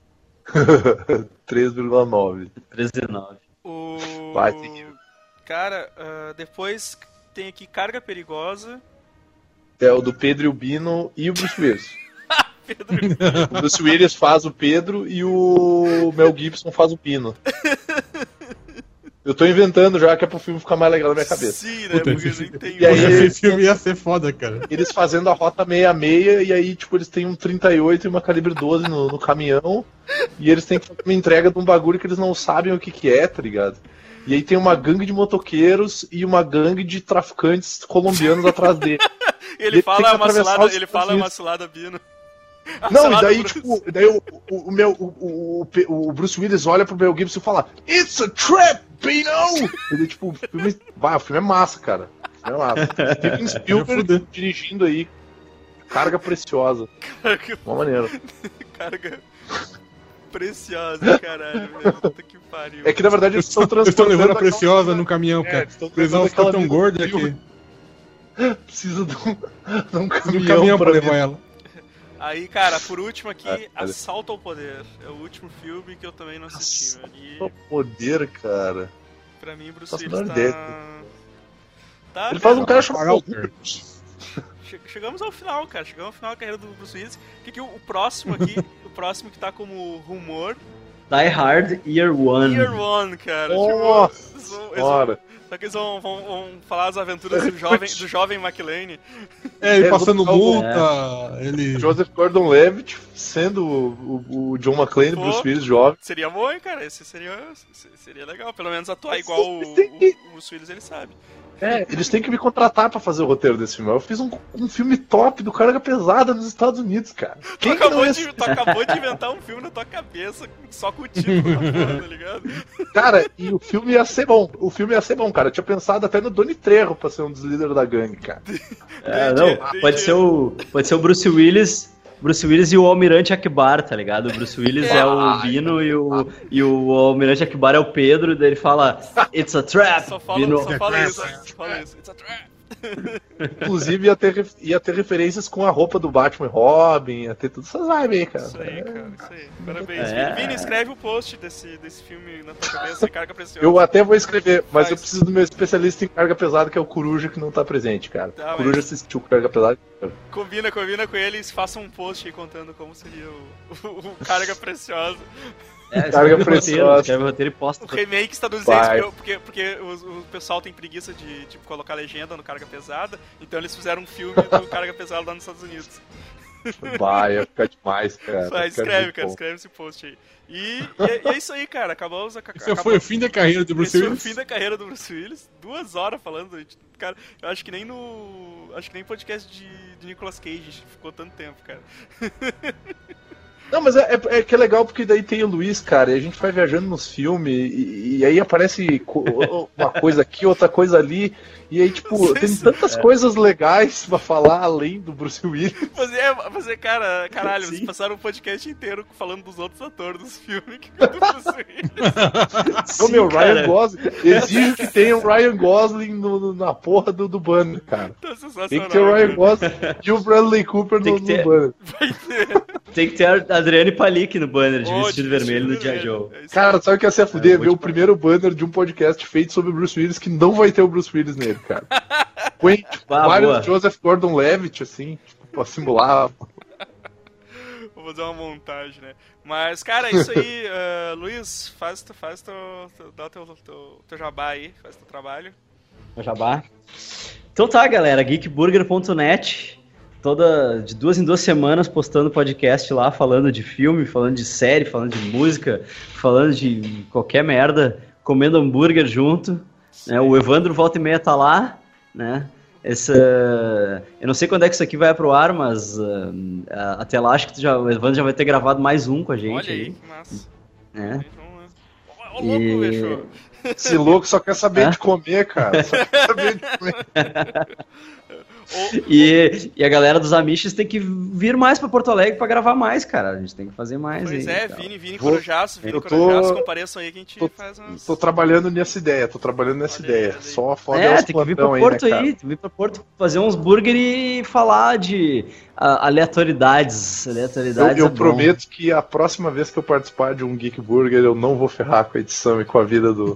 3,9. 13,9. Vai, terrível. Cara, depois tem aqui Carga Perigosa. É o do Pedro Urbino e o Bruce Willis. Pedro. O Bruce Willis faz o Pedro e o Mel Gibson faz o Pino. Eu tô inventando já que é pro filme ficar mais legal na minha cabeça. Sim, né? Puta, Porque esse- nem tem. E aí- Esse filme ia ser foda, cara. Eles fazendo a rota 66 e aí, tipo, eles têm um 38 e uma calibre 12 no caminhão e eles têm que fazer uma entrega de um bagulho que eles não sabem o que é, tá ligado? E aí tem uma gangue de motoqueiros e uma gangue de traficantes colombianos atrás dele. Ele tem fala que uma atravessar cilada, os ele fala Estados uma cilada Bino. A Não, e cilada daí, Bruce. tipo, daí o Bruce Willis olha pro Mel Gibson e fala: It's a trap, Bino! Ele, tipo, o filme é massa, cara. O filme é massa. Steven Spielberg dirigindo aí. Carga preciosa. Uma maneira. Carga preciosa, caralho, velho. Puta que pariu. É que na verdade eles estão Eles estão transportando levando a aquela- preciosa no caminhão, cara. eles estão Precisar uns aquela tão vida gordo do aqui. filme. Precisa de um No caminhão, caminhão pra pra levar ela. Aí, cara, por último aqui, olha. Assalto ao Poder. É o último filme que eu também não assisti, velho. E O poder, cara. pra mim, Bruce Faço a Willis menor tá... ideia. Tá, Ele faz um cara Pagar chamado o cara. Chegamos ao final, cara. Chegamos ao final da carreira do Bruce Willis. O próximo aqui, o próximo que tá como rumor, Die Hard Year One. Year One, cara. Nossa Tipo, eles vão- senhora. Só que eles vão falar as aventuras do jovem McClane. É, ele É, passando vou- multa, ele... Joseph Gordon-Levitt sendo o John McClane, Pô. Bruce Willis jovem. Seria bom, hein, cara? Esse seria legal. Pelo menos atuar igual o Bruce Willis, ele sabe. É, eles têm que me contratar pra fazer o roteiro desse filme. Eu fiz um filme top do Carga Pesada nos Estados Unidos, cara. Quem que não ia... Tu acabou de inventar um filme na tua cabeça só com o título, tá ligado? Cara, e o filme ia ser bom. O filme ia ser bom, cara. Eu tinha pensado até no Donnie Trejo pra ser um dos líderes da gangue, cara. É, Entendi, não, pode ser o Bruce Willis e o Almirante Akbar, tá ligado? O Bruce Willis é o Bino e o Almirante Akbar é o Pedro, daí ele fala It's a trap, Só fala Bino. isso. Só fala isso. It's a trap. Inclusive ia ter referências com a roupa do Batman e Robin, ia ter tudo essas vibes aí, cara. Isso aí, cara. Isso aí. Parabéns. É. Vini, escreve o post desse filme na tua cabeça em Carga Preciosa. Eu até vou escrever, mas Faz. eu preciso do meu especialista em carga pesada, que é o Coruja, que não tá presente, cara. Tá, O Coruja mas- assistiu Carga Pesada. Combina com eles, faça um post aí contando como seria o Carga Preciosa. Carga preciosa. Escreve o roteiro e posta. O remake estadunidense, Vai. porque o pessoal tem preguiça de tipo, colocar legenda no Carga Pesada, então eles fizeram um filme do Carga Pesada lá nos Estados Unidos. Vai, ia ficar demais, cara. Vai, Ia ficar escreve, muito cara, bom. escreve esse post aí. E é isso aí, cara, acabamos... Esse foi o fim da carreira do Bruce Esse foi o Willis. fim da carreira do Bruce Willis. 2 horas falando. Cara, eu acho que nem podcast de Nicolas Cage a gente ficou tanto tempo, cara. Não, mas é que é legal porque daí tem o Luiz, cara, e a gente vai viajando nos filmes e aí aparece uma coisa aqui, outra coisa ali, e aí, tipo, tem tantas coisas legais pra falar além do Bruce Willis. Mas cara, caralho, Sim. vocês passaram um podcast inteiro falando dos outros atores dos filmes que do Bruce Willis. Ô, meu, Sim, Ryan cara. Gosling, exige que tenha o Ryan Gosling na porra do banner, cara. Tá sensacional. Tem que ter o Ryan cara. Gosling e o Bradley Cooper Tem no que ter. banner. Vai ter. Tem que ter a Adriane Palik no banner de Ô, vestido vermelho do G.I. Joe. É isso Cara, sabe o que ia ser a fuder? vou Ver te o primeiro banner de um podcast feito sobre o Bruce Willis que não vai ter o Bruce Willis nele, cara. Põe tipo, Ah, vários boa. Joseph Gordon-Levitt, assim, tipo, pra simular. Vou fazer uma montagem, né? Mas, cara, é isso aí. Luiz, dá o teu jabá aí, faz teu trabalho. No Jabá. Então tá, galera, geekburger.net. De 2 em 2 semanas postando podcast lá, falando de filme, falando de série, falando de música, falando de qualquer merda, comendo hambúrguer junto. Né? O Evandro volta e meia tá lá, né? Eu não sei quando é que isso aqui vai pro ar, mas até lá acho que o Evandro já vai ter gravado mais um com a gente. Olha aí, que massa. Né? Ô, louco, E- bicho. Esse louco só quer saber Hã? de comer, cara. Só quer saber de comer. E a galera dos Amiches tem que vir mais pra Porto Alegre pra gravar mais, cara. A gente tem que fazer mais. Pois aí, é, tal. Vini Vou- Corujaço, eu tô- compareçam aí que a gente faz umas... Tô trabalhando nessa ideia, Olha aí, ideia. olha aí. Só foda uns Tem que vir pra plantão aí, Porto né, cara? aí, tem que vir pra Porto fazer uns burger e falar de aleatoriedades. Aleatoriedades Eu é bom. prometo que a próxima vez que eu participar de um Geek Burger, eu não vou ferrar com a edição e com a vida do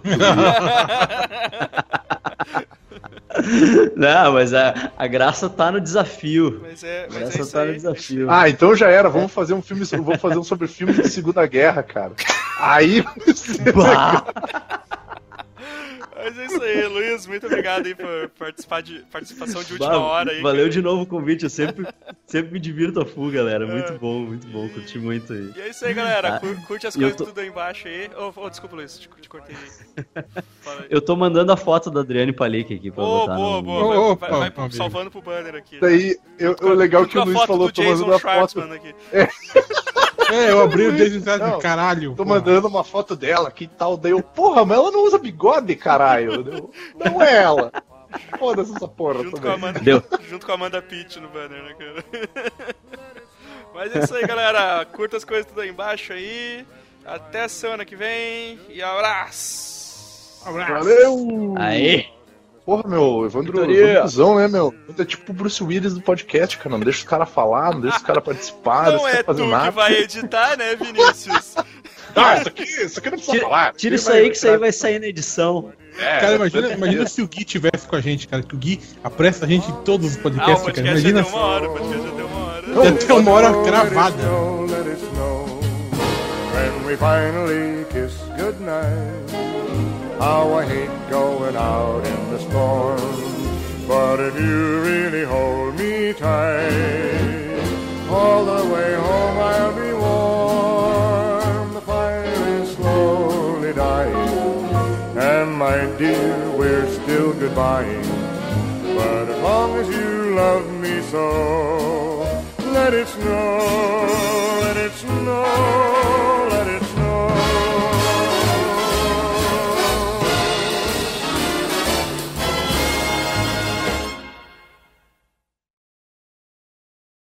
Não, mas a graça tá no desafio. Mas A é graça isso tá no aí. desafio. Ah, então já era. Vamos fazer um filme. Vou fazer um sobre filmes de Segunda Guerra, cara. Aí. Bah! Mas é isso aí, Luiz, muito obrigado aí por participação de última hora aí. Valeu de novo o convite, eu sempre me divirto a full, galera. Muito bom, curti muito aí. E é isso aí, galera. Curte as coisas tudo aí embaixo aí. Desculpa, Luiz, te cortei aí. Eu tô mandando a foto da Adriane Palik aqui pra botar. Boa. Vai salvando pro banner aqui. Daí, o legal que o Luiz falou, tô mandando a foto. Aqui. Eu abri o dedo de caralho. Tô mandando uma foto dela, que tal? Daí eu, porra, mas ela não usa bigode, caralho. Não é ela. Foda-se essa porra junto com a Amanda Pitt no banner, né, cara? Mas é isso aí, galera. Curta as coisas tudo aí embaixo aí. Até semana que vem. E abraço. Valeu! Aí! Porra, meu, Evandro cuzão, né, meu? É tipo o Bruce Willis do podcast, cara. Não deixa os caras falar, não deixa os caras participar, não é tu que vai editar, né, Vinícius? Isso aqui não precisa falar. Tira isso aí, que isso aí vai sair na edição. Cara, imagina se o Gui tivesse com a gente, cara. Que o Gui apressa a gente em todos os podcasts, o podcast cara. Imagina já deu uma hora, o podcast já deu uma hora. Já tem uma hora cravada. When we finally kiss goodnight, how I hate going out in the storm. But if you really hold me tight, all the way home I'll be warm. The fire is slowly dying, and my dear, we're still goodbying. But as long as you love me so, let it snow, let it snow.